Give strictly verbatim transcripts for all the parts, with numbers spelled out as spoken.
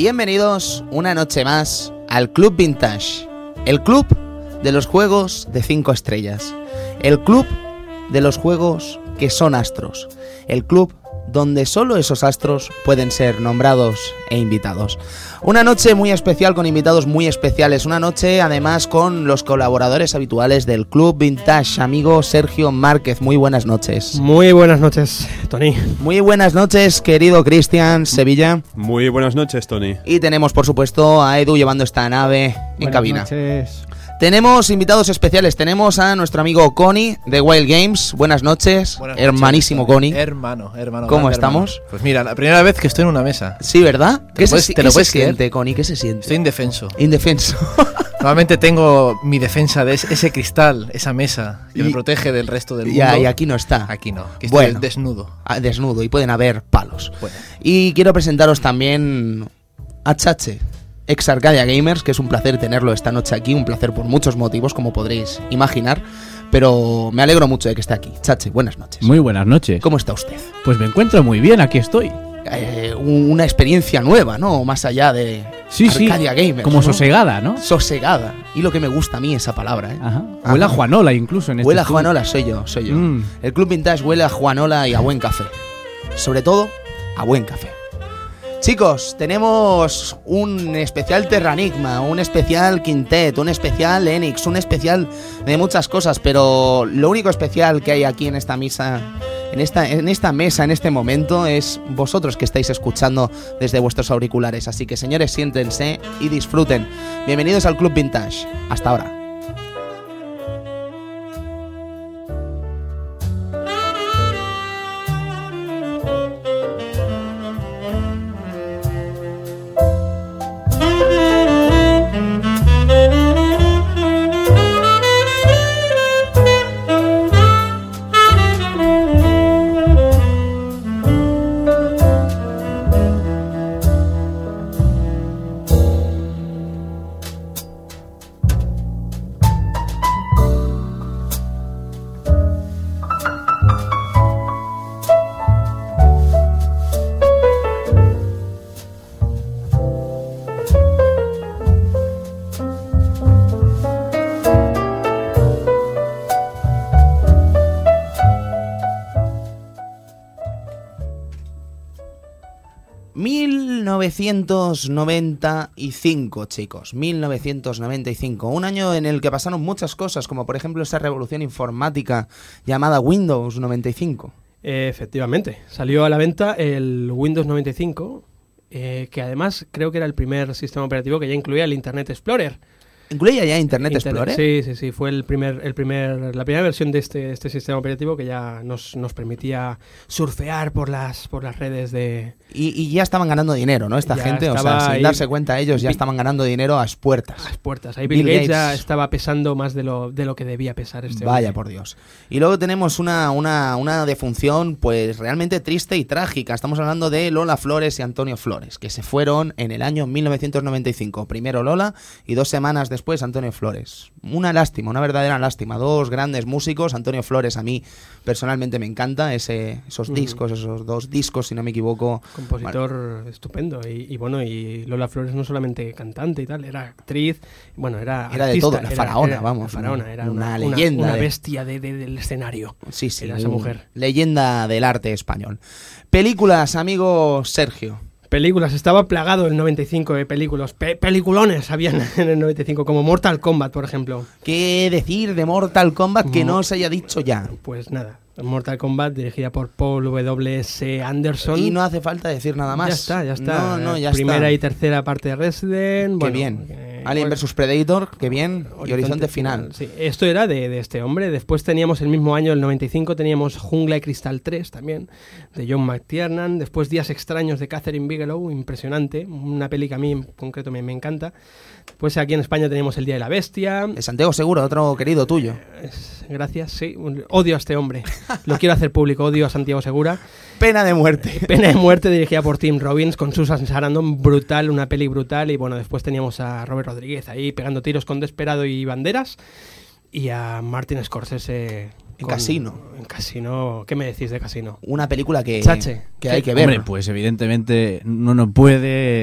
Bienvenidos una noche más al Club Vintage, el club de los juegos de cinco estrellas, el club de los juegos que son astros, el club donde solo esos astros pueden ser nombrados e invitados. Una noche muy especial con invitados muy especiales, una noche además con los colaboradores habituales del Club Vintage, amigo Sergio Márquez. Muy buenas noches. Muy buenas noches, Tony. Muy buenas noches, querido Cristian Sevilla. Muy buenas noches, Tony. Y tenemos, por supuesto, a Edu llevando esta nave en buenas cabina. Noches. Tenemos invitados especiales, tenemos a nuestro amigo Connie de Wild Games. Buenas noches, Buenas hermanísimo noches, Connie. Hermano, hermano. ¿Cómo grande, estamos? Hermano. Pues mira, la primera vez que estoy en una mesa. Sí, ¿verdad? ¿Te ¿Qué lo se, puedes- ¿qué te lo se puedes creer? siente, Connie? ¿Qué se siente? Estoy indefenso. Indefenso. Normalmente tengo mi defensa de ese cristal, esa mesa que Y- me protege del resto del mundo. Ya, y aquí no está. Aquí no, aquí estoy Bueno. desnudo. Ah, desnudo, y pueden haber palos. Bueno, Y quiero presentaros también a Chache, ex Arcadia Gamers, que es un placer tenerlo esta noche aquí, un placer por muchos motivos, como podréis imaginar, pero me alegro mucho de que esté aquí. Chache, buenas noches. Muy buenas noches. ¿Cómo está usted? Pues me encuentro muy bien, aquí estoy. Eh, un- una experiencia nueva, ¿no? Más allá de Sí, sí. Arcadia Gamers, Como ¿no? sosegada, ¿no? Sosegada. Y lo que me gusta a mí esa palabra, ¿eh? Ajá. Ajá. Huele a Juanola incluso en este Huele a estudio. Juanola, soy yo, soy yo. Mm. El Club Vintage huele a Juanola y a buen café. Sobre todo, a buen café. Chicos, tenemos un especial Terranigma, un especial Quintet, un especial Enix, un especial de muchas cosas, pero lo único especial que hay aquí en esta misa, en esta, en esta mesa, en este momento, es vosotros que estáis escuchando desde vuestros auriculares. Así que, señores, siéntense y disfruten. Bienvenidos al Club Vintage. Hasta ahora. mil novecientos noventa y cinco, chicos, mil novecientos noventa y cinco, un año en el que pasaron muchas cosas, como por ejemplo esa revolución informática llamada Windows noventa y cinco. Eh, efectivamente, salió a la venta el Windows noventa y cinco, eh, que además creo que era el primer sistema operativo que ya incluía el Internet Explorer. ¿Incluía ya Internet Internet- Explorer? Sí, sí, sí, fue el primer, el primer, la primera versión de este, este sistema operativo que ya nos, nos permitía surfear por las, por las redes de... Y, y ya estaban ganando dinero, ¿no? Esta Ya gente, o sea, estaba sin ahí- darse cuenta ellos ya Bi- estaban ganando dinero a las puertas. las puertas. Ahí Bill, Bill Gates, Gates. ya estaba pesando más de lo, de lo que debía pesar este Vaya, hombre. por Dios. Y luego tenemos una, una, una defunción pues realmente triste y trágica. Estamos hablando de Lola Flores y Antonio Flores, que se fueron en el año mil novecientos noventa y cinco. Primero Lola y dos semanas después Antonio Flores. Una lástima, una verdadera lástima. Dos grandes músicos. Antonio Flores a mí personalmente me encanta. Ese, esos Ujú. discos, esos dos discos, si no me equivoco. Compositor estupendo. Y, y bueno, y Lola Flores no solamente cantante y tal, era actriz, bueno, era Era de artista, todo, la era- faraona, era vamos, la faraona, una- era una una, leyenda una, una de- bestia de, de- del escenario. Sí, sí. Era esa un- mujer. Leyenda del arte español. Películas, amigo Sergio. Películas, estaba plagado el noventa y cinco de películas, pe- peliculones habían en el noventa y cinco, como Mortal Kombat, por ejemplo. ¿Qué decir de Mortal Kombat que Mo- no se haya dicho ya? Pues nada, Mortal Kombat, dirigida por Paul W S. Anderson. Y no hace falta decir nada más. Ya está, ya está. No, no, ya Primera está. y tercera parte de Resident. Qué bueno, bien. eh, Alien bueno, versus Predator, qué bien. Y Horizonte Final. Sí, esto era de, de este hombre. Después teníamos el mismo año, el noventa y cinco, teníamos Jungla y Cristal tres también, de John McTiernan. Después Días extraños de Catherine Bigelow, impresionante. Una peli que a mí en concreto me, me encanta. Pues aquí en España teníamos El Día de la Bestia. De Santiago Seguro, otro querido tuyo. Es- gracias, sí. Un- Odio a este hombre. Lo quiero hacer público. Odio a Santiago Segura. Pena de muerte. Pena de muerte, dirigida por Tim Robbins, con Susan Sarandon, brutal, una peli brutal. Y bueno, después teníamos a Robert Rodríguez ahí pegando tiros con Desperado y Banderas. Y a Martin Scorsese. En con- Casino. En Casino. ¿Qué me decís de Casino? Una película que, Chache. que hay Sí. que ver. Hombre, pues evidentemente no nos puede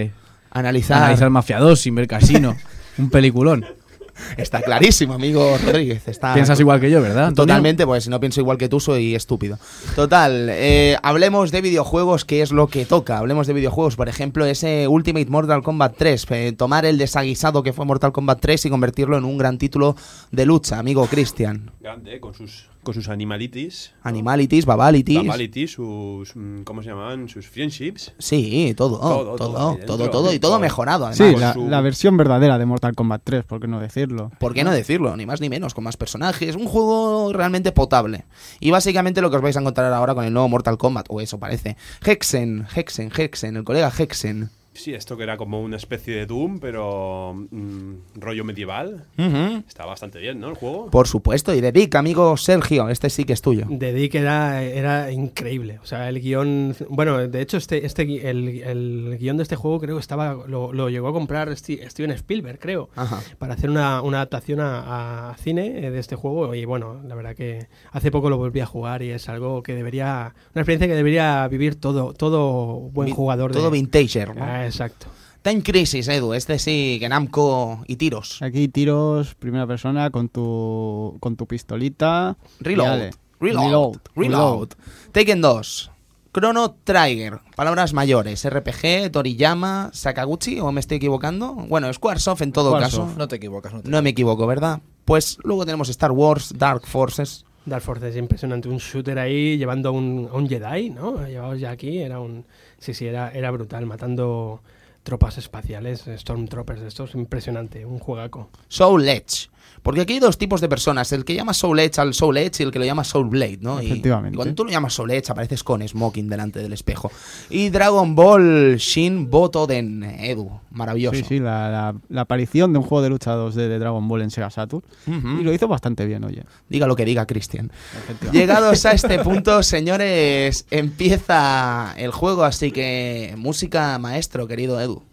Analizar. Analizar Mafia dos sin ver Casino. Un peliculón. Está clarísimo, amigo Rodríguez. Está Piensas igual que yo, ¿verdad, Antonio? Totalmente, pues si no pienso igual que tú soy estúpido. Total, eh, hablemos de videojuegos, que es lo que toca. Hablemos de videojuegos, por ejemplo, ese Ultimate Mortal Kombat tres. Eh, tomar el desaguisado que fue Mortal Kombat tres y convertirlo en un gran título de lucha, amigo Cristian. Grande, con sus, con sus animalities. Animalities, babalities. Babalities, sus... ¿Cómo se llamaban? Sus friendships. Sí, todo, todo, Todo, todo, todo ahí todo, dentro. todo, y todo mejorado, además. Sí, con la, su- la versión verdadera de Mortal Kombat tres, ¿por qué no decirlo? ¿Por qué no decirlo? Ni más ni menos, con más personajes. Un juego realmente potable. Y básicamente lo que os vais a encontrar ahora con el nuevo Mortal Kombat, o eso parece. Hexen, Hexen, Hexen, el colega Hexen. Sí, esto que era como una especie de Doom, pero mm, rollo medieval. Ujú. Está bastante bien, ¿no? El juego. Por supuesto, y de Dick, amigo Sergio, este sí que es tuyo. The Dick era, era increíble. O sea, el guión. Bueno, de hecho, este, este gui- el, el guión de este juego creo que estaba. Lo, lo llegó a comprar Sti- Steven Spielberg, creo. Ajá. Para hacer una, una adaptación a, a cine eh, de este juego. Y bueno, la verdad que hace poco lo volví a jugar y es algo que debería. Una experiencia que debería vivir todo, todo buen Vi- jugador. Todo de, vintager, ¿no? Ah, exacto. Time Crisis, Edu, este sí, que Namco y tiros. Aquí tiros, primera persona, con tu con tu pistolita. y Reload, dale. reload, reload, Reload. Tekken dos, Chrono Trigger, palabras mayores, R P G, Toriyama, Sakaguchi, ¿o me estoy equivocando? Bueno, Squaresoft en todo Squaresoft. caso. No te equivocas, no te No me equivoco, ¿verdad? Pues luego tenemos Star Wars, Dark Forces. Dark Force es impresionante, un shooter ahí llevando a un, a un Jedi, ¿no? Llevados ya aquí, era un... Sí, sí, era, era brutal, matando tropas espaciales, Stormtroopers de estos, impresionante, un juegaco. Soul Edge. Porque aquí hay dos tipos de personas, el que llama Soul Edge al Soul Edge y el que lo llama Soul Blade, ¿no? Y, Efectivamente. y cuando tú lo llamas Soul Edge apareces con Smoking delante del espejo. Y Dragon Ball Shin Botoden, Edu, maravilloso. Sí, sí, la, la, la aparición de un juego de lucha dos D de Dragon Ball en Sega Saturn. Ujú. Y lo hizo bastante bien, oye. Diga lo que diga Cristian. Efectivamente. Llegados a este punto, señores, empieza el juego, así que música maestro, querido Edu.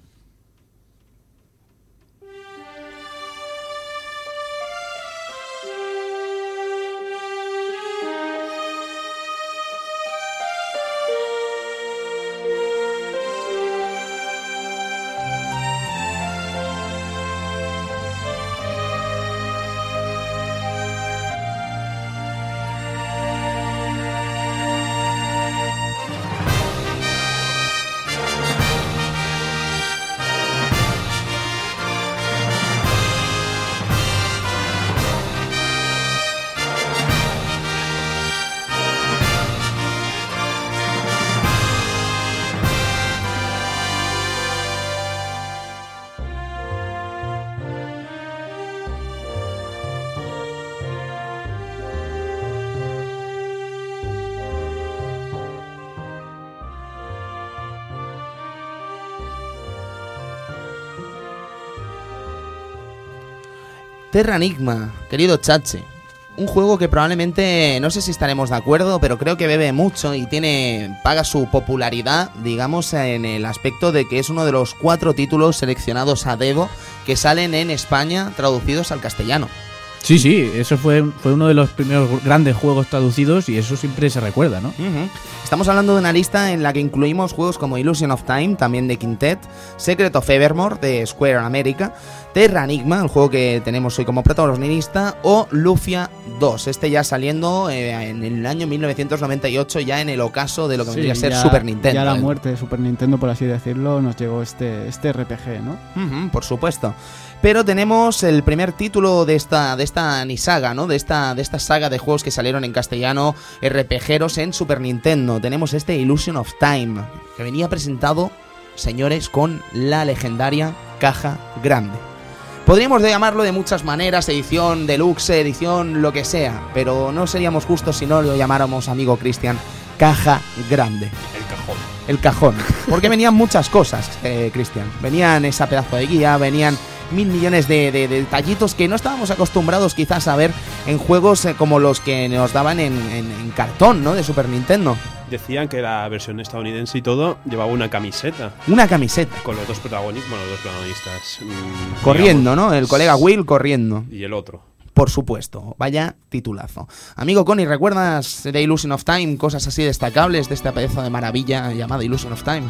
Terra Enigma, querido Chache. Un juego que probablemente, no sé si estaremos de acuerdo, pero creo que bebe mucho y tiene paga su popularidad, digamos, en el aspecto de que es uno de los cuatro títulos seleccionados a dedo que salen en España traducidos al castellano. Sí, sí, eso fue, fue uno de los primeros grandes juegos traducidos y eso siempre se recuerda, ¿no? Ujú. Estamos hablando de una lista en la que incluimos juegos como Illusion of Time, también de Quintet, Secret of Evermore, de Square America, Terra Enigma, el juego que tenemos hoy como protagonista, o Lufia dos, este ya saliendo eh, en el año mil novecientos noventa y ocho, ya en el ocaso de lo que Sí, vendría a ser ya- Super Nintendo. Ya la ¿eh? muerte de Super Nintendo, por así decirlo, nos llegó este, este R P G, ¿no? Ujú, por supuesto. Pero tenemos el primer título de esta de esta ni saga, ¿no? De esta de esta saga de juegos que salieron en castellano RPGeros en Super Nintendo. Tenemos este Illusion of Time, que venía presentado, señores, con la legendaria caja grande. Podríamos de llamarlo de muchas maneras, edición deluxe, edición lo que sea, pero no seríamos justos si no lo llamáramos, amigo Cristian, caja grande. El cajón. El cajón. Porque venían muchas cosas, eh, Cristian. Venían esa pedazo de guía, venían mil millones de, de- de detallitos que no estábamos acostumbrados quizás a ver en juegos eh, como los que nos daban en, en- en cartón, ¿no? De Super Nintendo. Decían que la versión estadounidense y todo llevaba una camiseta Una camiseta. con los dos protagonistas, bueno, los dos protagonistas mm, Corriendo, digamos, ¿no? El colega Will corriendo. y el otro. Por supuesto. Vaya titulazo. Amigo Connie, ¿recuerdas de Illusion of Time? Cosas así destacables de esta pedazo de maravilla llamada Illusion of Time.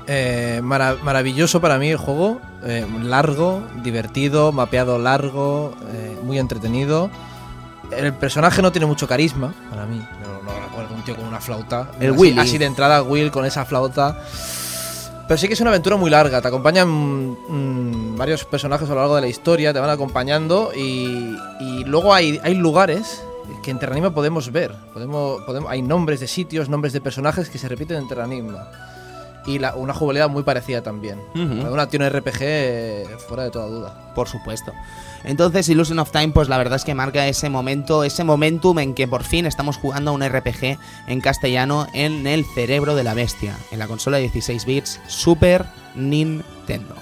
Eh, mara- maravilloso para mí el juego, eh, largo, divertido, mapeado largo, eh, muy entretenido. El personaje no tiene mucho carisma para mí, no, no recuerdo un tío con una flauta. El así, Willy. así de entrada, Will con esa flauta. Pero sí que es una aventura muy larga, te acompañan mm, varios personajes a lo largo de la historia, te van acompañando y, y luego hay, hay lugares que en Terranigma podemos ver. Podemos, podemos, hay nombres de sitios, nombres de personajes que se repiten en Terranigma. Y la, una jugabilidad muy parecida también. Ujú. Una tiene R P G eh, fuera de toda duda. Por supuesto. Entonces Illusion of Time, pues la verdad es que marca ese momento, ese momentum en que por fin estamos jugando a un R P G en castellano en el cerebro de la bestia, en la consola de dieciséis bits Super Nintendo.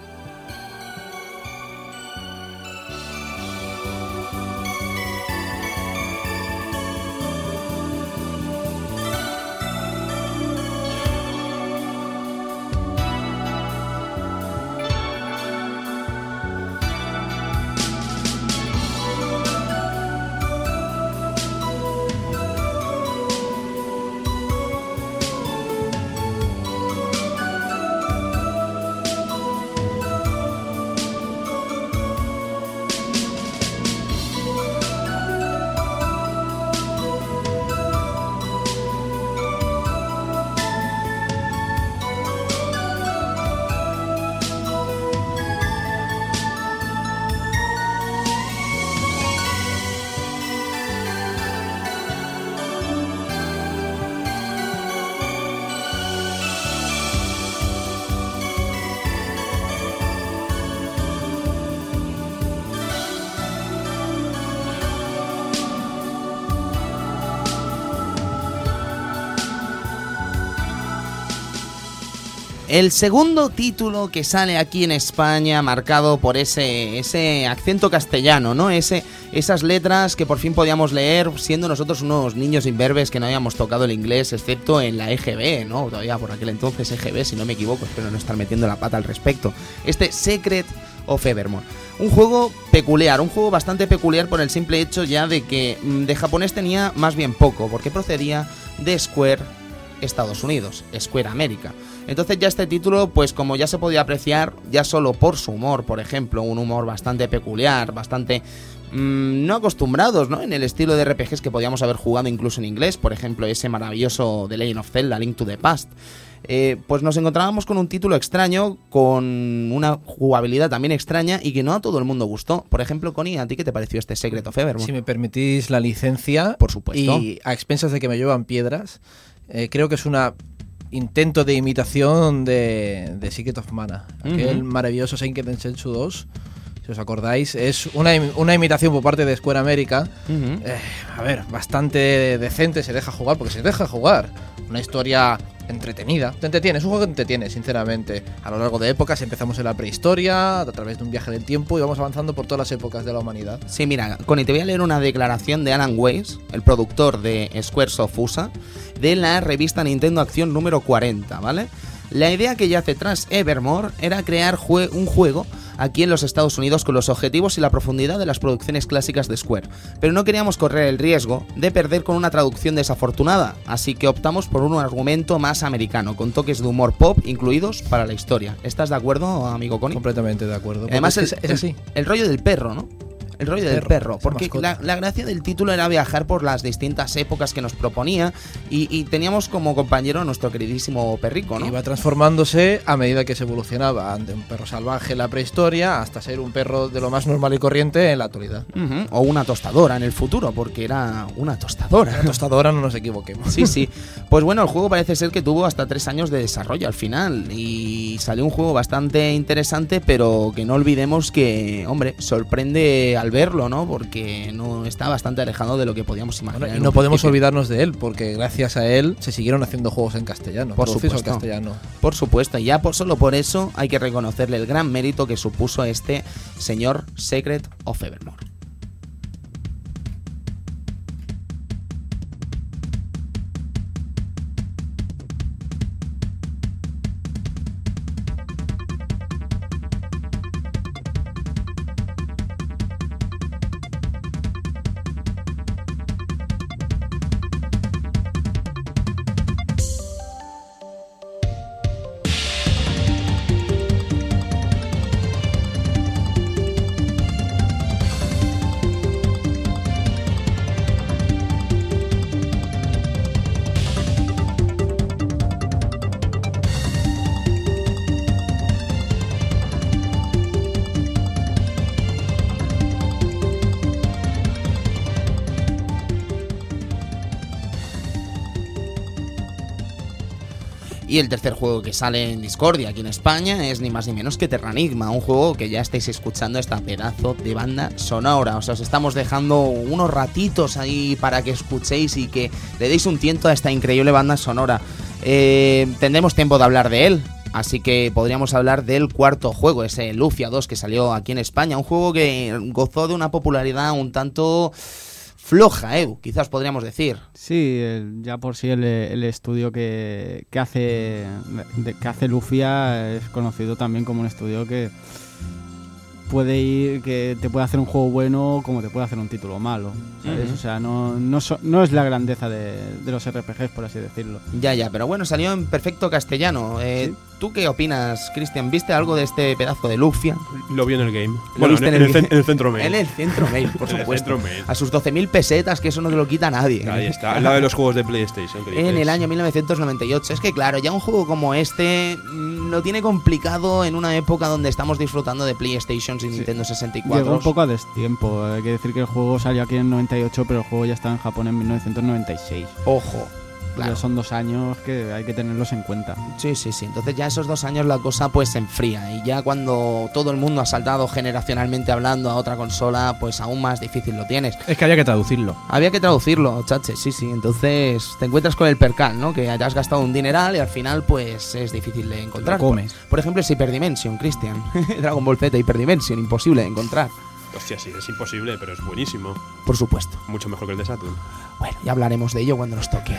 El segundo título que sale aquí en España, marcado por ese, ese acento castellano, ¿no? Ese, esas letras que por fin podíamos leer, siendo nosotros unos niños imberbes que no habíamos tocado el inglés, excepto en la E G B, ¿no? Todavía por aquel entonces E G B, si no me equivoco, espero no estar metiendo la pata al respecto. Este Secret of Evermore. Un juego peculiar, un juego bastante peculiar por el simple hecho ya de que de japonés tenía más bien poco, porque procedía de Square Estados Unidos, Square América. Entonces ya este título, pues como ya se podía apreciar, ya solo por su humor, por ejemplo, un humor bastante peculiar, bastante mmm, no acostumbrados, ¿no? En el estilo de R P Gs que podíamos haber jugado incluso en inglés, por ejemplo, ese maravilloso The Legend of Zelda, Link to the Past. Eh, pues nos encontrábamos con un título extraño, con una jugabilidad también extraña y que no a todo el mundo gustó. Por ejemplo, Connie, ¿a ti qué te pareció este Secret of Evermore? Si me permitís la licencia, por supuesto, y a expensas de que me llevan piedras, eh, creo que es una intento de imitación de, de Secret of Mana, aquel uh-huh. maravilloso Seiken Densetsu dos. Si os acordáis, es una, una imitación por parte de Square América. Uh-huh. eh, a ver, bastante decente, se deja jugar, porque se deja jugar. Una historia entretenida, te entretiene, es un juego que te entretiene, sinceramente. A lo largo de épocas empezamos en la prehistoria, a través de un viaje del tiempo, y vamos avanzando por todas las épocas de la humanidad. Sí, mira, Connie, te voy a leer una declaración de Alan West, el productor de Squaresoft U S A, de la revista Nintendo Acción número cuarenta, ¿vale? La idea que yace tras Evermore era crear jue- un juego aquí en los Estados Unidos con los objetivos y la profundidad de las producciones clásicas de Square, pero no queríamos correr el riesgo de perder con una traducción desafortunada, así que optamos por un argumento más americano, con toques de humor pop incluidos para la historia. ¿Estás de acuerdo, amigo Connie? Completamente de acuerdo. Además, es, el, es así. El, el rollo del perro, ¿no? El rollo el del perro, perro porque la, la gracia del título era viajar por las distintas épocas que nos proponía y, y teníamos como compañero a nuestro queridísimo perrico, ¿no? Iba transformándose a medida que se evolucionaba, de un perro salvaje en la prehistoria hasta ser un perro de lo más normal y corriente en la actualidad. Uh-huh. O una tostadora en el futuro, porque era una tostadora. Una tostadora, no nos equivoquemos. Sí, sí. Pues bueno, el juego parece ser que tuvo hasta tres años de desarrollo al final y salió un juego bastante interesante, pero que no olvidemos que, hombre, sorprende al verlo, ¿no? Porque que no está bastante alejado de lo que podíamos imaginar. Bueno, y no podemos olvidarnos de él, porque gracias a él se siguieron haciendo juegos en castellano. Por supuesto. En castellano. Por supuesto, y ya por solo por eso hay que reconocerle el gran mérito que supuso este señor Secret of Evermore. Y el tercer juego que sale en Discordia aquí en España es ni más ni menos que Terranigma, un juego que ya estáis escuchando esta pedazo de banda sonora. O sea, os estamos dejando unos ratitos ahí para que escuchéis y que le deis un tiento a esta increíble banda sonora. Eh, tendremos tiempo de hablar de él, así que podríamos hablar del cuarto juego, ese Lufia dos que salió aquí en España. Un juego que gozó de una popularidad un tanto floja, Edu, quizás podríamos decir. Sí, el- ya por sí el, el estudio que, que hace de- que hace Lufia es conocido también como un estudio que puede ir, que te puede hacer un juego bueno como te puede hacer un título malo, ¿sabes? Ujú. O sea, no, no, so- no es la grandeza de, de los R P Gs, por así decirlo. Ya, ya, pero bueno, salió en perfecto castellano. Eh, Sí. ¿Tú qué opinas, Cristian? ¿Viste algo de este pedazo de Lufia? Lo vi en el game. Lo Bueno, viste en, en el, el- cen- en el centro mail. En el centro mail, por En el supuesto. centro mail. A sus doce mil pesetas, que eso no te lo quita nadie. Ahí está, al lado de los juegos de PlayStation. que En dices. el año mil novecientos noventa y ocho. Es que claro, ya un juego como este mm, lo tiene complicado en una época donde estamos disfrutando de PlayStation y Nintendo sesenta y cuatro. Llegó un poco a destiempo, hay que decir que el juego salió aquí en noventa y ocho, pero el juego ya está en Japón en mil novecientos noventa y seis. Ojo. Claro. Ya son dos años que hay que tenerlos en cuenta. Sí, sí, sí. Entonces ya esos dos años la cosa pues se enfría. Y ya cuando todo el mundo ha saltado generacionalmente hablando a otra consola, pues aún más difícil lo tienes. Es que había que traducirlo. Había que traducirlo, chache, sí, sí. Entonces te encuentras con el percal, ¿no? Que hayas gastado un dineral y al final pues es difícil de encontrar. Lo comes. Por, por ejemplo, es Hyperdimension, Christian. Dragon Ball Z, Hyperdimension, imposible de encontrar. Hostia, sí, es imposible, pero es buenísimo. Por supuesto. Mucho mejor que el de Saturn. Bueno, ya hablaremos de ello cuando nos toque.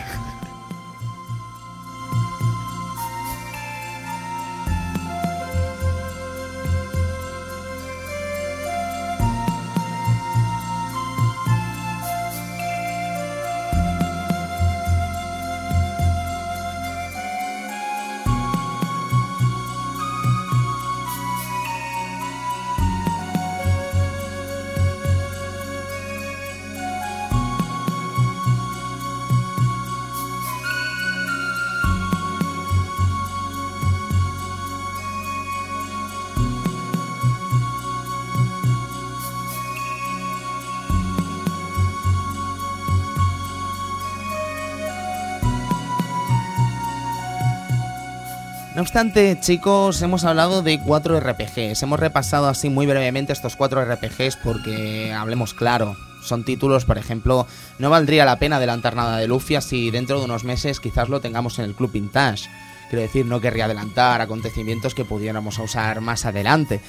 No obstante, chicos, hemos hablado de cuatro R P Gs. Hemos repasado así muy brevemente estos cuatro R P Gs porque, hablemos claro, son títulos, por ejemplo, no valdría la pena adelantar nada de Lufia si dentro de unos meses quizás lo tengamos en el Club Vintage. Quiero decir, no querría adelantar acontecimientos que pudiéramos usar más adelante.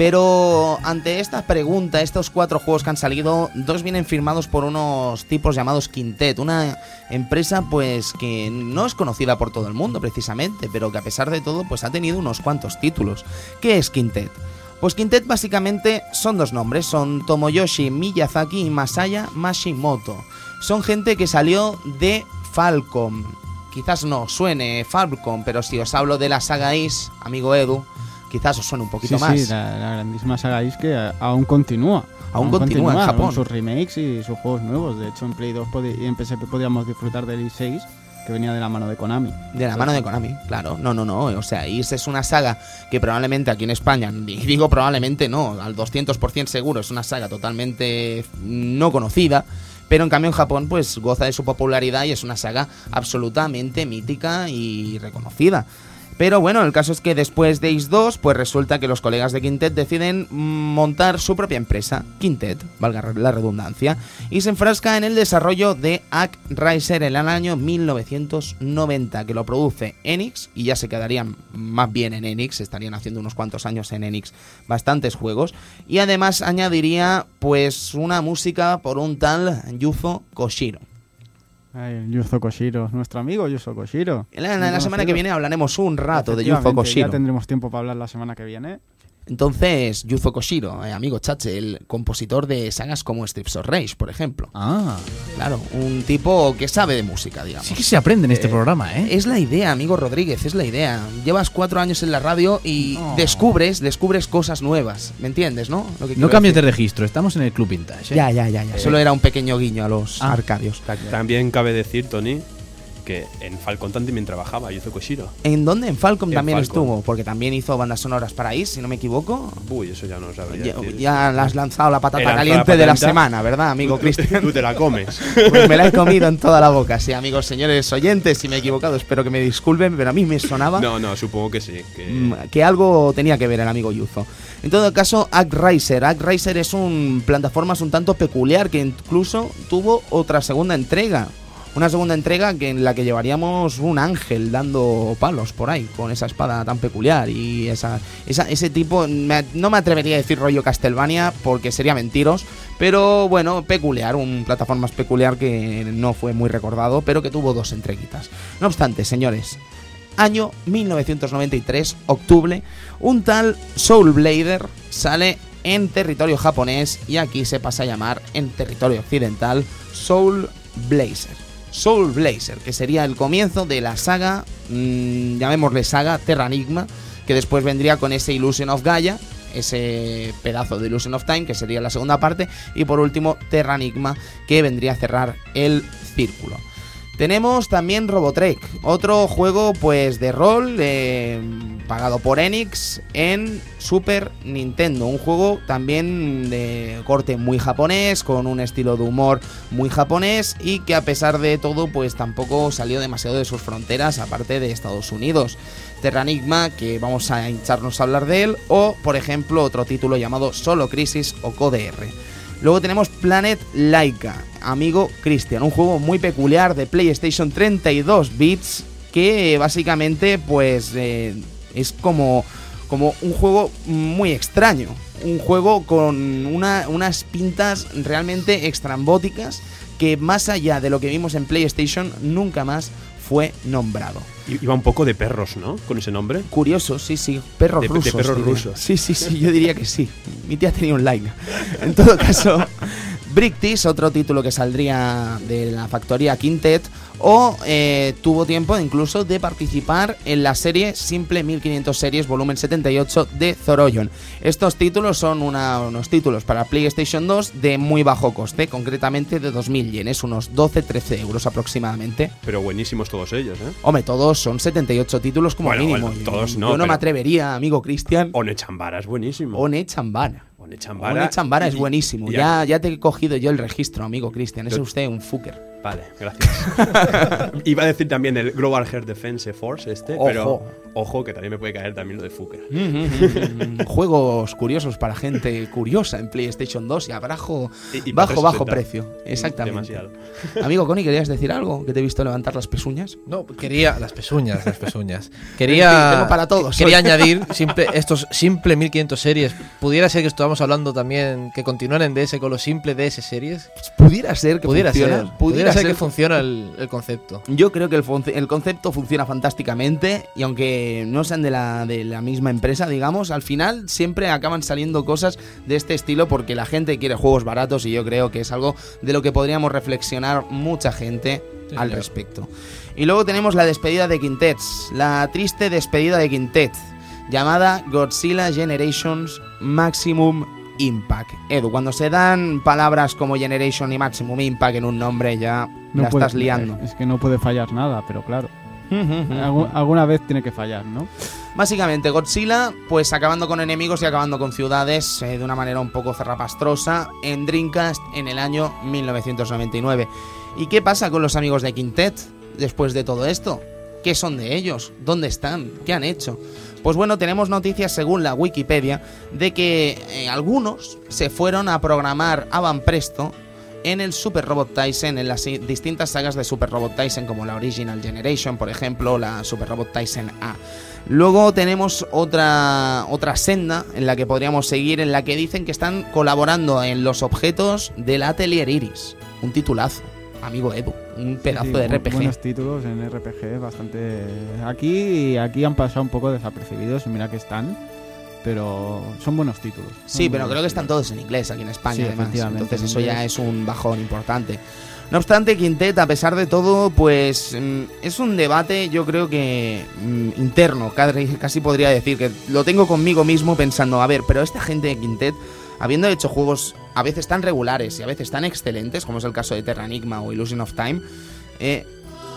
Pero ante esta pregunta, estos cuatro juegos que han salido, dos vienen firmados por unos tipos llamados Quintet, una empresa pues que no es conocida por todo el mundo precisamente, pero que a pesar de todo pues ha tenido unos cuantos títulos. ¿Qué es Quintet? Pues Quintet básicamente son dos nombres, son Tomoyoshi Miyazaki y Masaya Mashimoto. Son gente que salió de Falcom. Quizás no os suene Falcom, pero si os hablo de la saga Is, amigo Edu, quizás os suene un poquito Sí, más. sí, la, la grandísima saga Is que a- aún continúa. Aún continúa en Japón. Con sus remakes y sus juegos nuevos. De hecho, en Play dos podi- y en P S P podíamos disfrutar del I seis, que venía de la mano de Konami. De la mano de Konami, claro. No, no, no. O sea, Is es una saga que probablemente aquí en España, y digo probablemente no, al doscientos por ciento seguro, es una saga totalmente no conocida. Pero en cambio en Japón pues goza de su popularidad y es una saga absolutamente mítica y reconocida. Pero bueno, el caso es que después de Is dos, pues resulta que los colegas de Quintet deciden montar su propia empresa, Quintet, valga la redundancia, y se enfrasca en el desarrollo de Act Riser en el año mil novecientos noventa, que lo produce Enix, y ya se quedarían más bien en Enix, estarían haciendo unos cuantos años en Enix bastantes juegos, y además añadiría pues una música por un tal Yuzo Koshiro. Ay, el Yuzo Koshiro, nuestro amigo Yuzo Koshiro. En la, en la semana que viene hablaremos un rato de Yuzo Efectivamente, Koshiro. Ya tendremos tiempo para hablar la semana que viene. Entonces, Yuzo Koshiro, eh, amigo Chache, el compositor de sagas como Streets of Rage, por ejemplo. Ah, Claro, un tipo que sabe de música, digamos. sí que se aprende en este Eh, programa, ¿eh? Es la idea, amigo Rodríguez, es la idea. Llevas cuatro años en la radio y No. descubres, descubres cosas nuevas. ¿Me entiendes, no? Lo que No quiero cambies de decir. registro, estamos en el Club Vintage, ¿eh? Ya, ya, ya, ya. Solo era un pequeño guiño a los Ah. arcadios. Ta- También cabe decir, Tony, que en Falcon también trabajaba, Yuzo Koshiro. ¿En dónde? En Falcom En también Falcom. estuvo, porque también hizo bandas sonoras para Is, si no me equivoco. Uy, eso ya no lo sabría Ya, decir. ya le has lanzado la patata He lanzado caliente la de la patata. semana, ¿verdad, amigo Cristian? Tú te la comes. Pues me la he comido en toda la boca. Sí, amigos, señores oyentes, si me he equivocado, espero que me disculpen, pero a mí me sonaba No, no, supongo que sí. Que... mm, que algo tenía que ver el amigo Yuzo. En todo caso, ActRaiser. ActRaiser es un plataformas un tanto peculiar que incluso tuvo otra segunda entrega. Una segunda entrega que en la que llevaríamos un ángel dando palos por ahí, con esa espada tan peculiar y esa, esa ese tipo, me, no me atrevería a decir rollo Castlevania porque sería mentiros, pero bueno, peculiar, un plataformas peculiar que no fue muy recordado, pero que tuvo dos entreguitas. No obstante, señores, año mil novecientos noventa y tres, octubre, un tal Soul Blader sale en territorio japonés y aquí se pasa a llamar en territorio occidental Soul Blazer. Soul Blazer, que sería el comienzo de la saga, mmm, llamémosle saga Terranigma, que después vendría con ese Illusion of Gaia, ese pedazo de Illusion of Time, que sería la segunda parte, y por último Terranigma, que vendría a cerrar el círculo. Tenemos también Robotrek, otro juego pues de rol eh, pagado por Enix en Super Nintendo, un juego también de corte muy japonés, con un estilo de humor muy japonés y que a pesar de todo pues tampoco salió demasiado de sus fronteras aparte de Estados Unidos. Terranigma, que vamos a hincharnos a hablar de él, o por ejemplo otro título llamado Solo Crisis o C O D R. Luego tenemos Planet Laika, amigo Cristian, un juego muy peculiar de PlayStation treinta y dos bits que básicamente pues eh, es como, como un juego muy extraño, un juego con una, unas pintas realmente extrambóticas que más allá de lo que vimos en PlayStation nunca más fue nombrado. Iba un poco de perros, ¿no? Con ese nombre. Curioso, sí, sí. Perros De- de rusos. perros diría. rusos. Sí, sí, sí, yo diría que sí. Mi tía tenía un line. En todo caso, Brictis, otro título que saldría de la factoría Quintet, o eh, tuvo tiempo incluso de participar en la serie Simple mil quinientos Series volumen setenta y ocho de Zoroyon. Estos títulos son una, unos títulos para PlayStation dos de muy bajo coste, concretamente de dos mil yenes, unos doce trece euros aproximadamente. Pero buenísimos todos ellos, ¿eh? Hombre, todos son setenta y ocho títulos como Bueno, mínimo. bueno, todos Yo no, no me pero- atrevería, amigo Cristian. Onechambara es buenísimo. One Chambara. Onechambara. One Chambara y- es buenísimo. y- Ya, ya te he cogido yo el registro, amigo Cristian. Es Yo- usted un fucker. Vale, gracias. Iba a decir también el Global Air Defense Force este, Ojo. pero ojo que también me puede caer también lo de Fuker. Juegos curiosos para gente curiosa en PlayStation dos y a bajo, Y- y bajo, para bajo trescientos sesenta. precio. Exactamente. Demasiado. Amigo Connie, ¿querías decir algo? Que te he visto levantar las pezuñas. No, quería las pezuñas, las pezuñas. En fin, Quería tengo para todos Quería hoy. añadir simple estos simple mil quinientos series. Pudiera ser que estamos hablando también que continúen en D S con los simple D S series. Pudiera ser que Pudiera funciona. ser, pudiera ser que funciona el, el concepto. Yo creo que el, func- el concepto funciona fantásticamente y aunque no sean de la, de la misma empresa, digamos, al final siempre acaban saliendo cosas de este estilo porque la gente quiere juegos baratos y yo creo que es algo de lo que podríamos reflexionar mucha gente Sí, al señor. respecto. Y luego tenemos la despedida de Quintets, la triste despedida de Quintet, llamada Godzilla Generations Maximum Impact. Edu, cuando se dan palabras como Generation y Maximum Impact en un nombre ya No la puede- estás liando. Es que no puede fallar nada, pero claro. Algu- alguna vez tiene que fallar, ¿no? Básicamente, Godzilla, pues acabando con enemigos y acabando con ciudades eh, de una manera un poco zarrapastrosa en Dreamcast en el año mil novecientos noventa y nueve. ¿Y qué pasa con los amigos de Quintet después de todo esto? ¿Qué son de ellos? ¿Dónde están? ¿Qué han hecho? Pues bueno, tenemos noticias según la Wikipedia de que eh, algunos se fueron a programar a Van Presto en el Super Robot Taisen, en las i- distintas sagas de Super Robot Taisen, como la Original Generation, por ejemplo, la Super Robot Taisen A. Luego tenemos otra, otra senda en la que podríamos seguir, en la que dicen que están colaborando en los objetos del Atelier Iris. Un titulazo, amigo Edu, un pedazo Sí, de bu- R P G. Buenos títulos en R P G, bastante. Aquí aquí han pasado un poco desapercibidos, y mira que están, pero son buenos títulos. Son Sí, pero buenos creo que están títulos. todos en inglés aquí en España, Sí, además. efectivamente, Entonces en eso ya inglés. es un bajón importante. No obstante, Quintet, a pesar de todo, pues mm, es un debate, yo creo que mm, interno, casi, casi podría decir, que lo tengo conmigo mismo pensando, a ver, pero esta gente de Quintet, habiendo hecho juegos a veces tan regulares y a veces tan excelentes, como es el caso de Terranigma o Illusion of Time, eh,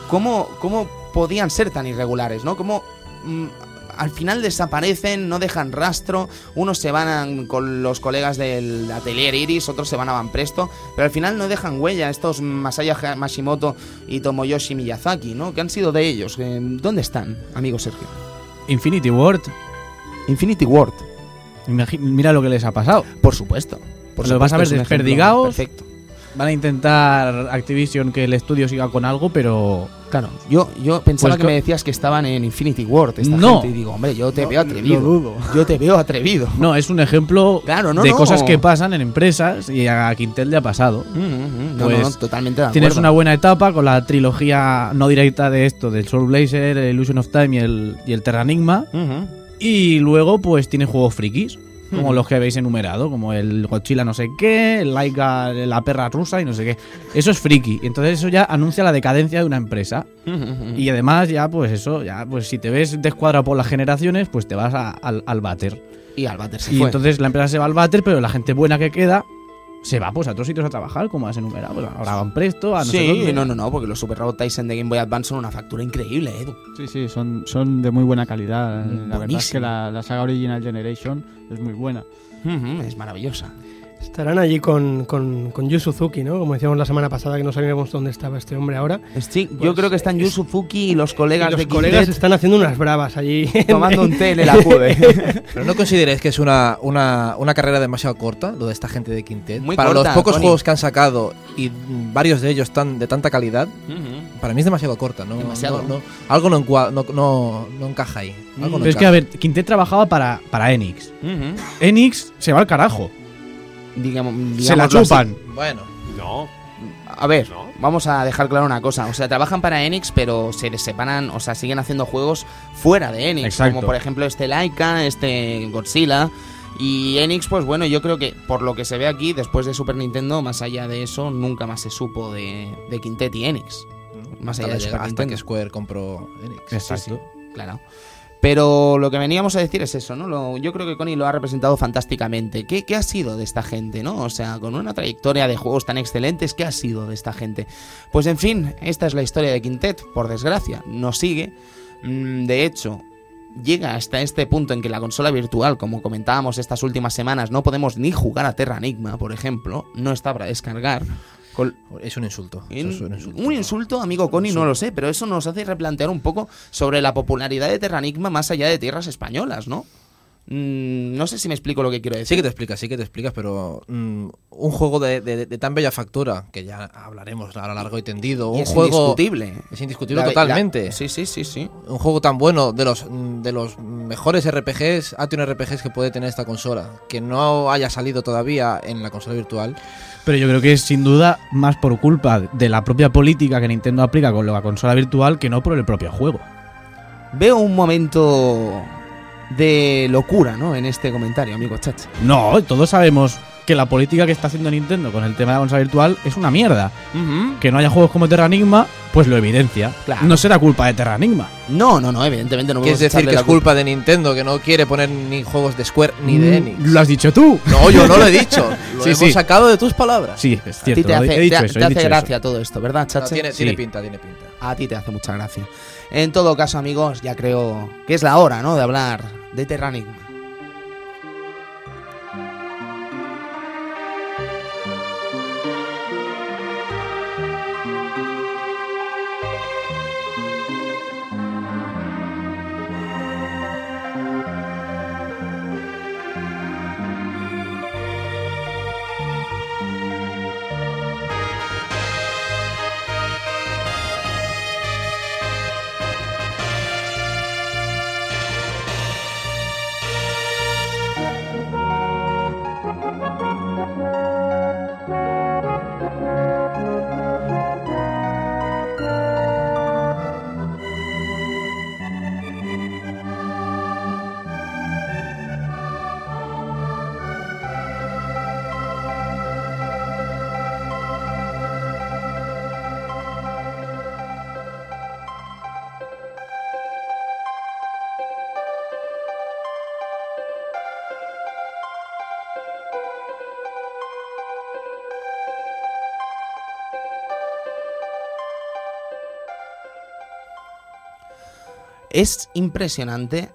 cómo, cómo podían ser tan irregulares, ¿no? Cómo mm, al final desaparecen, no dejan rastro, unos se van a, con los colegas del Atelier Iris, otros se van a Banpresto, pero al final no dejan huella estos Masaya Hashimoto y Tomoyoshi Miyazaki, ¿no? ¿Qué han sido de ellos? Eh, ¿Dónde están, amigo Sergio? Infinity Ward. Infinity Ward. Imagi- Mira lo que les ha pasado. Por supuesto. Por Lo vas a ver es un ejemplo desperdigados. perfecto. Van a intentar Activision que el estudio siga con algo, pero... Claro, yo, yo pensaba Pues que co- me decías que estaban en Infinity Ward esta No. gente, y digo, hombre, yo te No, veo atrevido. lo dudo. Yo te veo atrevido. No, es un ejemplo Claro, no, de no. cosas que pasan en empresas y a Quintel le ha pasado. Mm, mm, no, Pues no, no, totalmente de acuerdo. Tienes una buena etapa con la trilogía no directa de esto, del Soul Blazer, el Illusion of Time y el, y el Terranigma. Ujú. Y luego pues tiene juegos frikis, como Hmm. los que habéis enumerado, como el Godzilla no sé qué, el Laika, la perra rusa y no sé qué. Eso es friki. Entonces eso ya anuncia la decadencia de una empresa. Ujú, ujú. Y además ya pues eso, ya pues si te ves descuadrado por las generaciones, pues te vas a- al, al váter. Y al váter se Y fue. entonces la empresa se va al váter, pero la gente buena que queda se va pues a otros sitios a trabajar, como has enumerado. Pues ahora van presto, a no sé sí, dónde. no, no, no, porque los Super Robot Tyson de Game Boy Advance son una factura increíble, Edu. Sí, sí, son, son de muy buena calidad. La verdad es Buenísimo. que la, la saga Original Generation es muy buena. Ujú, es maravillosa. Estarán allí con, con, con Yu Suzuki, ¿no? Como decíamos la semana pasada que no sabíamos dónde estaba este hombre ahora. Sí, yo Pues creo que están Yu Suzuki y los colegas Y los de colegas Quintet están haciendo unas bravas allí. tomando un té en el Acude. Pero ¿no consideráis que es una, una, una carrera demasiado corta, lo de esta gente de Quintet? Muy para corta, los pocos Tony. juegos que han sacado y mm, varios de ellos tan de tanta calidad, Ujú. para mí es demasiado corta. ¿no? Demasiado. No, no- algo no, encua- no, no, no encaja ahí. Algo no Pero es que, encaja. a ver, Quintet trabajaba para, para Enix. Ujú. Enix se va al carajo. Digamos, Se la digámoslo así. chupan. Bueno, No, A ver, No. vamos a dejar claro una cosa. O sea, trabajan para Enix, pero se les separan, o sea, siguen haciendo juegos fuera de Enix. Exacto. Como por ejemplo este Laika, este Godzilla. Y Enix, pues bueno, yo creo que por lo que se ve aquí, después de Super Nintendo, más allá de eso, nunca más se supo de, de Quintet y Enix. Más allá hasta, de Super hasta Nintendo. que Square compró Enix. Exacto. Claro. Pero lo que veníamos a decir es eso, ¿no? Lo- yo creo que Connie lo ha representado fantásticamente. ¿Qué, ¿Qué ha sido de esta gente, no? O sea, con una trayectoria de juegos tan excelentes, ¿qué ha sido de esta gente? Pues en fin, esta es la historia de Quintet, por desgracia. Nos sigue. Mm, De hecho, llega hasta este punto en que la consola virtual, como comentábamos estas últimas semanas, no podemos ni jugar a Terranigma, por ejemplo. No está para descargar. Con- Es un insulto. en- Eso es un insulto. un insulto, amigo Connie, no lo sé, pero eso nos hace replantear un poco sobre la popularidad de Terranigma más allá de tierras españolas, ¿no? Mm, no sé si me explico lo que quiero decir. Sí que te explicas, sí que te explicas, pero mm, un juego de, de- de tan bella factura, que ya hablaremos a lo largo y tendido, Y un es juego indiscutible. es indiscutible La- totalmente. la- sí, sí, sí, sí. Un juego tan bueno, de los de los mejores R P Gs, Action R P Gs que puede tener esta consola, que no haya salido todavía en la consola virtual. Pero yo creo que es sin duda más por culpa de la propia política que Nintendo aplica con la consola virtual que no por el propio juego. Veo un momento de locura, ¿no? En este comentario, amigo Chacha. No, todos sabemos que la política que está haciendo Nintendo con el tema de la consola virtual es una mierda. Que no haya juegos como Terranigma, pues lo evidencia. Claro. No será culpa de Terranigma. No, no, no, evidentemente no Quieres podemos decir echarle que la es culpa de Nintendo, que no quiere poner ni juegos de Square ni de Enix. Mm, Lo has dicho tú. No, yo no lo he dicho. Lo Sí, hemos sí. sacado de tus palabras. Sí, es A cierto. ti te lo hace, he dicho te, eso, te he hace dicho eso. gracia todo esto, ¿verdad, No, Chacha? tiene, Sí. tiene pinta, tiene pinta. A ti te hace mucha gracia. En todo caso, amigos, ya creo que es la hora, ¿no? De hablar de Terranigma. Es impresionante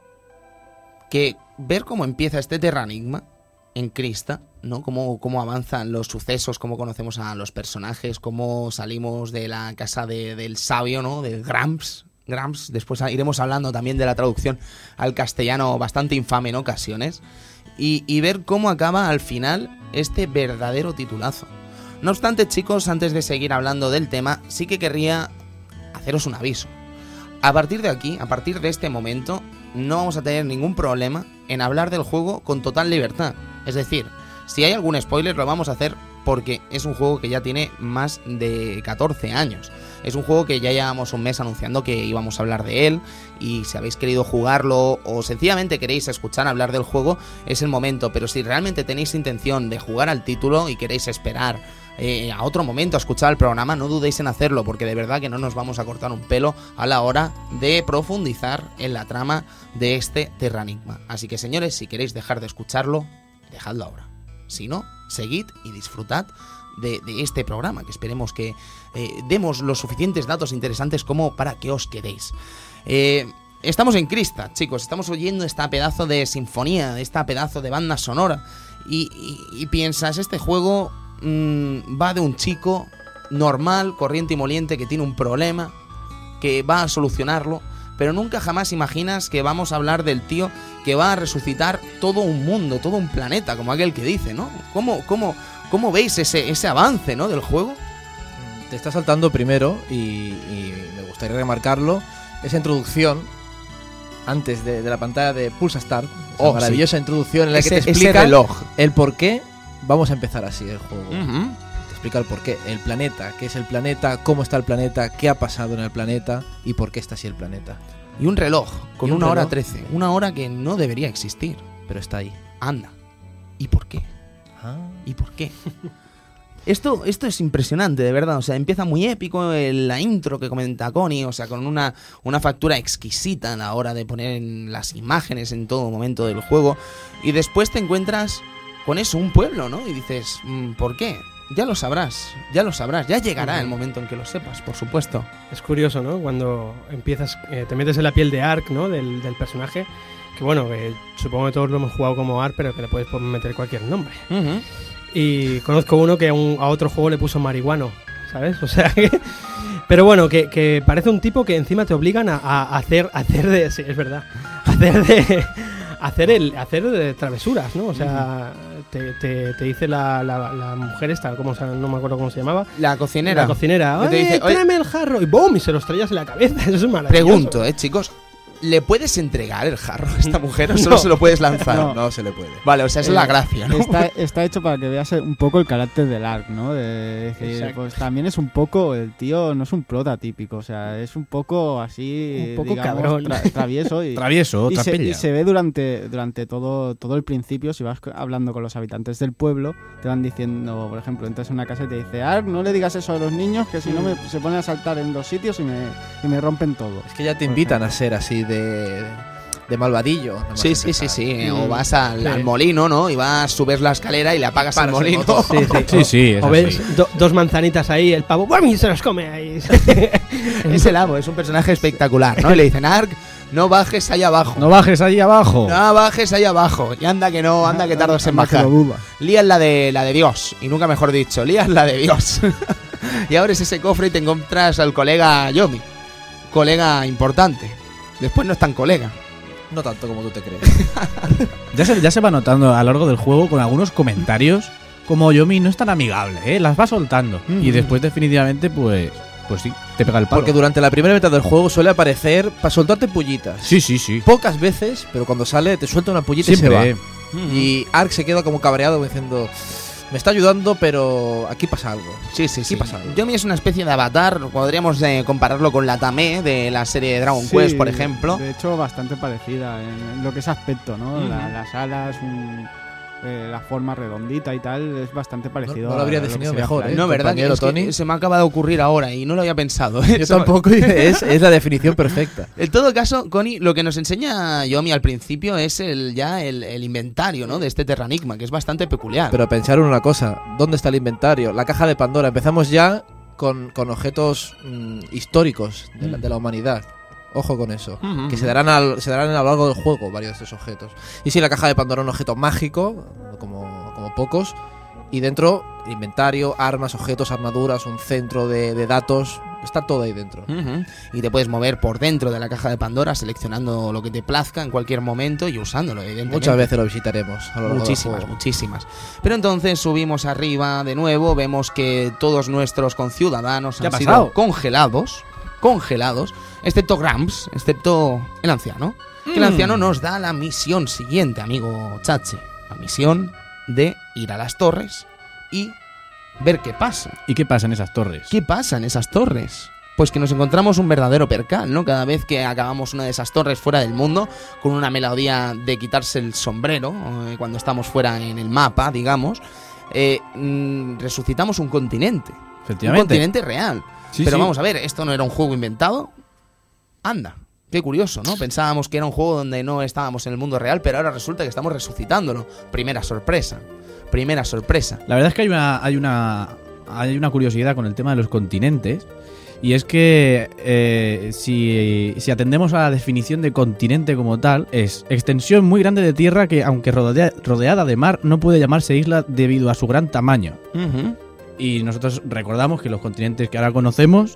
que ver cómo empieza este Terranigma en Crista, ¿no? Cómo, cómo avanzan los sucesos, cómo conocemos a los personajes, cómo salimos de la casa de, del sabio, ¿no? De Gramps. Gramps. Después iremos hablando también de la traducción al castellano bastante infame en ocasiones. Y, y ver cómo acaba al final este verdadero titulazo. No obstante, chicos, antes de seguir hablando del tema, sí que querría haceros un aviso. A partir de aquí, a partir de este momento, no vamos a tener ningún problema en hablar del juego con total libertad. Es decir, si hay algún spoiler lo vamos a hacer porque es un juego que ya tiene más de catorce años. Es un juego que ya llevamos un mes anunciando que íbamos a hablar de él, y si habéis querido jugarlo o sencillamente queréis escuchar hablar del juego, es el momento. Pero si realmente tenéis intención de jugar al título y queréis esperar eh, a otro momento a escuchar el programa, no dudéis en hacerlo, porque de verdad que no nos vamos a cortar un pelo a la hora de profundizar en la trama de este Terranigma. Así que, señores, si queréis dejar de escucharlo, dejadlo ahora. Si no, seguid y disfrutad de, de este programa, que esperemos que eh, demos los suficientes datos interesantes como para que os quedéis. Eh, estamos en Crista, chicos, estamos oyendo esta pedazo de sinfonía, esta pedazo de banda sonora, y, y, y piensas, este juego mmm, va de un chico normal, corriente y moliente, que tiene un problema, que va a solucionarlo, pero nunca jamás imaginas que vamos a hablar del tío que va a resucitar todo un mundo, todo un planeta, como aquel que dice, ¿no? ¿Cómo, cómo, cómo veis ese, ese avance, ¿no?, del juego? Te está saltando primero, y, y me gustaría remarcarlo, esa introducción antes de, de la pantalla de Pulsa Start, esa Oh, maravillosa sí. introducción en la Ese- que te ese explica reloj. el por qué vamos a empezar así el juego. Uh-huh. Te explica el por qué, el planeta, qué es el planeta, cómo está el planeta, qué ha pasado en el planeta y por qué está así el planeta. Y un reloj, con Y un una hora reloj. trece, una hora que no debería existir. Pero está ahí. Anda. ¿Y por qué? Ah. ¿Y por qué? Esto, esto es impresionante, de verdad. O sea, empieza muy épico el- la intro que comenta Connie, o sea, con una, una factura exquisita a la hora de poner en las imágenes en todo momento del juego. Y después te encuentras con eso, un pueblo, ¿no? Y dices, mm, ¿por qué? Ya lo sabrás, ya lo sabrás, ya llegará el momento en que lo sepas, por supuesto. Es curioso, ¿no? Cuando empiezas, eh, te metes en la piel de Ark, ¿no? Del, del personaje. Que bueno, que supongo que todos lo hemos jugado como Ark, pero que le puedes meter cualquier nombre. Ujú. Y conozco uno que a, un- a otro juego le puso marihuano, ¿sabes? O sea que... Pero bueno, que, que parece un tipo que encima te obligan a, a hacer, a hacer de... Sí, es verdad. A hacer de... Hacer, el, hacer de travesuras, ¿no? O sea, te, te, te dice la, la, la mujer esta, ¿cómo se, no me acuerdo cómo se llamaba. La cocinera. La cocinera. Que te "Oye, dice, "Oye". tráeme el jarro. Y ¡boom! Y se lo estrellas en la cabeza. Eso es maravilloso. Pregunto, eh, chicos, ¿le puedes entregar el jarro a esta mujer o solo No. se lo puedes lanzar? No. No se le puede. Vale, o sea, esa es la Eh, gracia, ¿no? Está, está hecho para que veas un poco el carácter del Ark, ¿no? De decir, Exacto. pues también es un poco, el tío no es un prota típico, o sea, es un poco así, Un poco digamos, cabrón. tra- travieso y, Travieso, y, otra se, y pella. se ve durante, durante todo, todo el principio, si vas co- hablando con los habitantes del pueblo, te van diciendo, por ejemplo, entras en una casa y te dice, Ark, no le digas eso a los niños, que si no me, se ponen a saltar en los sitios y me, y me rompen todo. Es que ya te invitan a ser así de, de malvadillo. nada más Sí, sí, sí, empezar. sí. eh, Mm. O vas al, Sí. al molino, ¿no? Y vas, subes la escalera y le apagas el Paras el molino. motor. Sí, sí. Sí, sí, es O así. ves do- dos manzanitas ahí, el pavo, ¡bum! Y se los come ahí. Es el amo, es un personaje espectacular, ¿no? Y le dicen, Ark, no bajes ahí abajo. No bajes ahí abajo. No bajes ahí abajo. Y anda que no, anda que tardas en Anda que bajar. lo duda. Lías la de la de Dios. Y nunca mejor dicho, lías la de Dios. Y abres ese cofre y te encuentras al colega Yomi. Colega importante. Después no es tan colega. No tanto como tú te crees. Ya se, ya se va notando a lo largo del juego con algunos comentarios como Yomi no es tan amigable, ¿eh? Las va soltando. Mm. Y después definitivamente, pues pues sí, te pega el palo. Porque durante la primera mitad del juego suele aparecer para soltarte pullitas. Sí, sí, sí. Pocas veces, pero cuando sale te suelta una pullita y se Siempre. va. Y Ark se queda como cabreado diciendo, me está ayudando, pero aquí pasa algo. Sí, sí, sí. Aquí pasa algo. Yomi es una especie de avatar. Podríamos eh, compararlo con la Tame de la serie de Dragon Sí, Quest, por ejemplo. De hecho, bastante parecida en, en lo que es aspecto, ¿no? Ujú. La- las alas, un- eh, la forma redondita y tal, es bastante parecido. no lo habría a que definido sería mejor, Fly. ¿eh? No, ¿verdad? Que compañero es que Tony. se me acaba de ocurrir ahora y no lo había pensado. Yo tampoco, y es, es la definición perfecta. En todo caso, Connie, lo que nos enseña Yomi al principio es el ya el, el inventario, ¿no? De este Terranigma, que es bastante peculiar. Pero pensar en una cosa, ¿dónde está el inventario? La caja de Pandora. Empezamos ya con, con objetos mm, históricos de la, de la humanidad. Ojo con eso. Ujú. Que se darán, al, se darán a lo largo del juego varios de estos objetos. Y sí, la caja de Pandora es un objeto mágico, como, como pocos. Y dentro, inventario, armas, objetos, armaduras, un centro de, de datos. Está todo ahí dentro. Ujú. Y te puedes mover por dentro de la caja de Pandora seleccionando lo que te plazca en cualquier momento y usándolo, evidentemente. Muchas veces lo visitaremos a lo largo Muchísimas, del juego. muchísimas. Pero entonces subimos arriba de nuevo, vemos que todos nuestros conciudadanos ¿Qué han ha sido pasado? congelados, congelados, excepto Gramps, excepto el anciano. Que el Mm. anciano nos da la misión siguiente, amigo Chache. La misión de ir a las torres y ver qué pasa. ¿Y qué pasa en esas torres? ¿Qué pasa en esas torres? Pues que nos encontramos un verdadero percal, ¿no? Cada vez que acabamos una de esas torres fuera del mundo, con una melodía de quitarse el sombrero, eh, cuando estamos fuera en el mapa, digamos, eh, mm, resucitamos un continente. Un Efectivamente. continente real. Sí, Pero sí. vamos a ver, ¿esto no era un juego inventado? Anda. Qué curioso, ¿no? Pensábamos que era un juego donde no estábamos en el mundo real, pero ahora resulta que estamos resucitándolo. Primera sorpresa. Primera sorpresa. La verdad es que hay una, hay una, hay una curiosidad con el tema de los continentes. Y es que eh, si, si atendemos a la definición de continente como tal, es extensión muy grande de tierra que, aunque rodea- rodeada de mar, no puede llamarse isla debido a su gran tamaño. Ujú. Y nosotros recordamos que los continentes que ahora conocemos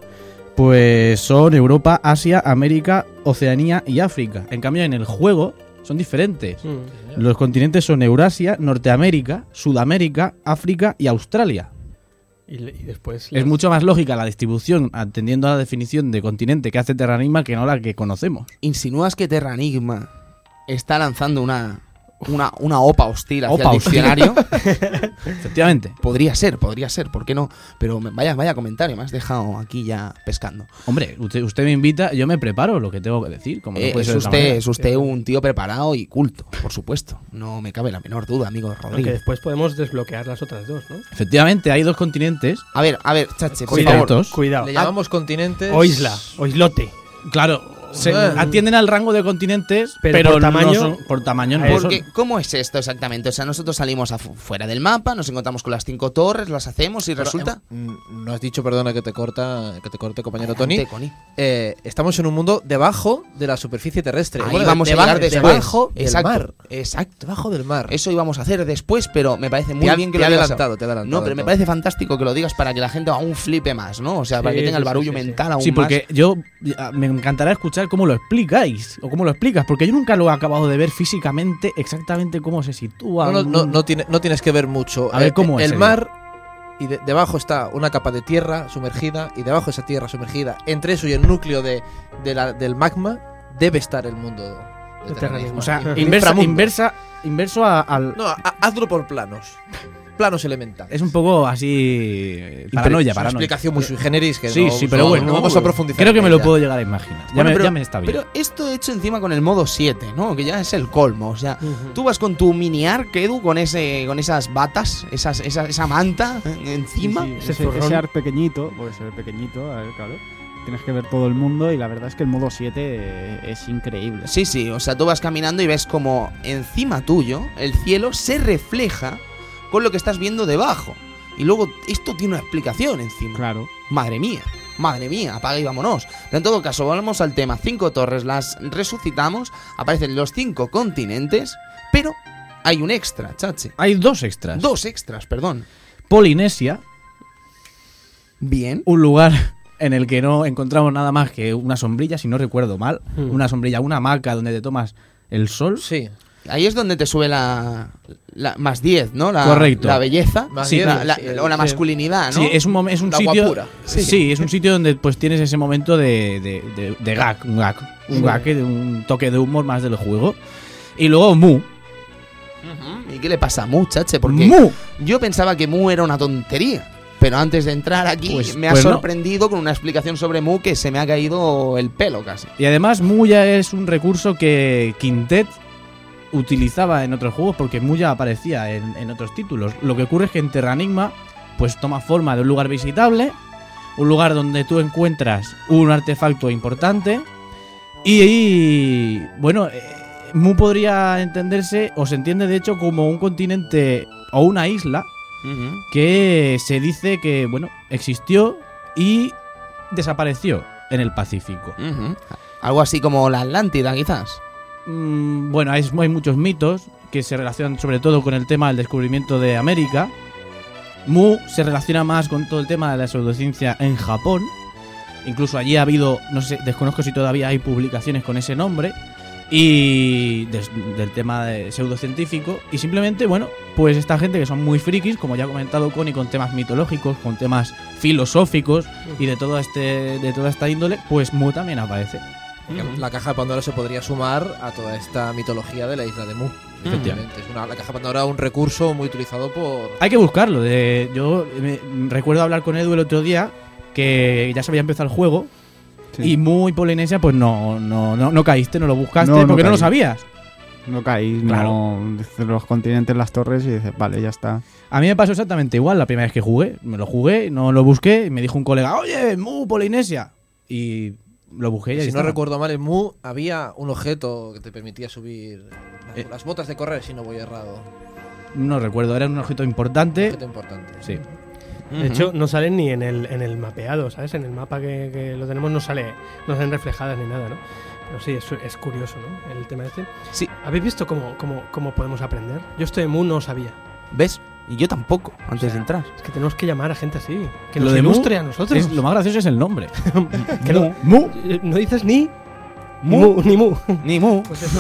pues son Europa, Asia, América, Oceanía y África. En cambio, en el juego son diferentes. Mm. Los continentes son Eurasia, Norteamérica, Sudamérica, África y Australia. Y, le- y después... Es las- mucho más lógica la distribución atendiendo a la definición de continente que hace Terranigma que no la que conocemos. ¿Insinúas que Terranigma está lanzando una, una, una opa hostil hacia Opa el hostil. diccionario? Efectivamente. Podría ser, podría ser, ¿por qué no? Pero me- vaya, vaya comentario, me has dejado aquí ya pescando. Hombre, usted, usted me invita, yo me preparo lo que tengo que decir. Como no Eh, puede es, ser de otra usted, manera. es usted un tío preparado y culto, por supuesto. No me cabe la menor duda, amigo Aunque Rodríguez. después podemos desbloquear las otras dos, ¿no? Efectivamente, hay dos continentes. A ver, a ver, Chache, por Cuidado, favor. cuidado. Le llamamos continentes. O isla, o islote. Claro, se Bueno. atienden al rango de continentes, Pero pero, por no tamaño- son- por tamaño no Porque- son. Porque, ¿cómo es esto exactamente? O sea, nosotros salimos afu- fuera del mapa, nos encontramos con las cinco torres, las hacemos y Pero, resulta... eh, mm, no has dicho, perdona que te corta, que te corte, compañero Tony. Adelante, Connie. Eh, estamos en un mundo debajo de la superficie terrestre. Ahí Bueno, vamos a deba- llegar después. debajo del Exacto, mar. exacto. Debajo del mar. Eso íbamos a hacer después, pero me parece muy Te ha- bien que te lo ha digas. adelantado, te ha adelantado. No, pero me parece fantástico que lo digas para que la gente aún flipe más, ¿no? O sea, para Sí, que tenga sí, el barullo sí, sí, sí. mental aún Sí, más. porque yo ya, me encantará escuchar cómo lo explicáis o cómo lo explicas, porque yo nunca lo he acabado de ver físicamente exactamente cómo se sitúa. No, no, no, un- no tiene- no tienes que ver mucho. A ver, Eh, ¿cómo es El el- mar, y de- debajo está una capa de tierra sumergida, y debajo de esa tierra sumergida, entre eso y el núcleo de, de la- del magma, debe estar el mundo de De Terranigma. Terranigma. O sea, El inversa, inframundo. inversa, inverso a- al. No, ha- hazlo por planos. Planos elementales. Es un poco así. eh, Paranoia, Es una paranoia. explicación muy sui generis que Sí, no, sí, pero no- bueno. no vamos a profundizar. Creo que en me lo ella. puedo llegar a imaginar. Ya, Bueno, me, pero, ya me está bien. pero esto hecho encima con el modo siete, ¿no? Que ya es el colmo. O sea, Ujú. tú vas con tu mini arc, Edu, con ese, con esas batas, esas, esa, esa manta eh, encima. Sí, sí, ese ese, zurrón. ese arc pequeñito, porque se ve pequeñito, a ver, claro. Tienes que ver todo el mundo y la verdad es que el modo siete eh, es increíble. Sí, sí, o sea, tú vas caminando y ves como encima tuyo el cielo se refleja con lo que estás viendo debajo. Y luego esto tiene una explicación encima. Claro. Madre mía, madre mía, apaga y vámonos. Pero en todo caso, volvemos al tema. Cinco torres, las resucitamos, aparecen los cinco continentes, pero hay un extra, chache. Hay dos extras. Dos extras, perdón. Polinesia, Bien. un lugar en el que no encontramos nada más que una sombrilla, si no recuerdo mal. Hmm. Una sombrilla, una hamaca donde te tomas el sol. Sí. Ahí es donde te sube la, la más diez, ¿no? La, Correcto. La belleza. Más Sí, diez, la- la- sí, el- o la sí. masculinidad, ¿no? Sí, es un, mom- es un La sitio. guapura. Sí, Sí. es un sitio donde pues tienes ese momento de, de, de- de gag, un gag, un Sí. gag, de un toque de humor más del juego. Y luego Mu. Ujú. ¿Y qué le pasa a Mu, chache? Porque Mu. yo pensaba que Mu era una tontería. Pero antes de entrar aquí Pues- me ha pues no. sorprendido con una explicación sobre Mu que se me ha caído el pelo casi. Y además Mu ya es un recurso que Quintet utilizaba en otros juegos porque Mu ya aparecía en, en otros títulos. Lo que ocurre es que en Terranigma pues toma forma de un lugar visitable, un lugar donde tú encuentras un artefacto importante y, y, bueno, eh, Mu podría entenderse o se entiende de hecho como un continente o una isla que se dice que, bueno, existió y desapareció en el Pacífico. Ujú. Algo así como la Atlántida, quizás. Mm, bueno, hay, hay muchos mitos que se relacionan sobre todo con el tema del descubrimiento de América. Mu se relaciona más con todo el tema de la pseudociencia en Japón. Incluso allí ha habido, no sé, desconozco si todavía hay publicaciones con ese nombre. Y des, del tema de pseudocientífico. Y simplemente, bueno, pues esta gente que son muy frikis, como ya ha comentado Connie, con temas mitológicos, con temas filosóficos y de todo este de toda esta índole, pues Mu también aparece. La caja de Pandora se podría sumar a toda esta mitología de la isla de Mu. Efectivamente, es una, la caja de Pandora es un recurso muy utilizado por... Hay que buscarlo. De, yo me, recuerdo hablar con Edu el otro día, que ya se había empezado el juego, sí. Y Mu y Polinesia, pues no, no, no, no caíste, no lo buscaste, No, no porque no lo caí. sabías. No caí, Claro. no. Dices los continentes, las torres y dices, vale, ya está. A mí me pasó exactamente igual la primera vez que jugué. Me lo jugué, no lo busqué, y me dijo un colega, oye, Mu, Polinesia. Y lo busqué y ahí Si no estaba. recuerdo mal, en Mu había un objeto que te permitía subir las, Eh. las botas de correr, si no voy errado. No recuerdo, era un objeto importante. Un objeto importante. Sí. De hecho, no salen ni en el, en el mapeado, ¿sabes? En el mapa que, que lo tenemos no sale, no salen reflejadas ni nada, ¿no? Pero sí, es, es curioso, ¿no? El tema este. Sí. ¿Habéis visto cómo, cómo, cómo podemos aprender? Yo esto de Mu no sabía. ¿Ves? Y yo tampoco, antes de entrar. Es que tenemos que llamar a gente así, que Lo nos de Mu ilustre a nosotros. Es, lo más gracioso es el nombre. Que no, Mu. eh, no dices ni Mu. Mu, ni Mu. Ni Mu. Pues eso.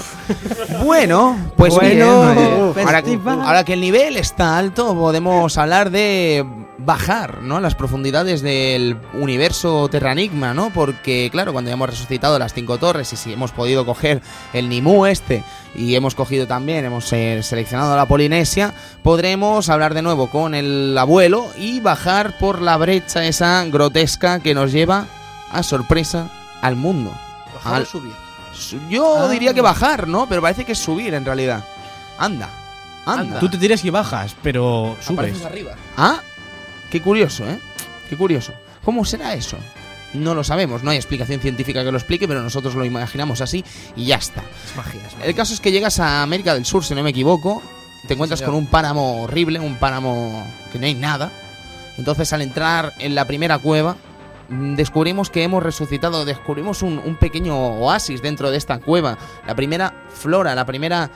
Bueno, pues Bueno, bien, eh, ahora, festival. ahora que el nivel está alto, podemos hablar de bajar, ¿no?, las profundidades del universo Terranigma, ¿no? Porque, claro, cuando ya hemos resucitado las cinco torres y si hemos podido coger el Nimú este y hemos cogido también, hemos eh, seleccionado la Polinesia, podremos hablar de nuevo con el abuelo y bajar por la brecha esa grotesca que nos lleva, a sorpresa, al mundo. ¿Bajar Al- o subir? Su- Yo Ah. diría que bajar, ¿no? Pero parece que es subir en realidad. Anda. Anda. Tú te tiras y bajas, pero subes. Apareces arriba. Ah, qué curioso, ¿eh? Qué curioso. ¿Cómo será eso? No lo sabemos, no hay explicación científica que lo explique, pero nosotros lo imaginamos así y ya está. Es magia, es magia. El caso es que llegas a América del Sur, si no me equivoco, te encuentras señor. con un páramo horrible, un páramo que no hay nada. Entonces, al entrar en la primera cueva, mm, descubrimos que hemos resucitado, descubrimos un, un pequeño oasis dentro de esta cueva. La primera flora, la primera,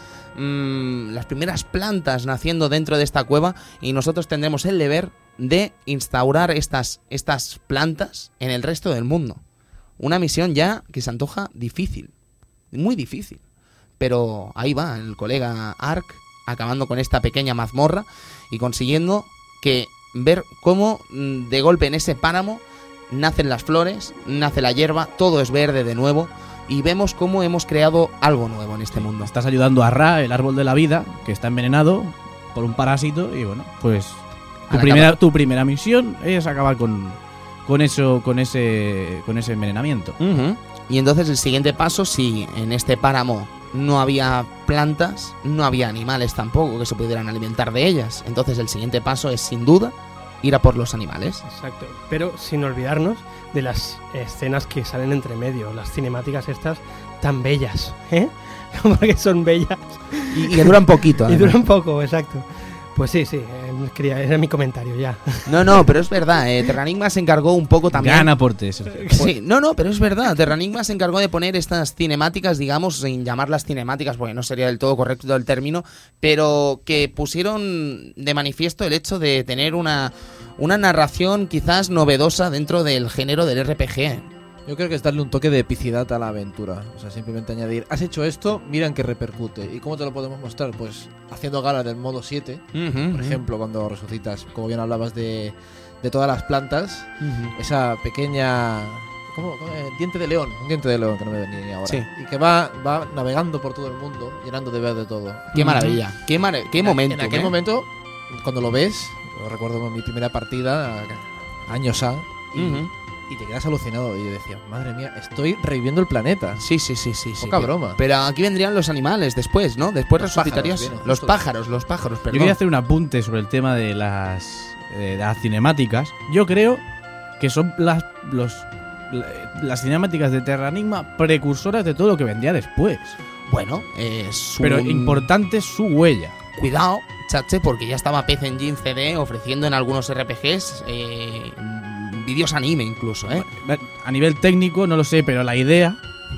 mm, las primeras plantas naciendo dentro de esta cueva, y nosotros tendremos el deber de instaurar estas, estas plantas en el resto del mundo. Una misión ya que se antoja difícil, muy difícil. Pero ahí va el colega Ark, acabando con esta pequeña mazmorra y consiguiendo que ver cómo mm, de golpe en ese páramo nacen las flores, nace la hierba, todo es verde de nuevo y vemos cómo hemos creado algo nuevo en este mundo. Estás ayudando a Ra, el árbol de la vida, que está envenenado por un parásito y bueno, pues A tu la primera, capa. tu primera misión es acabar con, con eso, con ese, con ese envenenamiento. Ujú. Y entonces el siguiente paso, si en este páramo no había plantas, no había animales tampoco que se pudieran alimentar de ellas. Entonces el siguiente paso es sin duda ir a por los animales. Exacto. Pero sin olvidarnos de las escenas que salen entre medio, las cinemáticas estas tan bellas, ¿eh? Porque son bellas. Y, y que duran poquito. Y además. duran poco, exacto. Pues sí, sí, eh, quería, era mi comentario ya. No, no, pero es verdad, eh, Terranigma se encargó un poco también. Gran aporte, Sergio. Sí, no, no, pero es verdad. Terranigma se encargó de poner estas cinemáticas, digamos, sin llamarlas cinemáticas, porque no sería del todo correcto el término, pero que pusieron de manifiesto el hecho de tener una, una narración quizás novedosa dentro del género del R P G. Yo creo que es darle un toque de epicidad a la aventura. O sea, simplemente añadir, has hecho esto, mira en qué repercute. ¿Y cómo te lo podemos mostrar? Pues haciendo gala del modo siete. Por ejemplo, cuando resucitas, como bien hablabas de, de todas las plantas, esa pequeña... ¿Cómo? ¿Cómo? Eh, diente de león. Un diente de león que no me venía ni ahora. Sí. Y que va, va navegando por todo el mundo, llenando de verde todo. Qué maravilla, qué, mara- qué En- momento. En aquel ¿eh? momento, cuando lo ves, yo recuerdo mi primera partida, años A, y, Ujú. y te quedas alucinado. Y yo decía, madre mía, estoy reviviendo el planeta. Sí, sí, sí, sí. sí, Poca pero- broma. Pero aquí vendrían los animales después, ¿no? Después Los resucitarías. pájaros vienen, los justo. pájaros, los pájaros, Yo perdón. quería hacer un apunte sobre el tema de las, eh, de las cinemáticas. Yo creo que son las, los, la- las cinemáticas de Terranigma precursoras de todo lo que vendría después. Bueno, es Pero un- importante es su huella. Cuidado, chache, porque ya estaba P C Engine C D ofreciendo en algunos R P Gs eh, vídeos anime incluso, ¿eh? A nivel técnico no lo sé, pero la idea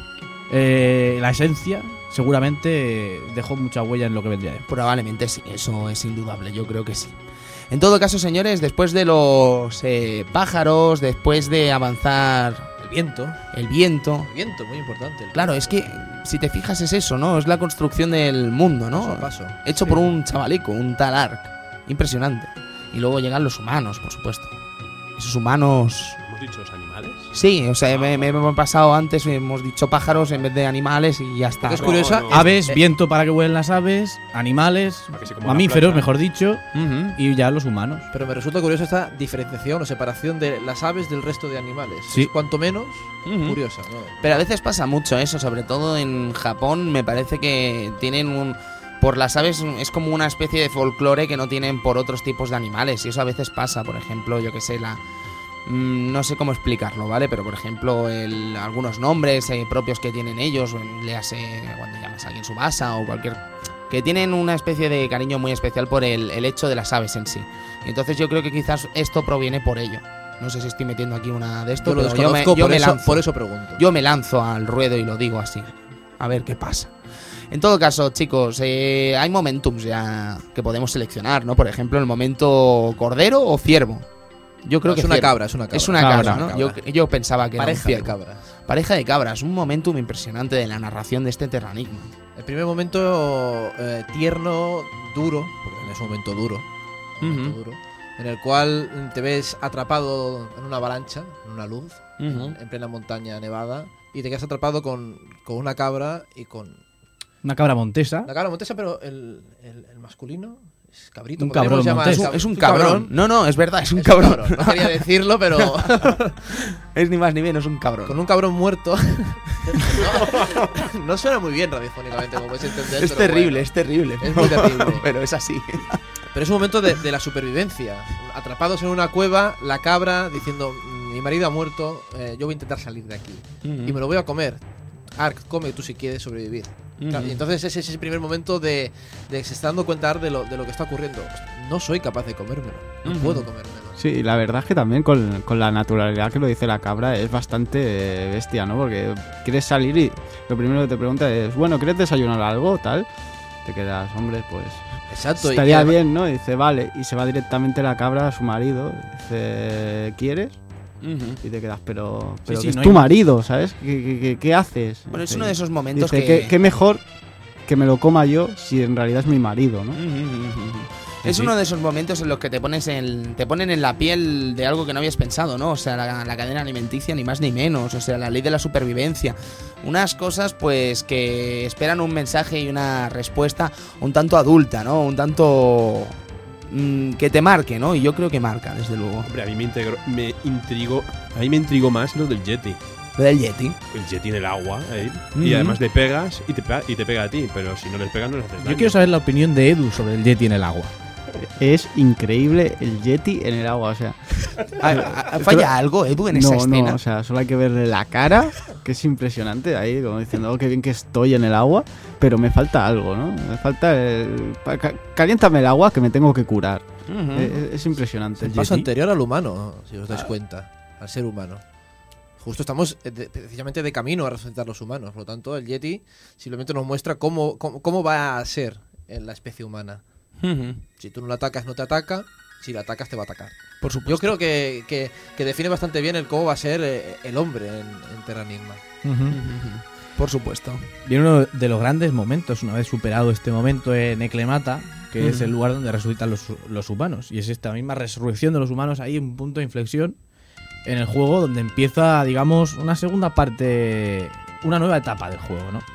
eh, la esencia, seguramente eh, dejó mucha huella en lo que vendría después. Probablemente sí, eso es indudable, yo creo que sí. En todo caso, señores, después de los eh, pájaros, después de avanzar El viento. el viento... El viento, muy importante. el Claro, es que si te fijas es eso, ¿no? Es la construcción del mundo, ¿no? Paso a paso. Hecho Sí. por un chavalico, un tal Ark. Impresionante. Y luego llegan los humanos, por supuesto. Esos humanos... ¿Hemos dicho los animales? Sí, o sea, me, me hemos pasado antes, hemos dicho pájaros en vez de animales y ya está. Porque es No, curiosa. no. es- Aves, eh, viento para que vuelen las aves, animales, Para que se coman la mamíferos, planta. mejor dicho, Ujú. y ya los humanos. Pero me resulta curiosa esta diferenciación o separación de las aves del resto de animales. Sí. Es cuanto menos Ujú. curiosa, ¿no? Pero a veces pasa mucho eso, sobre todo en Japón me parece que tienen un... Por las aves es como una especie de folclore que no tienen por otros tipos de animales y eso a veces pasa, por ejemplo, yo que sé, la... mm, no sé cómo explicarlo, ¿vale? Pero por ejemplo, el, algunos nombres eh, propios que tienen ellos, o en- léase cuando llamas a alguien Subasa o cualquier... que tienen una especie de cariño muy especial por el, el hecho de las aves en sí. Entonces yo creo que quizás esto proviene por ello. No sé si estoy metiendo aquí una de esto, Yo lo pero yo me, desconozco, yo por, me eso, lanzo. por eso pregunto. Yo me lanzo al ruedo y lo digo así. A ver qué pasa. En todo caso, chicos, eh, hay momentums ya que podemos seleccionar, ¿no? Por ejemplo, el momento cordero o ciervo. Yo creo No, que es una ciervo. cabra, es una cabra. Es una Cabra, cabra, ¿no? cabra. Yo, yo pensaba que Pareja era de un ciervo. cabras. Pareja de cabras, un momentum impresionante de la narración de este Terranigma. El primer momento eh, tierno, duro, porque es un momento duro, un momento Ujú. duro, en el cual te ves atrapado en una avalancha, en una luz, Ujú. en plena montaña nevada, y te quedas atrapado con, con una cabra y con... Una cabra montesa. La cabra montesa, pero el, el, el masculino es cabrito. Un podríamos cabrón llamar- montés. cab- Es un cabrón. No, no, es verdad, es un Es cabrón. No quería decirlo, pero Es ni más ni menos un cabrón. con un cabrón muerto. no, no suena muy bien radiofónicamente, como puedes entender. Es pero terrible, bueno. es terrible. Es muy terrible. Pero es así. Pero es un momento de, de la supervivencia. Atrapados en una cueva, la cabra diciendo: mi marido ha muerto, eh, yo voy a intentar salir de aquí. Y me lo voy a comer. Ark, come tú si quieres sobrevivir. Claro, y entonces ese es ese primer momento de, de que se está dando cuenta de lo, de lo que está ocurriendo. No soy capaz de comérmelo. No Ujú. puedo comérmelo. Sí, la verdad es que también con, con la naturalidad que lo dice la cabra es bastante eh, bestia, ¿no? Porque quieres salir y lo primero que te pregunta es, bueno, ¿quieres desayunar algo? Tal. Te quedas, hombre, pues Exacto. y- estaría y además- bien, ¿no? Y dice, vale. Y se va directamente la cabra a su marido. Dice, ¿quieres? Ujú. Y te quedas, pero, pero sí, que es no tu hay más. marido, ¿sabes? ¿Qué, qué, qué- qué haces? Bueno, es Dice- uno de esos momentos dice, que... ¿qué, qué mejor que me lo coma yo si en realidad es mi marido, ¿no? Ujú, ujú, ujú. Es Sí. uno de esos momentos en los que te pones en, te ponen en la piel de algo que no habías pensado, ¿no? O sea, la, la cadena alimenticia, ni más ni menos. O sea, la ley de la supervivencia. Unas cosas, pues, que esperan un mensaje y una respuesta un tanto adulta, ¿no? Un tanto... mm, que te marque, ¿no? Y yo creo que marca, desde luego. Hombre, a mí me, integro- me intrigó. A mí me intrigó más lo del Yeti. Lo del Yeti. El Yeti en el agua, ¿eh? Ujú. Y además le pegas y te, pega, y te pega a ti. Pero si no les pegas, no les haces daño. Yo quiero saber la opinión de Edu sobre el Yeti en el agua. Es increíble el Yeti en el agua, o sea. Ah, ah, ¿Falla algo, Edu, en esa no, escena? no, o sea, solo hay que verle la cara, que es impresionante, ahí como diciendo, oh, qué bien que estoy en el agua, pero me falta algo, ¿no? Me falta el... pa- ca- Caliéntame el agua que me tengo que curar. Ujú. es, es impresionante. El paso anterior al humano, si os dais cuenta, al ser humano. Justo estamos eh, de- precisamente de camino a resucitar los humanos. Por lo tanto, el Yeti simplemente nos muestra cómo, cómo, cómo va a ser en la especie humana. Ujú. Si tú no la atacas, no te ataca. Si la atacas, te va a atacar. Por supuesto. Yo creo que, que, que define bastante bien el cómo va a ser eh, el hombre en, en Terranigma. Ujú, ujú. Por supuesto. Viene uno de los grandes momentos, una vez superado este momento en Eclemata, que es Ujú. el lugar donde resucitan los, los humanos. Y es esta misma resurrección de los humanos ahí, un punto de inflexión en el juego donde empieza, digamos, una segunda parte, una nueva etapa del juego, ¿no?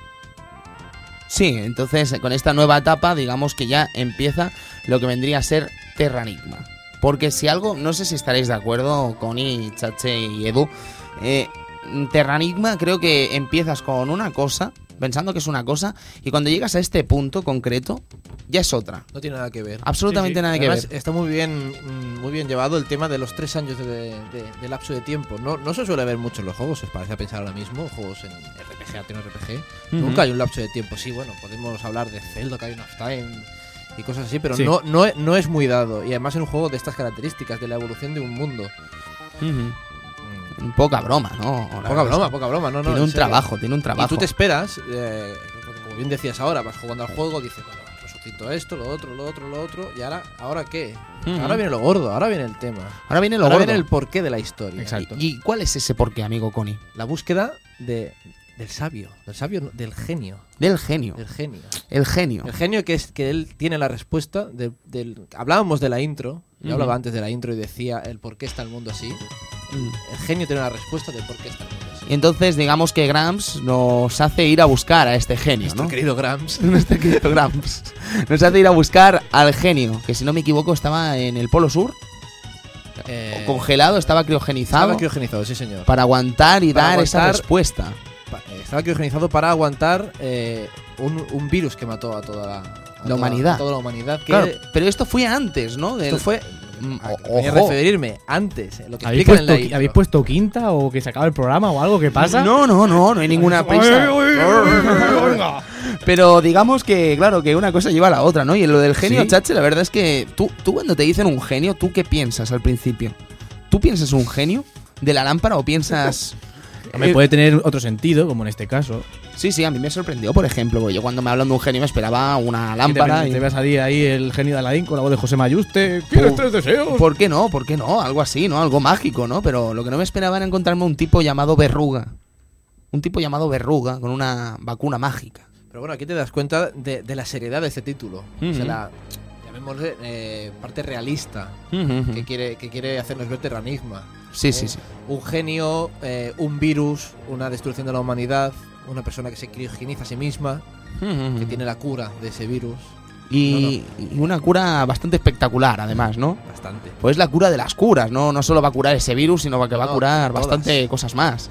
Sí, entonces con esta nueva etapa, digamos que ya empieza lo que vendría a ser Terranigma. Porque si algo, no sé si estaréis de acuerdo, Connie, Chache y Edu, eh, Terranigma creo que empiezas con una cosa, pensando que es una cosa, y cuando llegas a este punto concreto, ya es otra. No tiene nada que ver. Absolutamente Sí, sí. nada que Además, ver. está muy bien, mm, muy bien llevado el tema de los tres años de, de- de lapso de tiempo. No, no se suele ver mucho en los juegos, os parece a pensar ahora mismo, juegos en R P G, acción R P G. Ujú. Nunca hay un lapso de tiempo. Sí, bueno, podemos hablar de Zelda, Ocarina of Time y cosas así, pero Sí. no, no, no es muy dado. Y además en un juego de estas características, de la evolución de un mundo. Ujú. Mm, Poca broma, ¿no? La Poca verdad broma, es que poca broma, no, no. Tiene en un serio. trabajo, tiene un trabajo. Y tú te esperas, eh, como bien decías ahora, vas jugando al juego, dices, bueno, resucito esto, lo otro, lo otro, lo otro, y ahora, ¿ahora qué? Ujú. Ahora viene lo gordo, ahora viene el tema. Ahora viene lo ahora gordo. viene el porqué de la historia. Exacto. ¿Y, y cuál es ese porqué, amigo Connie? La búsqueda de, del sabio, del sabio, no, del genio, Del genio. del genio. El genio. El genio que es que él tiene la respuesta de- del... Hablábamos de la intro, yo Ujú. hablaba antes de la intro y decía el por qué está el mundo así. Mm. El genio tiene la respuesta de por qué está el mundo así. Y entonces, digamos que Gramps nos hace ir a buscar a este genio, Nuestro ¿no? querido Gramps. Nuestro querido Gramps. Nos hace ir a buscar al genio, que si no me equivoco estaba en el Polo Sur, Eh, congelado, estaba criogenizado, Estaba criogenizado, sí señor. para aguantar y Para dar esa aguantar- respuesta. Pa- eh, Estaba criogenizado para aguantar eh, un, un virus que mató a toda la, a toda- humanidad. a toda la humanidad. Que Claro, pero esto fue antes, ¿no? Del- esto fue. Mm, a- o- Voy a ojo. referirme antes, eh, lo que ¿Habéis explican en puesto, la qui- intro. ¿Habéis puesto quinta o que se acaba el programa o algo? ¿Qué pasa? No, no, no, no hay ninguna pista. Pero digamos que, claro, que una cosa lleva a la otra, ¿no? Y en lo del genio, Sí. Chache, la verdad es que tú, tú cuando te dicen un genio, ¿tú qué piensas al principio? ¿Tú piensas un genio de la lámpara o piensas...? Me Eh, puede tener otro sentido, como en este caso. Sí, sí, a mí me sorprendió, por ejemplo, porque yo cuando me hablan de un genio me esperaba una lámpara. Te, y- te va a salir ahí el genio de Aladín con la voz de José Mayuste. ¿Quieres Por- tres deseos? ¿Por qué no? ¿Por qué no? Algo así, ¿no? Algo mágico, ¿no? Pero lo que no me esperaba era encontrarme un tipo llamado Verruga. Un tipo llamado Verruga con una vacuna mágica. Pero bueno, aquí te das cuenta de, de la seriedad de este título. O sea, Ujú. la, llamémosle eh, parte realista Ujú. que quiere, que quiere hacernos ver Terranigma. Sí, sí, sí. Un genio, eh, un virus, una destrucción de la humanidad, una persona que se criogeniza a sí misma, Ujú. que tiene la cura de ese virus. Y, y una cura bastante espectacular, además, ¿no? Bastante. Pues la cura de las curas, ¿no? No solo va a curar ese virus, sino que va a No, curar todas. bastante cosas más.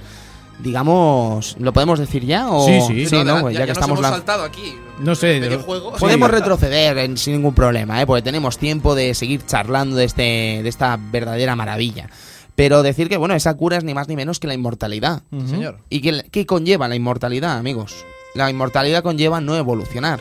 Digamos, ¿lo podemos decir ya? O... Sí, sí. Sí, ¿no? Pues ya, que nos estamos hemos lan- saltado aquí. No sé, medio de- juego. Podemos retroceder en- sin ningún problema, ¿eh? Porque tenemos tiempo de seguir charlando de, este, de esta verdadera maravilla. Pero decir que, bueno, esa cura es ni más ni menos que la inmortalidad. Ujú. Señor. ¿Y qué, qué conlleva la inmortalidad, amigos? La inmortalidad conlleva no evolucionar.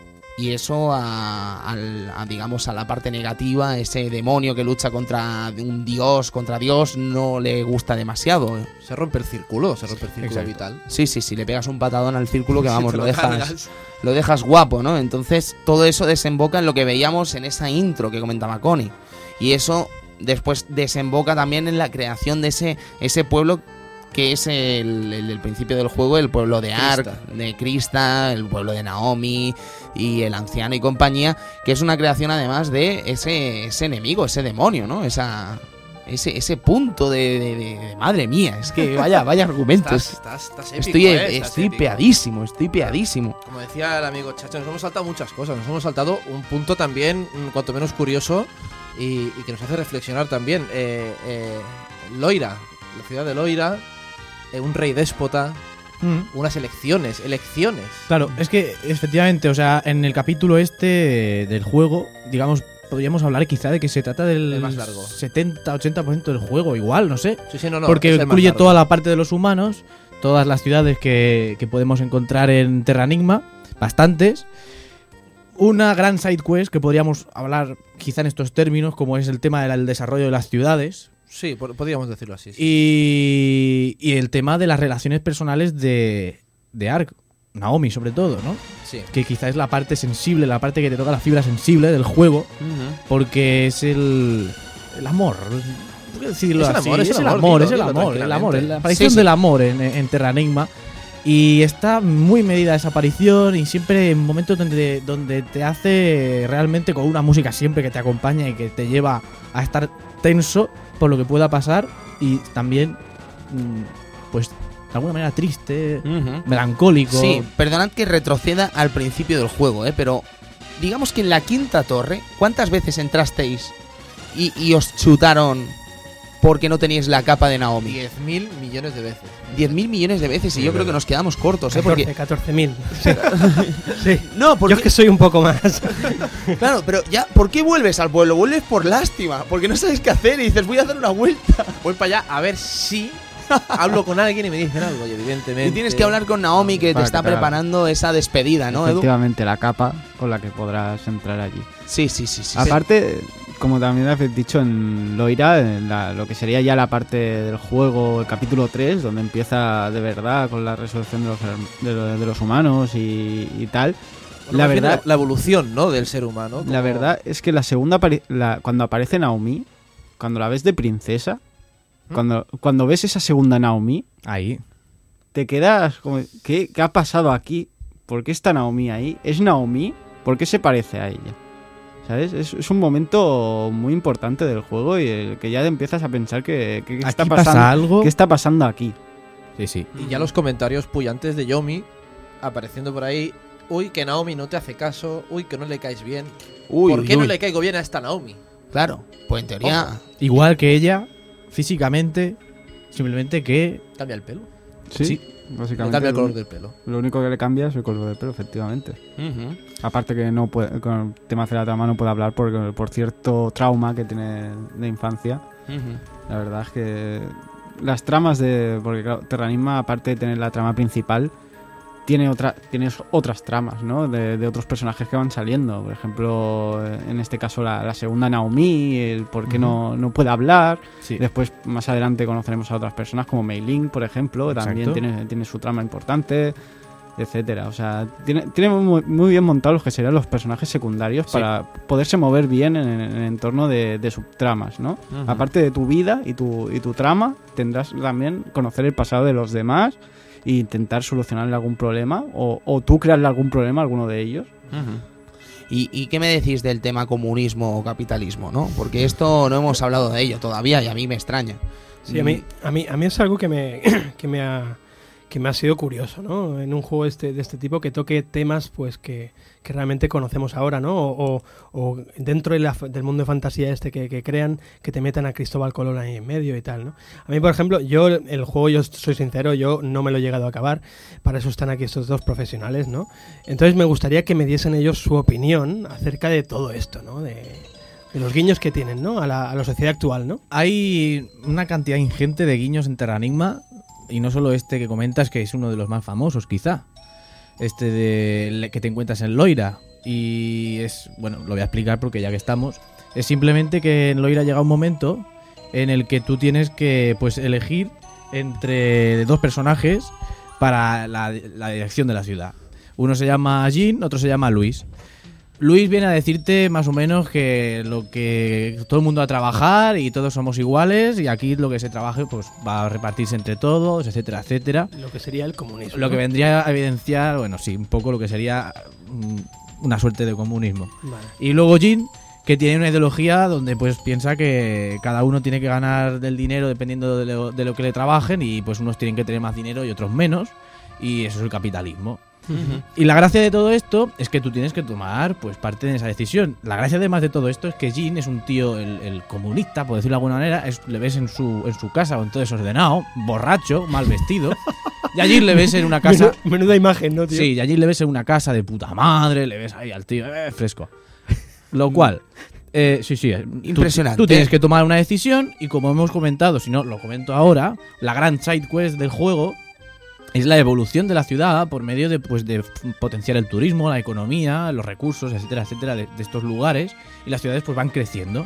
Y eso a, al- a, digamos, a la parte negativa, ese demonio que lucha contra un dios, contra Dios, no le gusta demasiado. ¿eh? Se rompe el círculo, se rompe el círculo Exacto. vital. Sí, sí, sí, le pegas un patadón al círculo que vamos, Si te lo dejas, cargas. lo dejas guapo, ¿no? Entonces todo eso desemboca en lo que veíamos en esa intro que comentaba Connie. Y eso después desemboca también en la creación de ese, ese pueblo que es el, el, el principio del juego, el pueblo de Ark, Krista. de Krista, el pueblo de Naomi y el anciano y compañía, que es una creación además de ese, ese enemigo, ese demonio, ¿no? Esa, ese, ese punto de, de- de- de- madre mía, es que vaya, vaya argumentos. Estás, estás, estás épico, Estoy, eh, estás estoy épico. peadísimo, estoy peadísimo. Como decía el amigo Chacho, nos hemos saltado muchas cosas. Nos hemos saltado un punto también, mm, cuanto menos curioso, y, y que nos hace reflexionar también. Eh, eh, Loira, la ciudad de Loira, eh, un rey déspota, Mm. unas elecciones, elecciones. Claro, es que efectivamente, o sea, en el capítulo este del juego, digamos, podríamos hablar quizá de que se trata del El más largo. setenta ochenta por ciento del juego, igual, no sé. Sí, sí, no, no, porque es el más incluye largo. toda la parte de los humanos, todas las ciudades que, que podemos encontrar en Terranigma, bastantes. Una gran side quest que podríamos hablar quizá en estos términos, como es el tema del desarrollo de las ciudades. Sí, po- podríamos decirlo así. sí. Y, y el tema de las relaciones personales de, de Ark, Naomi sobre todo, ¿no? Sí. Que quizá es la parte sensible, la parte que te toca la fibra sensible del juego, porque es el, el amor. ¿Por qué decirlo Es el así? amor, es el el amor, amor, dilo, es el dilo amor, el amor, tranquilamente. la aparición Sí, sí. del amor en, en Terranigma. Y está muy medida esa aparición y siempre en momentos donde, donde te hace realmente con una música siempre que te acompaña y que te lleva a estar tenso por lo que pueda pasar y también, mm, pues, de alguna manera triste, melancólico. Sí, perdonad que retroceda al principio del juego, ¿eh? Pero digamos que en la quinta torre, ¿cuántas veces entrasteis y, y os chutaron porque no teníais la capa de Naomi? diez mil millones de veces. diez mil millones de veces y yo creo que nos quedamos cortos, ¿eh? catorce, Porque... catorce mil. Sí. Sí. No, Yo porque... es que soy un poco más. Claro, pero ya, ¿por qué vuelves al pueblo? Vuelves por lástima, porque no sabes qué hacer y dices, voy a dar una vuelta. Voy para allá a ver si hablo con alguien y me dicen algo, y evidentemente. Y tienes que hablar con Naomi que te Para está que te haga- preparando esa despedida, ¿no, Edu? Efectivamente, la capa con la que podrás entrar allí. Sí, sí, sí, sí. Aparte, como también habéis dicho en Loira, en la- lo que sería ya la parte del juego, el capítulo tres, donde empieza de verdad con la resolución de los, de lo- de los humanos y, y tal. Bueno, la más bien verdad, la, la evolución, ¿no?, del ser humano. la como- verdad es que la segunda apari- la- cuando aparece Naomi, cuando la ves de princesa, ¿Mm? cuando, cuando ves esa segunda Naomi, Ahí. te quedas como, ¿qué, qué ha pasado aquí? ¿Por qué está Naomi ahí? ¿Es Naomi? ¿Por qué se parece a ella? ¿Sabes? Es, es un momento muy importante del juego y el que ya empiezas a pensar que, que- que está Aquí pasando, pasa algo. ¿qué está pasando aquí? Sí, sí. Y ya los comentarios pullantes de Yomi apareciendo por ahí. Uy, que Naomi no te hace caso. Uy, que no le caes bien. Uy, ¿Por qué uy, no uy. le caigo bien a esta Naomi? Claro, pues en teoría... Ojo. Igual que ella, físicamente, simplemente que Cambia el pelo. Sí, Sí. Le básicamente. cambia el lo, color del pelo. lo único que le cambia es el color del pelo, efectivamente. Ujú. Aparte que no puede, con el tema de la trama no puede hablar por, por cierto trauma que tiene de infancia. Ujú. La verdad es que las tramas de... Porque claro, Terranigma, aparte de tener la trama principal, tiene otra, tienes otras tramas, ¿no? De, de otros personajes que van saliendo. Por ejemplo, en este caso la, la segunda Naomi, el por qué no, no puede hablar. sí. Después, más adelante, conoceremos a otras personas como Mei Ling, por ejemplo, que también Exacto. tiene, tiene su trama importante, etcétera. O sea, tiene, tiene muy, muy bien montados los que serían los personajes secundarios Sí. para poderse mover bien en, en el entorno de, de subtramas, ¿no? Ujú. Aparte de tu vida y tu, y tu trama, tendrás también conocer el pasado de los demás e intentar solucionarle algún problema o, o tú crearle algún problema a alguno de ellos. Ujú. ¿Y, ¿Y qué me decís del tema comunismo o capitalismo, no? Porque esto no hemos hablado de ello todavía y a mí me extraña. Sí, a mí, a mí, a mí es algo que me, que me ha que me ha sido curioso, ¿no? En un juego este, de este tipo que toque temas pues que, que realmente conocemos ahora, ¿no? O, o- o dentro de la f- del mundo de fantasía este que, que crean, que te metan a Cristóbal Colón ahí en medio y tal, ¿no? A mí, por ejemplo, yo el juego, yo soy sincero, yo no me lo he llegado a acabar, para eso están aquí estos dos profesionales, ¿no? Entonces me gustaría que me diesen ellos su opinión acerca de todo esto, ¿no? De, de los guiños que tienen, ¿no? A la, a la sociedad actual, ¿no? Hay una cantidad ingente de guiños en Terranigma, y no solo este que comentas, que es uno de los más famosos, quizá. Este de le- que te encuentras en Loira. Y es, bueno, lo voy a explicar porque ya que estamos, es simplemente que en Loira llega un momento en el que tú tienes que, pues, elegir entre dos personajes para la, la dirección de la ciudad. Uno se llama Jean, otro se llama Luis. Luis viene a decirte más o menos que lo que todo el mundo va a trabajar y todos somos iguales y aquí lo que se trabaje pues va a repartirse entre todos, etcétera, etcétera. Lo que sería el comunismo. Lo que ¿no? vendría a evidenciar, bueno, sí, un poco lo que sería mm, una suerte de comunismo. Vale. Y luego Jin, que tiene una ideología donde pues piensa que cada uno tiene que ganar del dinero dependiendo de lo, de lo que le trabajen y pues unos tienen que tener más dinero y otros menos y eso es el capitalismo. Ujú. Y la gracia de todo esto es que tú tienes que tomar pues parte de esa decisión. La gracia además de todo esto es que Jin es un tío, el, el comunista, por decirlo de alguna manera, es, le ves en su, en su casa con todo desordenado, borracho, mal vestido. Y a Jin le ves en una casa... Menuda, menuda imagen, ¿no, tío? Sí, y allí le ves en una casa de puta madre, le ves ahí al tío, eh, fresco. Lo cual, eh, sí, sí, tú- Impresionante. Tú, tienes que tomar una decisión y como hemos comentado, si no, lo comento ahora, la gran side quest del juego es la evolución de la ciudad por medio de, pues, de potenciar el turismo, la economía, los recursos, etcétera, etcétera, de, de estos lugares y las ciudades pues van creciendo.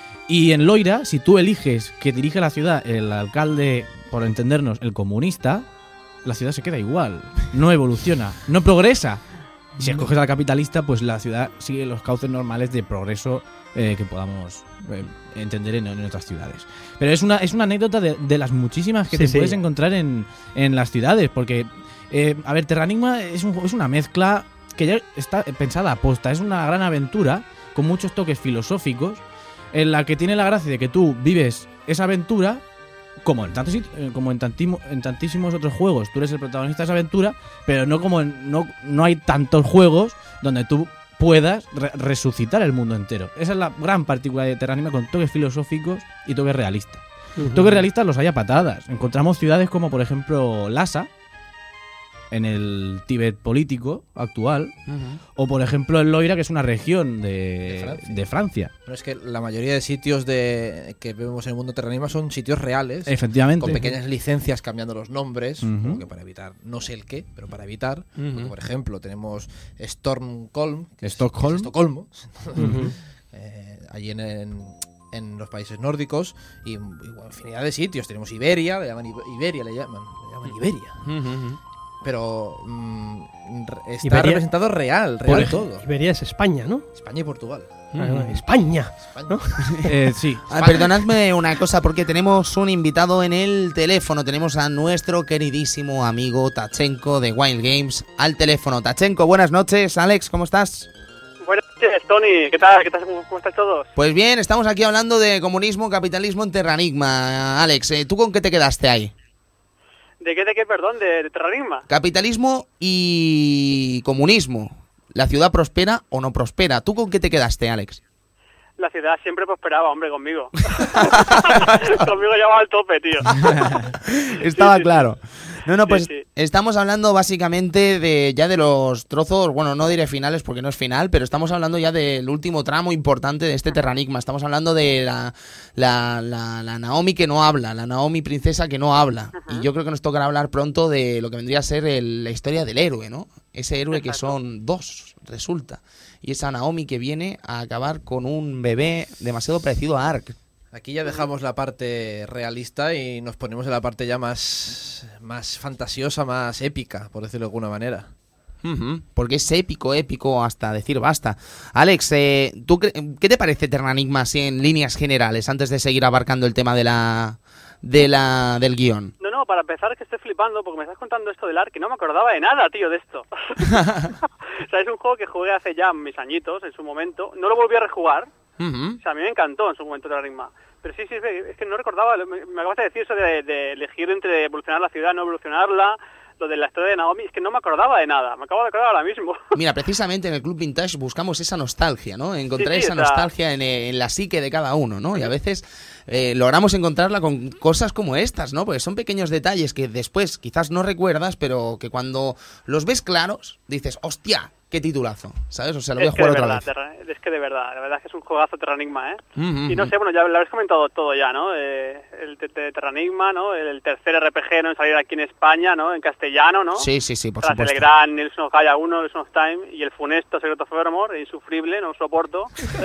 Y en Loira, si tú eliges que dirige la ciudad el alcalde, por entendernos, el comunista, la ciudad se queda igual, no evoluciona, no progresa. Y si escoges al capitalista, pues la ciudad sigue los cauces normales de progreso eh, que podamos eh, entender en, en otras ciudades. Pero es una, es una anécdota de, de las muchísimas que Sí, te sí. puedes encontrar en, en las ciudades, porque, eh, a ver, Terranigma es, un, es una mezcla que ya está pensada a posta, es una gran aventura con muchos toques filosóficos, en la que tiene la gracia de que tú vives esa aventura como en tantos sit- eh, como en, tantimo- en tantísimos otros juegos, tú eres el protagonista de esa aventura, pero no como en- no, no hay tantos juegos donde tú puedas re- resucitar el mundo entero. Esa es la gran particularidad de Terranigma con toques filosóficos y toques realistas. Ujú. Toques realistas los hay a patadas. Encontramos ciudades como por ejemplo Lhasa, en el Tíbet político actual, Ujú. o por ejemplo en Loira, que es una región De de, Francia. de Francia. Pero es que la mayoría de sitios de que vemos en el mundo Terranigma son sitios reales, Efectivamente. con pequeñas licencias cambiando los nombres, Ujú. como que para evitar, no sé el qué, pero para evitar. Ujú. Porque, por ejemplo, tenemos Stormcolm, que es- Stockholm. que es Estocolmo, Ujú. eh, allí en, en, en los países nórdicos y, y bueno, infinidad de sitios. Tenemos Iberia, le llaman Ibe- Iberia, le llaman, le llaman Iberia. Ujú. Pero mm, re- está Iberia- representado real, Por real ejemplo, todo. Iberia es España, ¿no? España y Portugal. Ah, España. España. ¿No? Eh, sí. Ah, perdonadme una cosa, porque tenemos un invitado en el teléfono. Tenemos a nuestro queridísimo amigo Tachenko de Wild Games al teléfono. Tachenko, buenas noches. Alex, ¿cómo estás? Buenas noches, Tony. ¿Qué tal? ¿Qué tal? ¿Cómo, cómo estáis todos? Pues bien, estamos aquí hablando de comunismo, capitalismo en Terranigma. Alex, eh, ¿tú con qué te quedaste ahí? ¿De qué, de qué, perdón? ¿De, de Terranigma? Capitalismo y comunismo. ¿La ciudad prospera o no prospera? ¿Tú con qué te quedaste, Alex? La ciudad siempre prosperaba, hombre, conmigo. Conmigo ya va al tope, tío. Estaba Sí, sí, claro. No, no, pues Sí, sí. estamos hablando básicamente de ya de los trozos, bueno, no diré finales porque no es final, pero estamos hablando ya del último tramo importante de este Terranigma. Estamos hablando de la, la, la, la Naomi que no habla, la Naomi princesa que no habla. Y yo creo que nos tocará hablar pronto de lo que vendría a ser el- la historia del héroe, ¿no? Ese héroe que Exacto. son dos, resulta. Y esa Naomi que viene a acabar con un bebé demasiado parecido a Ark. Aquí ya dejamos la parte realista y nos ponemos en la parte ya más, más fantasiosa, más épica, por decirlo de alguna manera. Ujú, porque es épico, épico hasta decir basta. Alex, eh, ¿tú cre- ¿qué te parece Terranigma así en líneas generales antes de seguir abarcando el tema de la, de la del guión? No, no, para empezar es que estoy flipando porque me estás contando esto del Ark y no me acordaba de nada, tío, de esto. O sea, es un juego que jugué hace ya mis añitos, en su momento. No lo volví a rejugar. Ujú. O sea, a mí me encantó en su momento Terranigma. Pero sí, sí, es que no recordaba, me, me acabas de decir eso de, de elegir entre evolucionar la ciudad, no evolucionarla, lo de la historia de Naomi, es que no me acordaba de nada, me acabo de acordar ahora mismo. Mira, precisamente en el Club Vintage buscamos esa nostalgia, ¿no? Encontrar Sí, sí, esa o sea- nostalgia en, eh, en la psique de cada uno, ¿no? Y a veces eh, logramos encontrarla con cosas como estas, ¿no? Porque son pequeños detalles que después quizás no recuerdas, pero que cuando los ves claros, dices, hostia, qué titulazo, ¿sabes? O sea, lo voy a Es que, jugar de otra verdad, vez. Terra- es que de verdad, la verdad es que es un juegazo Terranigma, ¿eh? Ujú, Y no ujú. sé, bueno, ya lo habéis comentado todo ya, ¿no? Eh, el te- te- Terranigma, ¿no? El, el tercer R P G, ¿no? En salir aquí en España, ¿no? En castellano, ¿no? Sí, sí, sí, por Tras supuesto. el gran Nilson of Gaia uno, Nilson of Time, y el funesto Secret of Evermore, insufrible, no lo soporto.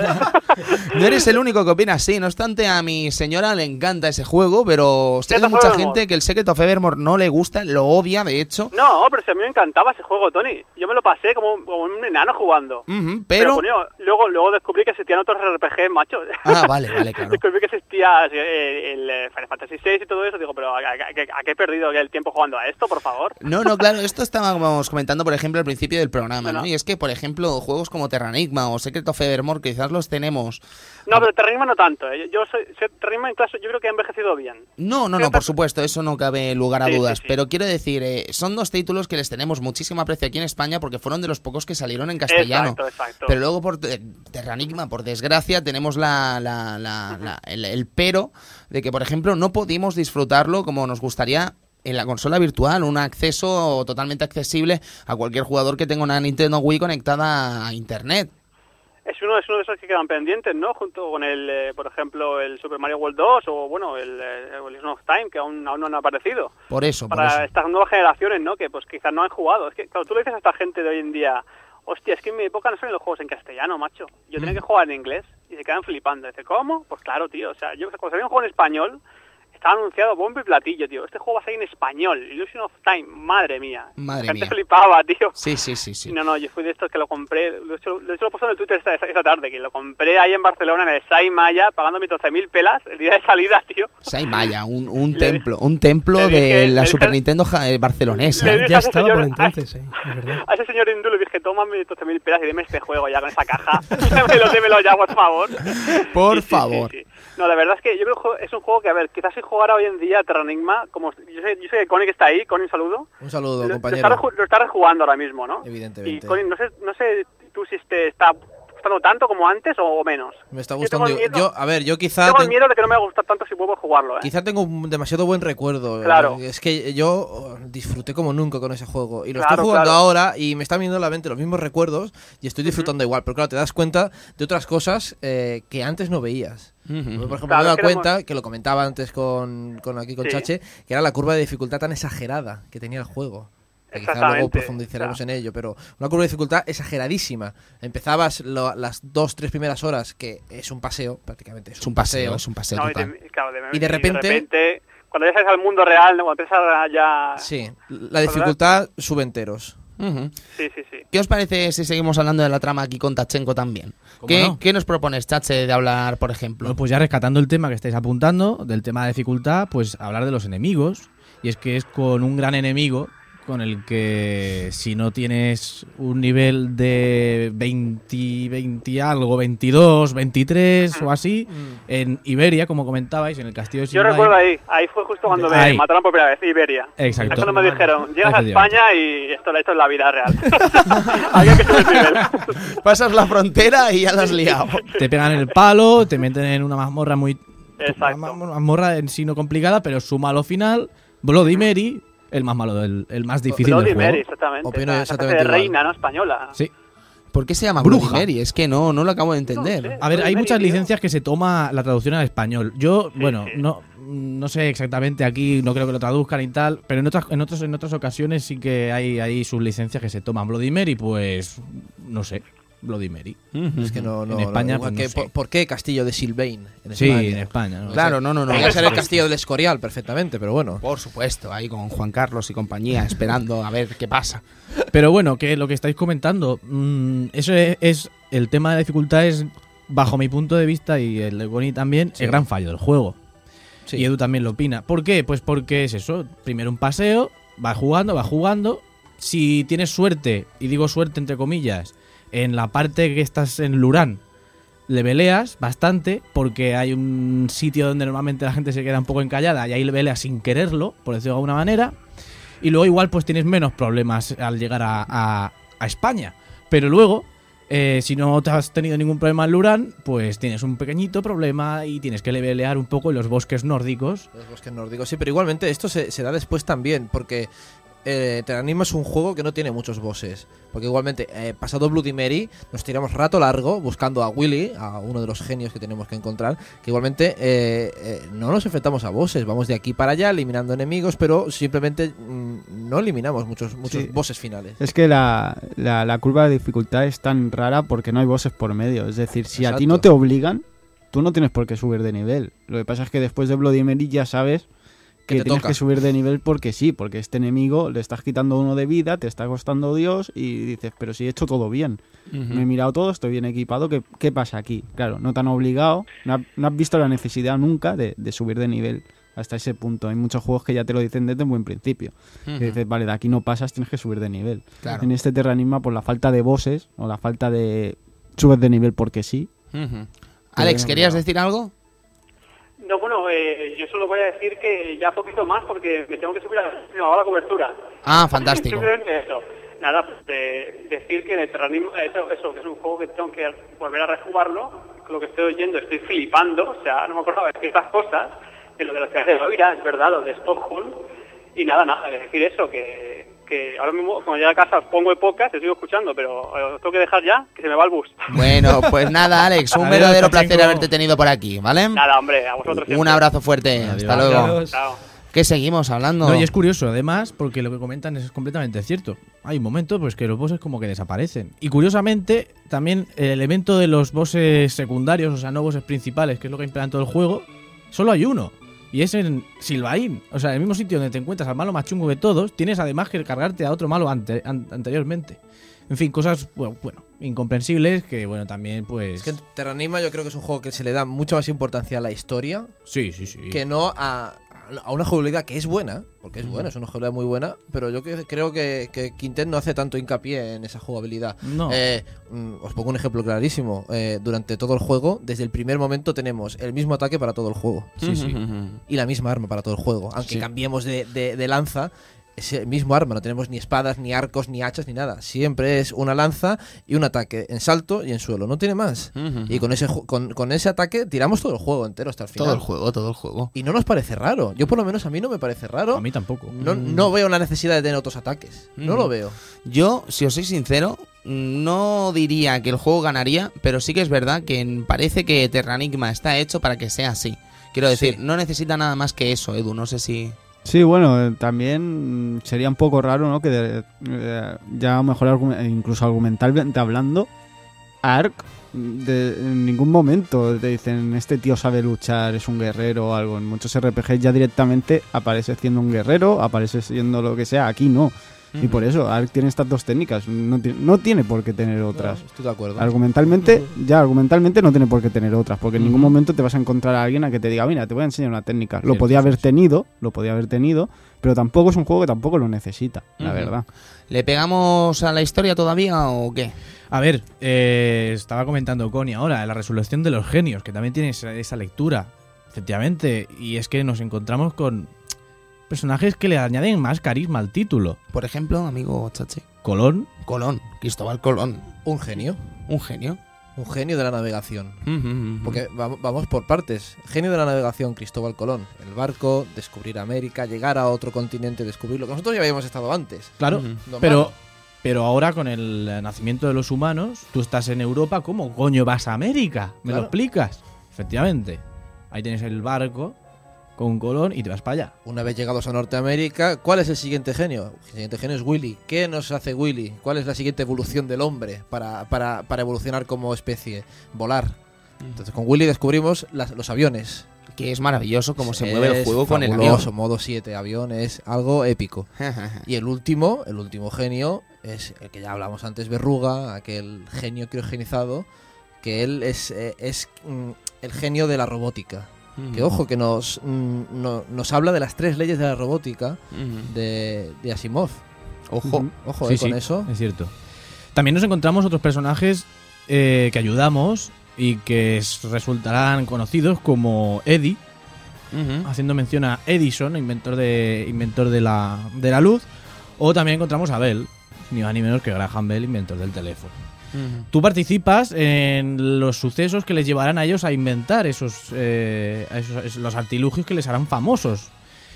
No eres el único que opina así, no obstante a mi señora le encanta ese juego, pero sé Secret de of mucha Evermore. gente que el Secret of Evermore no le gusta, lo odia de hecho. No, pero si a mí me encantaba ese juego, Tony. Yo me lo pasé como, como un enano jugando. Ujú, pero... coño, luego, luego descubrí que existían otros R P G, macho. Ah, vale, vale, claro. Descubrí que existía eh, el eh, Final Fantasy seis y todo eso. Digo, pero ¿a, a- a- a qué he perdido el tiempo jugando a esto, por favor? No, no, claro, esto estábamos comentando, por ejemplo, al principio del programa, ¿no? No, no. Y es que, por ejemplo, juegos como Terranigma o Secret of Evermore, quizás los tenemos... No, pero Terranigma no tanto. ¿eh? Yo soy, soy Terranigma incluso, yo creo que ha envejecido bien. No, no, no, por supuesto, eso no cabe lugar a Sí, sí, dudas, sí. pero quiero decir, eh, son dos títulos que les tenemos muchísimo aprecio aquí en España porque fueron de los pocos que salieron en castellano. Exacto, exacto. Pero luego por eh, Terranigma, por desgracia, tenemos la, la, la- la- el, el pero de que, por ejemplo, no pudimos disfrutarlo como nos gustaría en la consola virtual, un acceso totalmente accesible a cualquier jugador que tenga una Nintendo Wii conectada a Internet. Es uno, es uno de esos que quedan pendientes, ¿no? Junto con el, eh, por ejemplo, el Super Mario World dos o, bueno, el, eh, el Nilson of Time, que aún, aún no han aparecido. Por eso, por Para eso. estas nuevas generaciones, ¿no? Que pues quizás no han jugado. Es que, claro, tú le dices a esta gente de hoy en día, hostia, es que en mi época no salían los juegos en castellano, macho. Yo tenía que jugar en inglés y se quedan flipando. Dice, ¿cómo? Pues claro, tío. O sea, yo cuando salía un juego en español, estaba anunciado bombo y platillo, tío. Este juego va a salir en español. Illusion of Time, madre mía. Madre La gente mía. flipaba, tío. Sí, sí, sí, sí. No, no, yo fui de estos que lo compré, de hecho, de hecho lo puse en el Twitter esta, esta tarde, que lo compré ahí en Barcelona, en el Sai Maya, pagando mis doce mil pelas el día de salida, tío. Sai Maya, un, un Le- templo, un templo le dije- de la le Super dije- Nintendo ja- eh, barcelonesa. Le Ya, dije ya a ese estaba señor- por entonces, sí, es verdad. A ese señor hindú le dije, toma mis doce mil pelas y deme este juego ya con esa caja. démelo, démelo ya, por favor. Por Sí, sí, favor. sí, sí. No, la verdad es que yo creo que es un juego que, a ver, quizás si jugara hoy en día Terranigma, como yo sé, yo sé que Connie que está ahí, Connie, un saludo. Un saludo, Lo, lo compañero. está, reju- lo está rejugando ahora mismo, ¿no? Evidentemente. Y Connie, no sé, no sé tú si te está gustando tanto como antes o, o menos. Me está Yo gustando. tengo el miedo- Yo, a ver, yo quizá. Tengo el ten- miedo de que no me va a gustar tanto si vuelvo a jugarlo, ¿eh? Quizá tengo un demasiado buen recuerdo. Claro. Es que yo oh, disfruté como nunca con ese juego. Y lo Claro, estoy jugando claro. ahora y me están viniendo a la mente los mismos recuerdos y estoy disfrutando igual. Pero claro, te das cuenta de otras cosas eh, que antes no veías. Ujú. Yo, por ejemplo, Claro, me he dado es que cuenta, que lo comentaba antes con, con aquí con Sí. Chache, que era la curva de dificultad tan exagerada que tenía el juego. que quizá Exactamente, luego profundizaremos o sea. en ello, pero una curva de dificultad exageradísima. Empezabas lo- las dos, tres primeras horas, que es un paseo, prácticamente es, Es un paseo, es un paseo No, y, total. de, claro, de, Y de repente- cuando ya sales al mundo real, ¿no? Cuando empiezas a ya... Sí, la dificultad sube enteros. Ujú. Sí, sí, sí. ¿Qué os parece si seguimos hablando de la trama aquí con Tachenko también? ¿Cómo ¿Qué, no? ¿Qué nos propones, Chache, de hablar, por ejemplo? Bueno, pues ya rescatando el tema que estáis apuntando, del tema de dificultad, pues hablar de los enemigos. Y es que es con un gran enemigo con el que si no tienes un nivel de veinte, veinte algo, veintidós, veintitrés o así, en Iberia, como comentabais, en el castillo de Yo Silvain. recuerdo ahí, ahí fue justo cuando me Ahí. mataron por primera vez, Iberia. Exacto. Es cuando me dijeron, llegas a Efectivamente. España y esto, esto es la vida real. Había que subir el nivel. Pasas la frontera y ya la has liado. Te pegan el palo, te meten en una mazmorra muy... Exacto. Una ma- mazmorra en sí no complicada, pero su malo final, Bloody Mary, el más malo, del, el más difícil Bloody del juego. Mary, exactamente. Opino Esa- esa exactamente especie de igual. reina, ¿no? Española. Sí. ¿Por qué se llama Bruja. Bloody Mary? Es que no, no lo acabo de entender. No sé. A ver, hay Bloody muchas Mary, tío. licencias que se toma la traducción al español. Yo, Sí, bueno, sí. no no sé exactamente aquí, no creo que lo traduzcan y tal, pero en otras en otras en otras ocasiones sí que hay hay sus licencias que se toman. Bloody Mary, pues no sé, Bloody Mary. Es que no, no, En España, no, igual pues, no que, sé. ¿por, por qué Castillo de Silvain en Sí, España? en España. ¿no? Claro, no, no, no. Podría ser el Castillo del Escorial perfectamente, pero bueno. Por supuesto, ahí con Juan Carlos y compañía, esperando a ver qué pasa. Pero bueno, que lo que estáis comentando, mmm, eso es, es- el tema de la dificultad es, bajo mi punto de vista y el de Goni también, Sí. el gran fallo del juego. Sí. Y Edu también lo opina. ¿Por qué? Pues porque es eso. Primero un paseo, va jugando, va jugando. Si tienes suerte, y digo suerte entre comillas, en la parte que estás en Lurán, le veleas bastante, porque hay un sitio donde normalmente la gente se queda un poco encallada y ahí le veleas sin quererlo, por decirlo de alguna manera. Y luego igual pues tienes menos problemas al llegar a, a- a España. Pero luego, eh, si no te has tenido ningún problema en Lurán, pues tienes un pequeñito problema y tienes que levelear un poco en los bosques nórdicos. Los bosques nórdicos, sí, pero igualmente esto se, se da después también, porque eh, Terranigma es un juego que no tiene muchos bosses. Porque igualmente, eh, pasado Bloody Mary, nos tiramos rato largo buscando a Willy, a uno de los genios que tenemos que encontrar, que igualmente eh, eh, no nos enfrentamos a bosses, vamos de aquí para allá eliminando enemigos, pero simplemente mm, no eliminamos muchos, muchos Sí. bosses finales. Es que la, la, la curva de dificultad es tan rara porque no hay bosses por medio. Es decir, si a ti Exacto. no te obligan, tú no tienes por qué subir de nivel. Lo que pasa es que después de Bloody Mary ya sabes Que que te tienes toca. que subir de nivel porque sí, porque este enemigo le estás quitando uno de vida, te está costando Dios y dices, pero si he hecho todo bien. Me he mirado todo, estoy bien equipado, ¿qué, qué pasa aquí? Claro, no te han obligado, no, ha- no has visto la necesidad nunca de, de subir de nivel hasta ese punto. Hay muchos juegos que ya te lo dicen desde un buen principio. Que dices, vale, de aquí no pasas, tienes que subir de nivel. Claro. En este Terranigma, por la falta de bosses o la falta de subes de nivel porque sí. Ujú. Alex, ¿querías decir algo? No, bueno, eh, yo solo voy a decir que ya poquito más porque me tengo que subir a a la cobertura. Ah, fantástico. Simplemente eso. Nada, pues de- decir que en el Terranigma, eso, eso, que es un juego que tengo que volver a rejugarlo. Lo que estoy oyendo, estoy flipando. O sea, no me acordaba de ciertas cosas. De lo de las ciudades de Loira, es verdad, lo de Stockholm. Y nada, nada, decir eso, que, que ahora mismo, cuando llegue a casa, os pongo el podcast, te sigo escuchando, pero eh, os tengo que dejar ya, que se me va el bus. Bueno, pues nada, Alex, un Adiós, verdadero Tachenko. placer haberte tenido por aquí, ¿vale? Nada, hombre, a vosotros siempre. Un abrazo fuerte, hasta luego. Adiós. Chao. ¿Qué seguimos hablando? No, y es curioso, además, porque lo que comentan es completamente cierto. Hay un momento pues que los bosses como que desaparecen. Y curiosamente, también el elemento de los bosses secundarios, o sea, no bosses principales, que es lo que impera en todo el juego, solo hay uno. Y es en Silvain. O sea, en el mismo sitio donde te encuentras al malo más chungo de todos, tienes además que cargarte a otro malo ante- an- anteriormente. En fin, cosas, bueno, bueno, incomprensibles que, bueno, también pues... Es que en Terranigma yo creo que es un juego que se le da mucha más importancia a la historia Sí, sí, sí. que no a, a una jugabilidad que es buena, porque es buena, es una jugabilidad muy buena, pero yo que- creo que, que Quintet no hace tanto hincapié en esa jugabilidad. No. Eh, mm, os pongo un ejemplo clarísimo. Eh, durante todo el juego, desde el primer momento tenemos el mismo ataque para todo el juego. Sí, sí. Y la misma arma para todo el juego. Aunque Sí. cambiemos de, de- de lanza, es el mismo arma. No tenemos ni espadas, ni arcos, ni hachas, ni nada. Siempre es una lanza y un ataque en salto y en suelo. No tiene más. Y con ese, ju- con, con ese ataque tiramos todo el juego entero hasta el final. Todo el juego, todo el juego. Y no nos parece raro. Yo por lo menos a mí no me parece raro. A mí tampoco. No, no veo la necesidad de tener otros ataques. No Mm. lo veo. Yo, si os soy sincero, no diría que el juego ganaría, pero sí que es verdad que en- parece que Terranigma está hecho para que sea así. Quiero decir, Sí. no necesita nada más que eso, Edu, no sé si... Sí, bueno, eh, también mm, sería un poco raro, ¿no? Que de- eh, ya mejor argu- incluso argumentalmente hablando, Ark de, en ningún momento te dicen este tío sabe luchar, es un guerrero o algo. En muchos R P Gs ya directamente aparece siendo un guerrero, aparece siendo lo que sea. Aquí no. Y por eso Ark tiene estas dos técnicas. No, ti- no tiene por qué tener otras. No, estoy de acuerdo. Argumentalmente, ya argumentalmente no tiene por qué tener otras, porque en ningún Ujú. momento te vas a encontrar a alguien a que te diga, mira, te voy a enseñar una técnica. Lo Cierto, podía haber sí, sí. tenido, lo podía haber tenido, pero tampoco es un juego que tampoco lo necesita, la Ujú. verdad. ¿Le pegamos a la historia todavía o qué? A ver, eh, estaba comentando Connie ahora, la resolución de los genios, que también tiene esa, esa lectura, efectivamente, y es que nos encontramos con personajes que le añaden más carisma al título. Por ejemplo, amigo Chachi. Colón, Colón, Cristóbal Colón. Un genio. Un genio. Un genio de la navegación. Porque Porque vamos, vamos por partes. Genio de la navegación, Cristóbal Colón. El barco, descubrir América, llegar a otro continente, descubrir lo que nosotros ya habíamos estado antes. claro, Ujú. No pero, malo. pero ahora con el nacimiento de los humanos, tú estás en Europa, ¿cómo coño vas a América? ¿Me Claro. lo explicas? Efectivamente, ahí tienes el barco con Colón y te vas para allá. Una vez llegados a Norteamérica, ¿cuál es el siguiente genio? El siguiente genio es Willy. ¿Qué nos hace Willy? ¿Cuál es la siguiente evolución del hombre para, para, para evolucionar como especie? Volar. Entonces con Willy descubrimos las- los aviones. que es maravilloso cómo se mueve el Es juego con el fabuloso, avión. modo siete avión, es algo épico. Y el último, el último genio, es el que ya hablamos antes, Verruga, aquel genio criogenizado, que él es, eh, es mm, el genio de la robótica. Que ojo, que nos, mm, no- nos habla de las tres leyes de la robótica de, de Asimov. Ojo. Ojo, Sí, eh, con sí, eso. es cierto. También nos encontramos otros personajes eh, que ayudamos y que s- resultarán conocidos como Eddie, Ujú. haciendo mención a Edison, inventor de inventor de la, de la luz, o también encontramos a Bell, ni más ni menos que Graham Bell, inventor del teléfono. Ujú. Tú participas en los sucesos que les llevarán a ellos a inventar esos, eh, a esos- es- los artilugios que les harán famosos.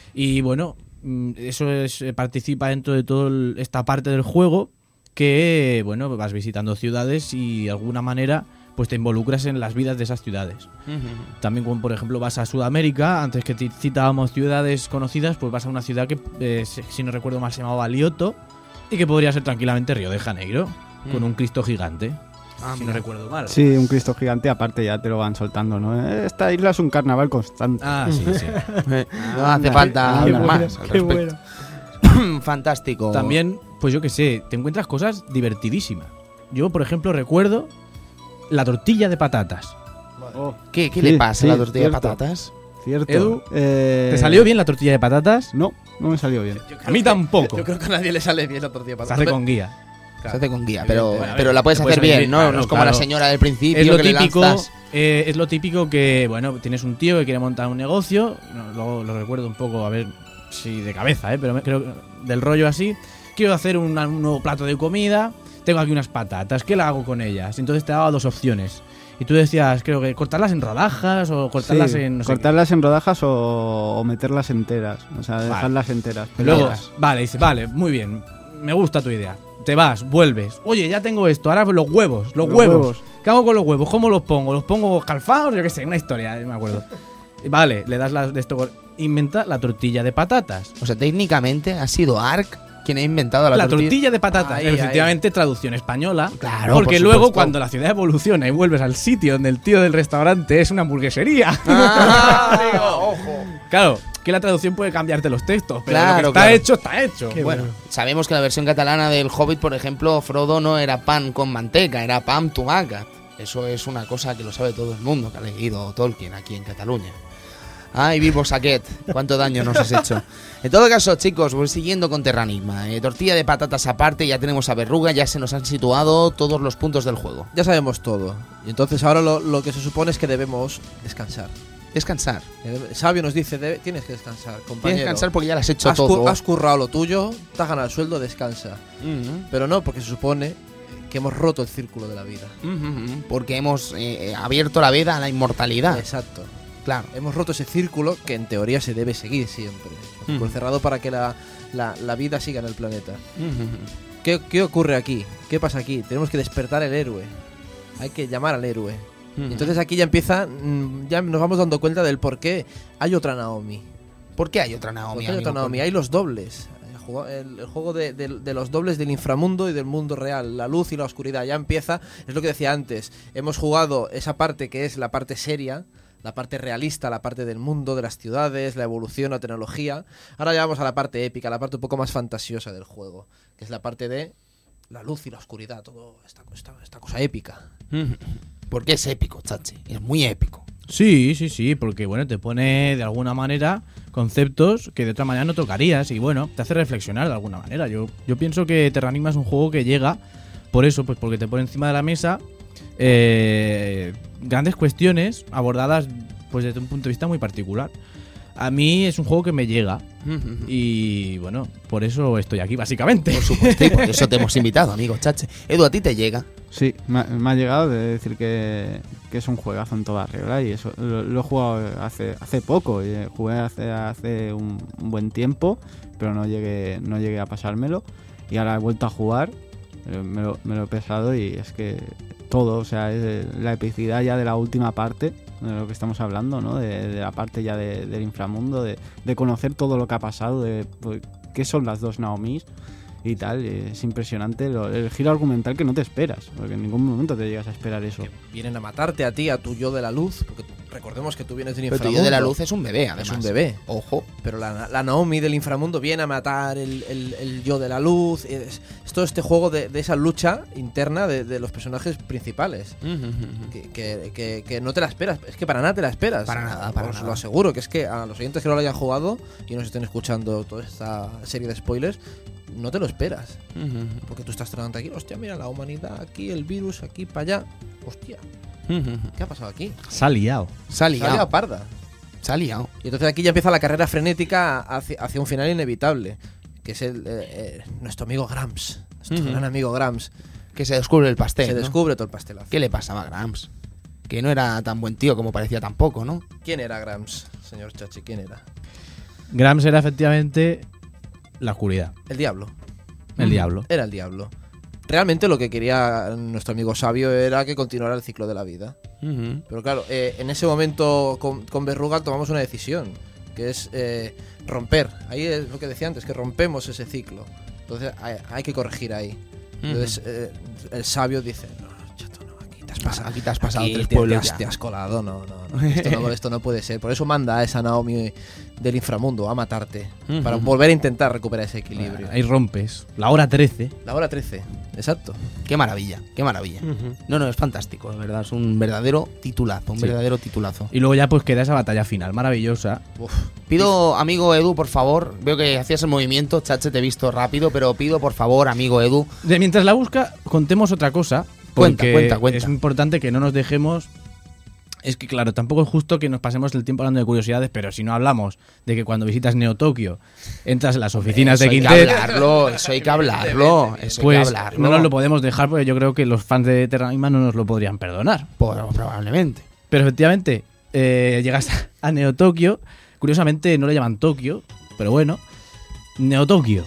Y bueno, mm, eso es, eh, participa dentro de toda esta parte del juego que, bueno, vas visitando ciudades y de alguna manera pues te involucras en las vidas de esas ciudades. Ujú. También cuando, por ejemplo, vas a Sudamérica, antes que te citábamos ciudades conocidas, pues vas a una ciudad que, eh, si si no recuerdo mal, se llamaba Lioto y que podría ser tranquilamente Río de Janeiro, con Mm. un Cristo gigante, Ah, si no mira. recuerdo mal. Sí, un Cristo gigante, aparte ya te lo van soltando, ¿no? Esta isla es un carnaval constante. Ah, sí, sí. Eh, No hace falta Qué hablar bueno, más al qué respecto. bueno. Fantástico. También, pues yo qué sé, te encuentras cosas divertidísimas. Yo, por ejemplo, recuerdo la tortilla de patatas. ¿Qué, qué Sí, le pasa sí, a la tortilla cierto. de patatas? ¿Cierto? Edu, Eh, ¿Te salió bien la tortilla de patatas? No, no me salió bien. A mí tampoco. Yo creo que a nadie le sale bien la tortilla de Se patata. hace con guía. Se hace con guía, Evidente. pero, Bueno, a ver, pero la puedes te hacer puedes bien, venir, ¿no? claro, no es como claro. la señora del principio Es lo que le típico, lanzas. eh, es lo típico que, bueno, tienes un tío que quiere montar un negocio, no, luego lo recuerdo un poco, a ver si de cabeza, ¿eh? Pero me- creo que del rollo así, quiero hacer una- un nuevo plato de comida, tengo aquí unas patatas, ¿qué la hago con ellas? Entonces te daba dos opciones. Y tú decías, creo que cortarlas en rodajas o cortarlas Sí, en... no sé qué. cortarlas en rodajas o, o meterlas enteras. O sea, dejarlas enteras. Luego, pegadas. vale, dice, vale, muy bien, me gusta tu idea. Te vas, vuelves. Oye, ya tengo esto, ahora los huevos, los, Los huevos. huevos. ¿Qué hago con los huevos? ¿Cómo los pongo? ¿Los pongo calfados? Yo qué sé, una historia, eh, me acuerdo. Vale, le das la, de esto, inventa la tortilla de patatas. O sea, técnicamente ha sido Ark quien ha inventado la, La, tortilla. de patatas, Ahí, efectivamente, traducción española. Claro, porque por luego, supuesto. cuando la ciudad evoluciona y vuelves al sitio donde el tío del restaurante es una hamburguesería. Ah, amigo, ojo. Claro, que la traducción puede cambiarte los textos, pero lo Claro, que está claro. hecho, está hecho. Qué Bueno, bueno. sabemos que la versión catalana del Hobbit, por ejemplo, Frodo no era pan con manteca, era pan tumacat. Eso es una cosa que lo sabe todo el mundo que ha leído Tolkien aquí en Cataluña. Ay, vivo Saquet, cuánto daño nos has hecho. En todo caso, chicos, voy siguiendo con Terranigma. Eh, tortilla de patatas aparte, ya tenemos a Verruga, ya se nos han situado todos los puntos del juego. Ya sabemos todo. Y entonces ahora lo, lo que se supone es que debemos descansar. Descansar. Eh, Sabio nos dice, "Debe- tienes que descansar, compañero. Tienes que descansar porque ya lo has hecho has, cu- todo. has currado lo tuyo, te has ganado el sueldo, descansa. Ujú. Pero no, porque se supone que hemos roto el círculo de la vida. Ujú, ujú. Porque hemos eh, abierto la veda a la inmortalidad. Exacto. Claro. Hemos roto ese círculo que en teoría se debe seguir siempre. Un círculo Mm. cerrado para que la, la- la vida siga en el planeta. Ujú, ujú. ¿Qué, ¿Qué ocurre aquí? ¿Qué pasa aquí? Tenemos que despertar el héroe. Hay que llamar al héroe. Ujú. Entonces aquí ya empieza, mm, ya nos vamos dando cuenta del por qué hay otra Naomi. ¿Por qué hay otra Naomi? ¿Por qué hay otra amigo? Naomi? Hay los dobles. El juego, el, el juego de, de, de los dobles del inframundo y del mundo real. La luz y la oscuridad. Ya empieza, es lo que decía antes. Hemos jugado esa parte que es la parte seria, la parte realista, la parte del mundo, de las ciudades, la evolución, la tecnología. Ahora ya vamos a la parte épica, la parte un poco más fantasiosa del juego, que es la parte de la luz y la oscuridad, todo esta, esta, esta cosa épica. Porque es épico, Chachi. Es muy épico. Sí, sí, sí, porque bueno, te pone de alguna manera conceptos que de otra manera no tocarías y bueno, te hace reflexionar de alguna manera. Yo, yo pienso que Terranigma es un juego que llega por eso, pues porque te pone encima de la mesa eh, grandes cuestiones abordadas pues desde un punto de vista muy particular. A mí es un juego que me llega y bueno, por eso estoy aquí básicamente. Por supuesto, y por eso te hemos invitado, amigo Chachi. Edu, ¿a ti te llega? Sí, me, ha- me ha llegado de decir que, que es un juegazo en toda regla y eso lo, lo he jugado hace hace poco, y, eh, jugué hace hace un, un buen tiempo, pero no llegué no llegué a pasármelo y ahora he vuelto a jugar, eh, me lo, me lo he pesado y es que todo, o sea, es eh, la epicidad ya de la última parte de lo que estamos hablando, ¿no? De, de la parte ya de- del inframundo, de, de conocer todo lo que ha pasado, de pues, qué son las dos Naomis y tal. Es impresionante lo- el giro argumental que no te esperas, porque en ningún momento te llegas a esperar eso. Que vienen a matarte a ti, a tu yo de la luz, porque recordemos que tú vienes del Pero tu inframundo. yo de la luz es un bebé, además. Es un bebé. Ojo. Pero la, la Naomi del inframundo viene a matar el, el- el yo de la luz. Es, es todo este juego de, de esa lucha interna de, de los personajes principales. Que, que- que- que no te la esperas. Es que para nada te la esperas. Para nada, para Os nada. lo aseguro, que es que a los oyentes que no lo hayan jugado y nos estén escuchando toda esta serie de spoilers, no te lo esperas. Porque tú estás tratando aquí, hostia, mira la humanidad, aquí el virus, aquí para allá. Hostia, ¿qué ha pasado aquí? Se ha liado. Se ha Se ha liado liado. parda. Se ha liado. Y entonces aquí ya empieza la carrera frenética hacia, hacia un final inevitable, que es el, eh, eh, nuestro amigo Grams, nuestro Ujú. gran amigo Grams. Que se descubre el pastel, Se ¿no? descubre todo el pastelazo. ¿Qué le pasaba a Grams? Que no era tan buen tío como parecía tampoco, ¿no? ¿Quién era Grams, señor Chachi? ¿Quién era? Grams era efectivamente la oscuridad, El diablo. el diablo. Era el diablo. Realmente lo que quería nuestro amigo sabio era que continuara el ciclo de la vida. Pero claro, eh, en ese momento con, con Verruga tomamos una decisión, que es eh, romper. Ahí es lo que decía antes, que rompemos ese ciclo. Entonces hay, hay que corregir ahí. Entonces eh, el sabio dice, no, chato, no, aquí te has pasado. Aquí te has pasado Aquí tres te, pueblos te has, ya. te has colado, no, no, no. Esto, no. esto no puede ser. Por eso manda a esa Naomi del inframundo a matarte, Ujú. para volver a intentar recuperar ese equilibrio. Ahí rompes. La hora trece. La hora trece, exacto. Qué maravilla, qué maravilla. No, no, es fantástico, de verdad. Es un verdadero titulazo, un Sí. verdadero titulazo. Y luego ya pues queda esa batalla final maravillosa. Uf. Pido, amigo Edu, por favor, veo que hacías el movimiento, Chache, te he visto rápido, pero pido, por favor, amigo Edu, De mientras la busca, contemos otra cosa. Cuenta, Porque cuenta, cuenta. es importante que no nos dejemos. Es que, claro, tampoco es justo que nos pasemos el tiempo hablando de curiosidades, pero si no hablamos de que cuando visitas Neo Tokio entras en las oficinas eso de hay que Quintet, hablarlo, eso hay que hablarlo, eso hay pues que hablarlo. no nos lo podemos dejar porque yo creo que los fans de Terranigma no nos lo podrían perdonar. Por- probablemente. Pero efectivamente, eh, llegas a Neo Tokio. Curiosamente no le llaman Tokio, pero bueno. Neo Tokio.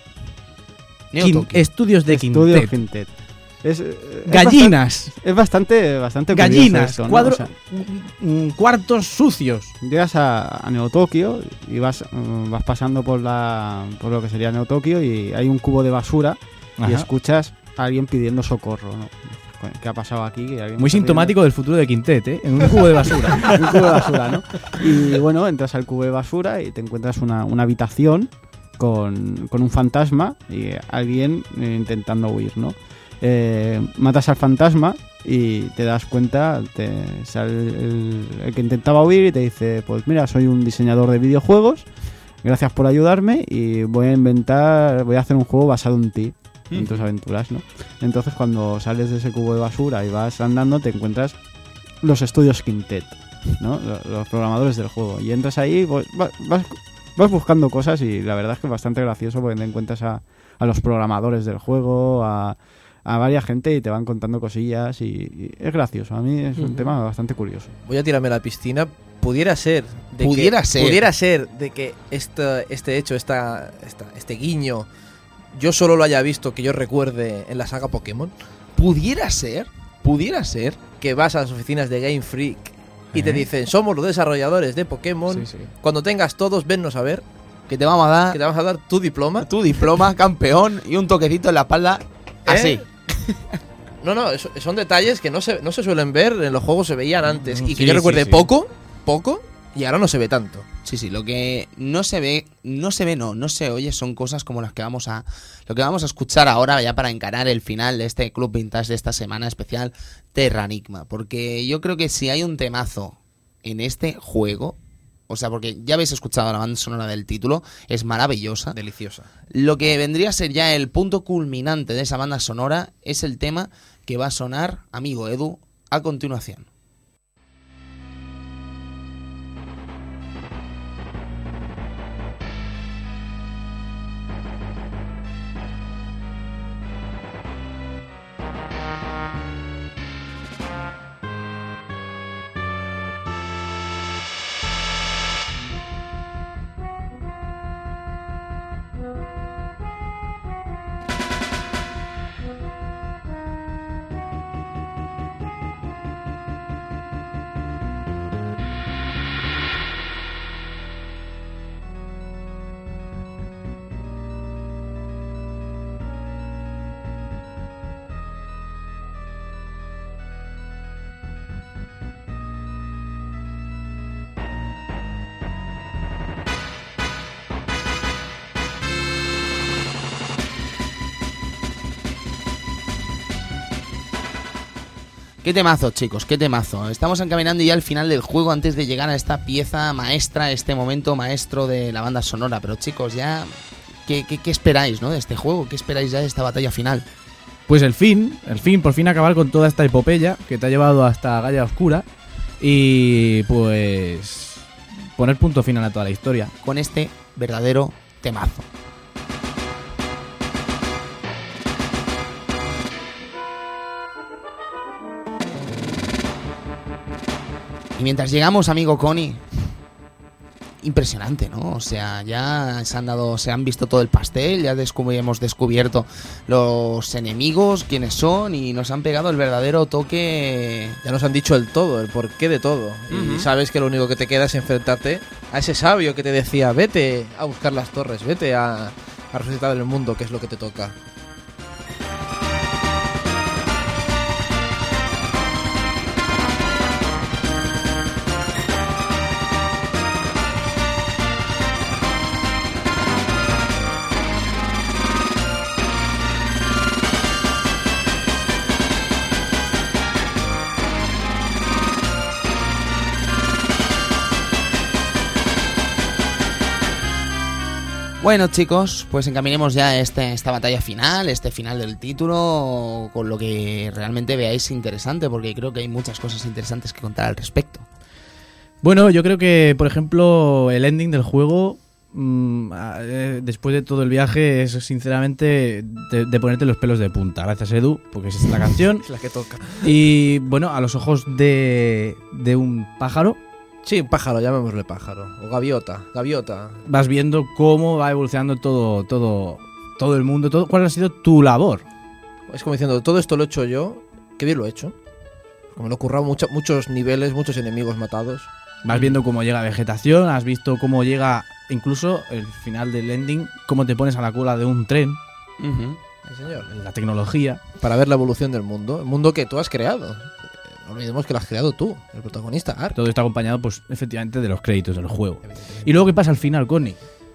Neo Quin- Tokio. Estudios de Estudio Quintet. Quintet. Es, eh, es Gallinas. bastante- Es bastante, bastante curioso Gallinas. esto, ¿no? cuadro- O sea, mm, cuartos sucios. llegas a, a Neo Tokio y vas, mm, vas pasando por la por lo que sería Neo Tokio y hay un cubo de basura y Ajá. escuchas a alguien pidiendo socorro, ¿no? ¿Qué ha pasado aquí? Que alguien Muy está sintomático del futuro de Quintet, ¿eh? En un cubo de basura. pidiendo- un cubo de basura, ¿no? Y bueno, entras al cubo de basura y te encuentras una, una habitación con, con un fantasma y alguien eh, intentando huir, ¿no? Eh, matas al fantasma y te das cuenta, te sale el, el que intentaba huir y te dice, pues mira, soy un diseñador de videojuegos, gracias por ayudarme y voy a inventar, voy a hacer un juego basado en ti, en tus aventuras, ¿no? Entonces cuando sales de ese cubo de basura y vas andando te encuentras los estudios Quintet, ¿no? Los, los programadores del juego y entras ahí, pues, va- vas, vas buscando cosas y la verdad es que es bastante gracioso porque te encuentras a, a los programadores del juego, a a varias gente y te van contando cosillas y, y es gracioso. A mí es un Ujú. tema bastante curioso. Voy a tirarme a la piscina. Pudiera ser de Pudiera que, ser. Pudiera ser de que este, este hecho, esta, esta- este guiño, yo solo lo haya visto que yo recuerde en la saga Pokémon. Pudiera ser, pudiera ser. Que vas a las oficinas de Game Freak y te dicen, somos los desarrolladores de Pokémon, Sí, sí. cuando tengas todos, vennos a ver, Que te vamos a dar que te vamos a dar tu diploma. tu diploma, campeón, y un toquecito en la espalda. Así. ¿Eh? No, no, es- son detalles que no se, no se suelen ver, en los juegos se veían antes, y que Sí, yo sí, recuerde sí. poco, poco, y ahora no se ve tanto. Sí, sí, lo que no se ve, no se ve, no, no se oye, son cosas como las que vamos a, lo que vamos a escuchar ahora ya para encarar el final de este Club Vintage de esta semana especial Terranigma, porque yo creo que si hay un temazo en este juego, o sea, porque ya habéis escuchado la banda sonora del título, es maravillosa. Deliciosa. Lo que vendría a ser ya el punto culminante de esa banda sonora es el tema que va a sonar, amigo Edu, a continuación. Qué temazo, chicos, qué temazo. Estamos encaminando ya al final del juego antes de llegar a esta pieza maestra, este momento maestro de la banda sonora. Pero chicos, ya, ¿qué, qué, qué esperáis, no, de este juego? ¿Qué esperáis ya de esta batalla final? Pues el fin, el fin, por fin acabar con toda esta epopeya que te ha llevado hasta Gaia Oscura y pues poner punto final a toda la historia. Con este verdadero temazo. Y mientras llegamos, amigo Connie, impresionante, ¿no? O sea, ya se han dado, se han visto todo el pastel, ya descubri- hemos descubierto los enemigos, quiénes son, y nos han pegado el verdadero toque. Ya nos han dicho el todo, el porqué de todo. Ujú. Y sabes que lo único que te queda es enfrentarte a ese sabio que te decía, vete a buscar las torres, vete a, a resucitar el mundo, que es lo que te toca. Bueno, chicos, pues encaminemos ya este, esta batalla final, este final del título, con lo que realmente veáis interesante, porque creo que hay muchas cosas interesantes que contar al respecto. Bueno, yo creo que, por ejemplo, el ending del juego, mmm, eh, después de todo el viaje, es sinceramente de, de ponerte los pelos de punta. Gracias, Edu, porque esa es la canción. Es la que toca. Y bueno, a los ojos de, de un pájaro, Sí, pájaro, llamémosle pájaro. O gaviota, gaviota. vas viendo cómo va evolucionando todo, todo, todo el mundo, todo. ¿Cuál ha sido tu labor? Es como diciendo, todo esto lo he hecho yo, qué bien lo he hecho. Como lo he currado mucho, muchos niveles, muchos enemigos matados. Vas viendo cómo llega vegetación, has visto cómo llega incluso el final del ending, cómo te pones a la cola de un tren, Ujú. Sí, señor. la tecnología. Para ver la evolución del mundo. El mundo que tú has creado. No olvidemos que lo has creado tú, el protagonista, Ark. Todo está acompañado, pues, efectivamente, de los créditos del juego. Y luego, ¿qué pasa al final, Connie?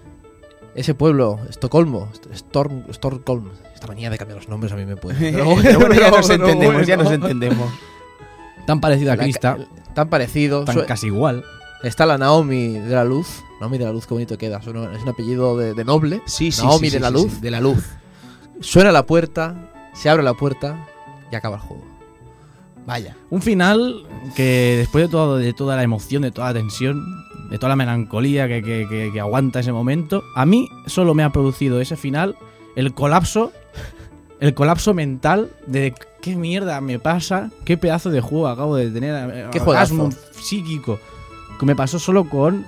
Ese pueblo, Estocolmo, Storm, Stormcolm. Esta manía de cambiar los nombres a mí me puede. Pero Pero bueno, ya nos pero entendemos, ya bueno. nos entendemos. Tan parecida a La- Krista, Tan parecido. tan Sue- casi igual. Está la Naomi de la Luz. Naomi de la Luz, qué bonito queda. Es un, es un apellido de, de noble. Sí, sí, Naomi sí, de sí, la sí, Luz. sí, de la luz. Suena la puerta, se abre la puerta y acaba el juego. Vaya. Un final que después de, todo, de toda la emoción, de toda la tensión, de toda la melancolía que, que- que- que aguanta ese momento, a mí solo me ha producido ese final el colapso, el colapso mental de qué mierda me pasa, qué pedazo de juego acabo de tener, Qué orgasmo juegazo. psíquico, que me pasó solo con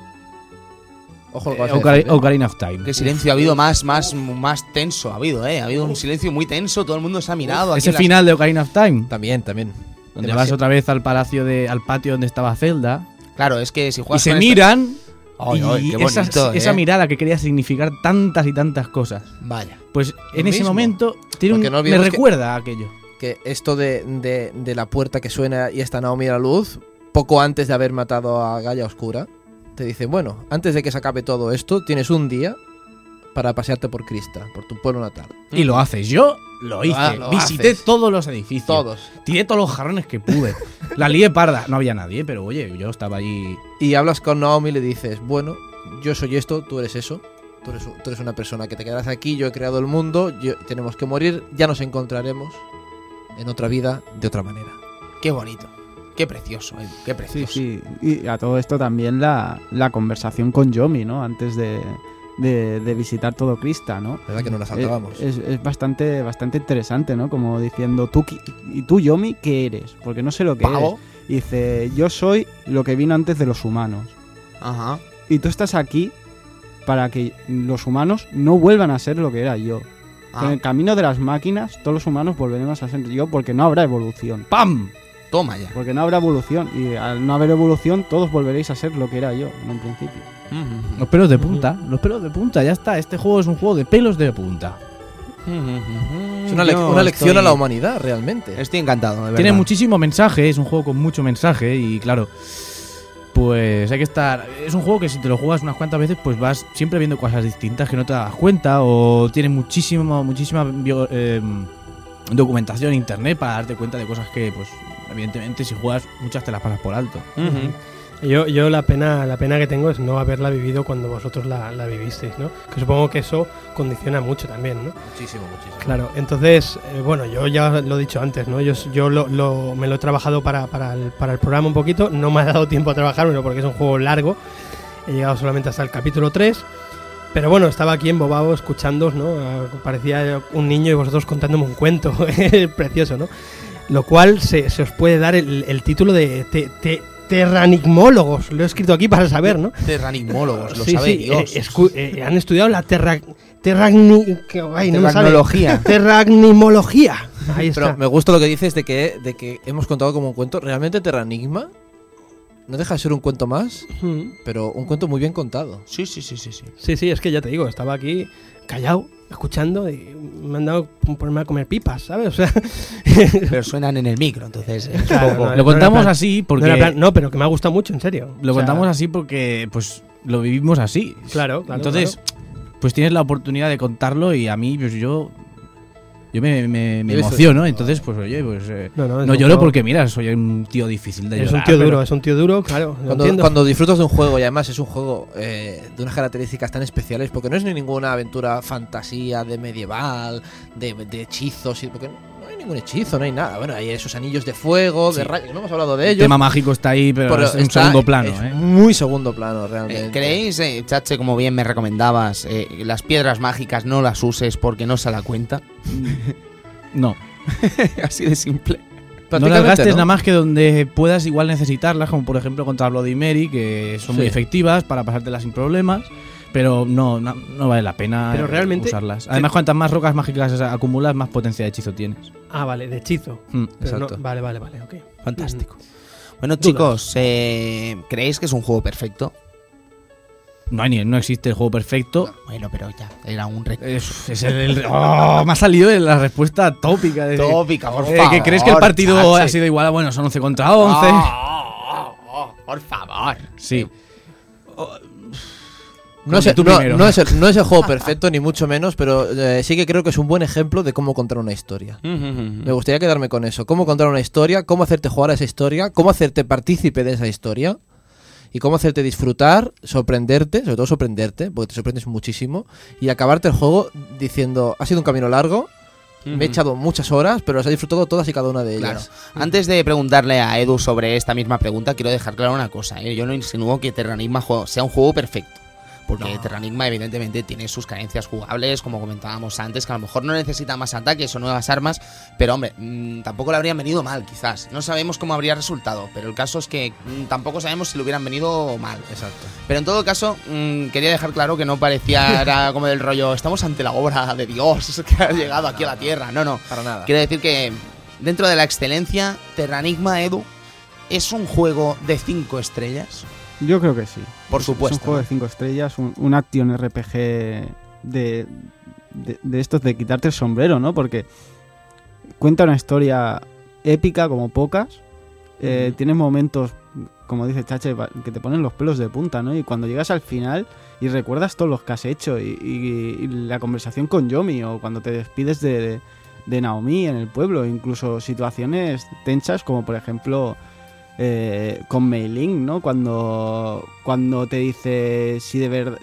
Ojo lo que eh, vas a Ocar- decir, ¿eh? Ocarina of Time. Qué silencio ha habido más, más, más tenso, ha habido, eh. Ha habido un silencio muy tenso, todo el mundo se ha mirado. aquí Ese en las- final de Ocarina of Time. También, también. Donde Demasiado. vas otra vez al palacio de, al patio donde estaba Zelda. Claro, es que si Y juegas se con esta- miran. Ay, y ay, qué esa, bonito, esa ¿eh? mirada que quería significar tantas y tantas cosas. Vaya. Pues en ese mismo. momento tiene un- Porque no me olvidemos que- recuerda a aquello. Que esto de, de, de la puerta que suena y está Naomi a la luz, poco antes de haber matado a Gaia Oscura, te dice, bueno, antes de que se acabe todo esto, tienes un día para pasearte por Crista, por tu pueblo natal. Y lo haces. Yo lo hice. ah, lo Visité haces. todos los edificios. Todos. Tiré todos los jarrones que pude. La lié parda. No había nadie, pero oye, yo estaba allí. Y hablas con Naomi y le dices, bueno, yo soy esto, tú eres eso. Tú eres, tú eres una persona que te quedarás aquí, yo he creado el mundo, yo, tenemos que morir, ya nos encontraremos en otra vida de otra manera. Qué bonito. Qué precioso, Edu, qué Sí, precioso. sí. Y a todo esto también la, la conversación con Yomi, ¿no? Antes de, de, de visitar todo Crista, ¿no? ¿Verdad que no la saltábamos? Eh, Es, es bastante, bastante interesante, ¿no? Como diciendo, tú, qui- ¿y tú, Yomi, qué eres? Porque no sé lo que ¿Pavo? eres. Y dice, yo soy lo que vino antes de los humanos. Ajá. Y tú estás aquí para que los humanos no vuelvan a ser lo que era yo. Ah, En el camino de las máquinas, todos los humanos volveremos a ser yo porque no habrá evolución. ¡Pam! toma ya. Porque no habrá evolución. Y al no haber evolución, todos volveréis a ser lo que era yo en un principio. Los pelos de punta. Los pelos de punta, ya está. Este juego es un juego de pelos de punta. Es una, lec- Yo una lección estoy- a la humanidad, realmente. Estoy encantado, de verdad. Tiene muchísimo mensaje, es un juego con mucho mensaje y claro, pues hay que estar... Es un juego que si te lo juegas unas cuantas veces, pues vas siempre viendo cosas distintas que no te das cuenta o tiene muchísimo, muchísima bio- eh, documentación en internet para darte cuenta de cosas que, pues, evidentemente si juegas muchas te las pasas por alto. Ujú. Yo, yo la pena la pena que tengo es no haberla vivido cuando vosotros la, la vivisteis, ¿no? Que supongo que eso condiciona mucho también, ¿no? Muchísimo, muchísimo. Claro, entonces, eh, bueno, yo ya lo he dicho antes, ¿no? Yo, yo lo, lo- me lo he trabajado para, para, el, para el programa un poquito, no me ha dado tiempo a trabajármelo porque es un juego largo, he llegado solamente hasta el capítulo tres, pero bueno, estaba aquí embobado escuchándoos, ¿no? Ah, parecía un niño y vosotros contándome un cuento, precioso, ¿no? Lo cual se, se os puede dar el, el título de te, te- terranigmólogos, lo he escrito aquí para saber, ¿no? Terranigmólogos, lo Sí, sabe sí, Dios. eh, escu- eh, han estudiado la terra, terragni, que- ay, no me sale. Terragnología. Terragnimología. Ahí está. Pero me gusta lo que dices de que, de que hemos contado como un cuento. Realmente Terranigma no deja de ser un cuento más, Mm. pero un cuento muy bien contado. Sí, sí, sí, sí, sí. Sí, sí, es que ya te digo, estaba aquí callado, escuchando y me han dado por ponerme a comer pipas, ¿sabes? O sea, Pero suenan en el micro, entonces. es un Claro, poco- no, Lo no contamos era plan- así no, porque... era plan- no, pero que me ha gustado mucho, en serio. Lo O sea, contamos así porque, pues, lo vivimos así. Claro, claro. Entonces, pues tienes la oportunidad de contarlo y a mí, pues yo... Yo me, me, me Yo he visto emociono, eso. entonces, pues oye, pues... eh, claro. No, no, es no un lloro juego- porque, mira, soy un tío difícil de es llorar. un tío pero- duro, es un tío duro, claro. lo Cuando, entiendo. cuando disfrutas de un juego y además es un juego eh, de unas características tan especiales, porque no es ni ninguna aventura fantasía de medieval, de, de hechizos, y- porque no hay ningún hechizo, no hay nada. Bueno, hay esos anillos de fuego, de Sí. rayos, no hemos hablado de El ellos. tema mágico está ahí, pero, pero es en está- segundo plano, es ¿eh? muy segundo plano, realmente. Eh, ¿Creéis, eh, Chache, como bien me recomendabas, eh, las piedras mágicas no las uses porque no se la cuenta? No. Así de simple. No las Prácticamente gastes no. nada más que donde puedas igual necesitarlas, como por ejemplo contra Bloody Mary, que son muy Sí. efectivas para pasártelas sin problemas, pero no, no, no vale la pena Pero eh, realmente- usarlas. Además, cuantas más rocas mágicas acumulas, más potencia de hechizo tienes. Ah, vale, de hechizo. Mm. Pero no- Exacto. vale, vale, vale, ok. Fantástico. Bueno, chicos, eh, ¿creéis que es un juego perfecto? No, hay ni, no existe el juego perfecto. Bueno, pero ya, era un reto. Es, es el, el- ¡Oh! Me ha salido la respuesta tópica. De, Tópica, por eh, favor. ¿Que crees que el partido Chache. ha sido igual? Bueno, son once contra once. Oh, oh, oh, por favor. Sí. No es, Tú el, no, primero. no es el- no es el juego perfecto, ni mucho menos, pero eh, sí que creo que es un buen ejemplo de cómo contar una historia. Me gustaría quedarme con eso. Cómo contar una historia, cómo hacerte jugar a esa historia, cómo hacerte partícipe de esa historia y cómo hacerte disfrutar, sorprenderte, sobre todo sorprenderte, porque te sorprendes muchísimo, y acabarte el juego diciendo, ha sido un camino largo, me he echado muchas horas, pero las he disfrutado todas y cada una de Claro. ellas. Antes de preguntarle a Edu sobre esta misma pregunta, quiero dejar claro una cosa. ¿eh? Yo no insinúo que Terranigma juego- sea un juego perfecto. Porque Terranigma evidentemente tiene sus carencias jugables, como comentábamos antes, que a lo mejor no necesita más ataques o nuevas armas, pero hombre, mmm, tampoco le habrían venido mal quizás. No sabemos cómo habría resultado, pero el caso es que mmm, tampoco sabemos si le hubieran venido mal. Exacto. Pero en todo caso, mmm, quería dejar claro que no parecía era como del rollo, estamos ante la obra de Dios que ha llegado aquí a la Tierra. No, no. Para nada. Quiero decir que dentro de la excelencia, Terranigma, Edu, ¿es un juego de cinco estrellas? Yo creo que sí. Por Es- supuesto, Es un juego ¿no? de cinco estrellas, un, un action R P G de, de, de estos de quitarte el sombrero, ¿no? Porque cuenta una historia épica como pocas. Eh, Ujú. Tiene momentos, como dice Chache, pa- que te ponen los pelos de punta, ¿no? Y cuando llegas al final y recuerdas todos los que has hecho y, y- y la conversación con Yomi o cuando te despides de, de Naomi en el pueblo, incluso situaciones tensas como por ejemplo eh, con Mei Ling, ¿no? Cuando, cuando te dice si de verdad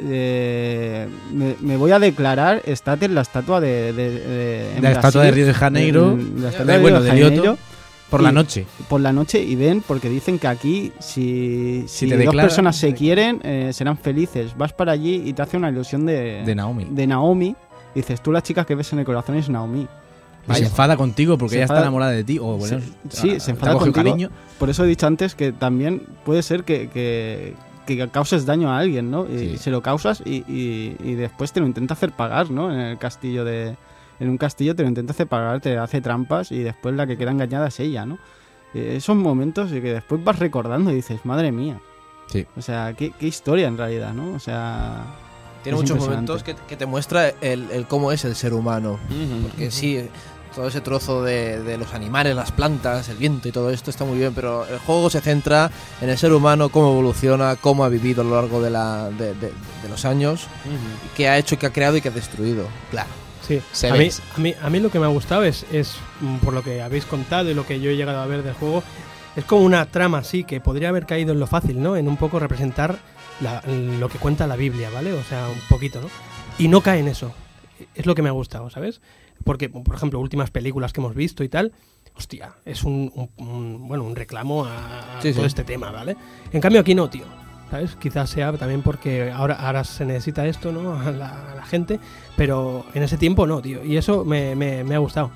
me, me voy a declarar, estate en la estatua de, de, de- en La estatua de Brasil, Río de Janeiro, en la estatua de- de bueno, Río de de Lioto, Janeiro, por la y- noche. por la noche y ven, porque dicen que aquí si, si, te dos declaran, personas te se declaran. quieren, eh, serán felices. Vas para allí y te hace una ilusión de, De Naomi. de Naomi. Dices, tú la chica que ves en el corazón es Naomi. Y se enfada contigo porque Se ella enfada- está enamorada de ti. O bueno, Se- sí, te se ha enfada cogido contigo. cariño. Por eso he dicho antes que también puede ser que, que, que causes daño a alguien, ¿no? Y Sí. se lo causas y, y- y después te lo intenta hacer pagar, ¿no? En el castillo de... En un castillo te lo intenta hacer pagar, te hace trampas y después la que queda engañada es ella, ¿no? Eh, Esos momentos y que después vas recordando y dices, madre mía. Sí. O sea, qué, qué historia en realidad, ¿no? O sea... Tiene es muchos impresionante. momentos que, que te muestra el, el cómo es el ser humano. Porque sí, todo ese trozo de, de los animales, las plantas, el viento y todo esto está muy bien, pero el juego se centra en el ser humano, cómo evoluciona, cómo ha vivido a lo largo de, la, de, de- de los años, qué ha hecho, qué ha creado y qué ha destruido. Claro. Sí, Se a ve. mí, a, mí, a mí lo que me ha gustado es, es, mm, por lo que habéis contado y lo que yo he llegado a ver del juego, es como una trama así que podría haber caído en lo fácil, ¿no? En un poco representar la- lo que cuenta la Biblia, ¿vale? O sea, un poquito, ¿no? Y no cae en eso. Es lo que me ha gustado, ¿sabes? Porque, por ejemplo, últimas películas que hemos visto y tal, hostia, es un, un- un- bueno, un reclamo a, a Sí, todo sí. este tema, ¿vale? En cambio aquí no, tío. ¿Sabes? Quizás sea también porque ahora, ahora se necesita esto, ¿no? A la, a la gente, pero en ese tiempo no, tío. Y eso me, me- me ha gustado.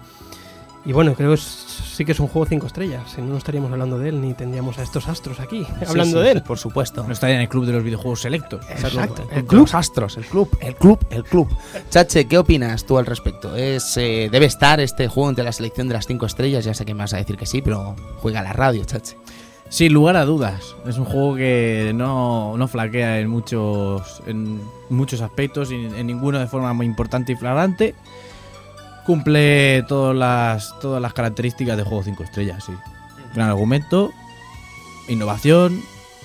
Y bueno, creo que es- sí que es un juego cinco estrellas. Si no, no estaríamos hablando de él ni tendríamos a estos astros aquí hablando Sí, de sí, él. por supuesto. No estaría en el club de los videojuegos selectos. Exacto. El club Astros, el club, el club, el club. Chache, ¿qué opinas tú al respecto? Es eh, debe estar este juego entre la selección de las cinco estrellas. Ya sé que me vas a decir que sí, pero juega a la radio, Chache. Sin lugar a dudas. Es un juego que no, no flaquea en muchos, en muchos aspectos y en ninguno de forma muy importante y flagrante. Cumple todas las, todas las características de juego cinco estrellas, sí. Gran argumento, innovación,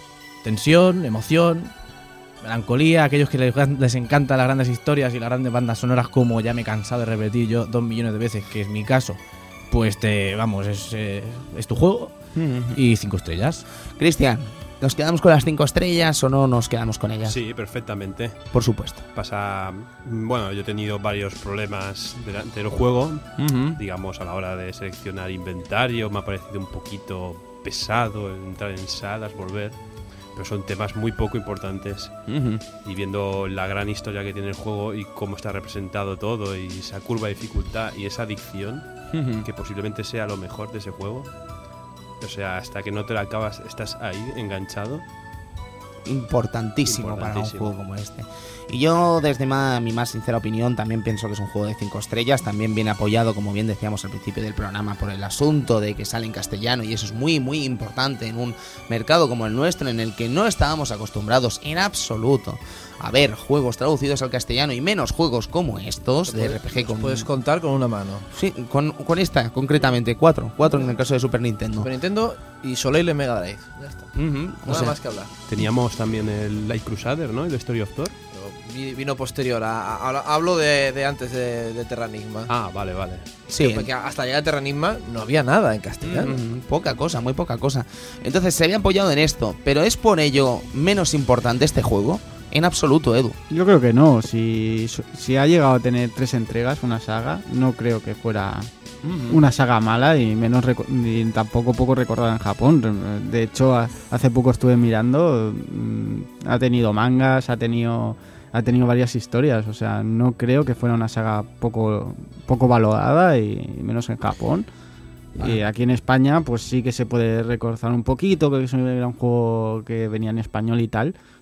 tensión, emoción, melancolía. Aquellos que les, les encantan las grandes historias y las grandes bandas sonoras, como ya me he cansado de repetir yo dos millones de veces, que es mi caso, pues te, vamos, es, eh, es tu juego. Y cinco estrellas. Cristian, ¿nos quedamos con las cinco estrellas o no nos quedamos con ellas? Sí, perfectamente. Por supuesto. Pasa. Bueno, yo he tenido varios problemas delante del juego. Digamos, a la hora de seleccionar inventario, me ha parecido un poquito pesado entrar en salas, volver. Pero son temas muy poco importantes. Y viendo la gran historia que tiene el juego y cómo está representado todo, y esa curva de dificultad y esa adicción, que posiblemente sea lo mejor de ese juego. O sea, hasta que no te la acabas, estás ahí, enganchado. Importantísimo, para un Importantísimo. juego como este. Y yo, desde ma- mi más sincera opinión, también pienso que es un juego de cinco estrellas. También viene apoyado, como bien decíamos al principio del programa, por el asunto de que sale en castellano, y eso es muy, muy importante en un mercado como el nuestro, en el que no estábamos acostumbrados en absoluto a ver juegos traducidos al castellano, y menos juegos como estos de R P G Los con... puedes contar con una mano. Sí, con, con esta, concretamente, cuatro. Cuatro en el caso de Super Nintendo. Super Nintendo y Soleil en Mega Drive. Ya está. Ujú, o Nada sea, más que hablar. Teníamos también el Light Crusader, ¿no? El Story of Thor. Pero vi- vino posterior. A, a- a- hablo de, de antes de, de Terranigma. Ah, vale, vale. sí, Porque hasta llegar a Terranigma no había nada en castellano. Mm, poca cosa, muy poca cosa. Entonces se había apoyado en esto, pero ¿es por ello menos importante este juego? En absoluto, Edu. Yo creo que no. Si, si ha llegado a tener tres entregas, una saga, no creo que fuera una saga mala y menos reco- y tampoco poco recordada en Japón. De hecho, a- hace poco estuve mirando, mm, ha tenido mangas, ha tenido ha tenido varias historias. O sea, no creo que fuera una saga poco poco valorada y menos en Japón. Y aquí en España, pues sí que se puede recordar un poquito, porque eso era un juego que venía en español y tal,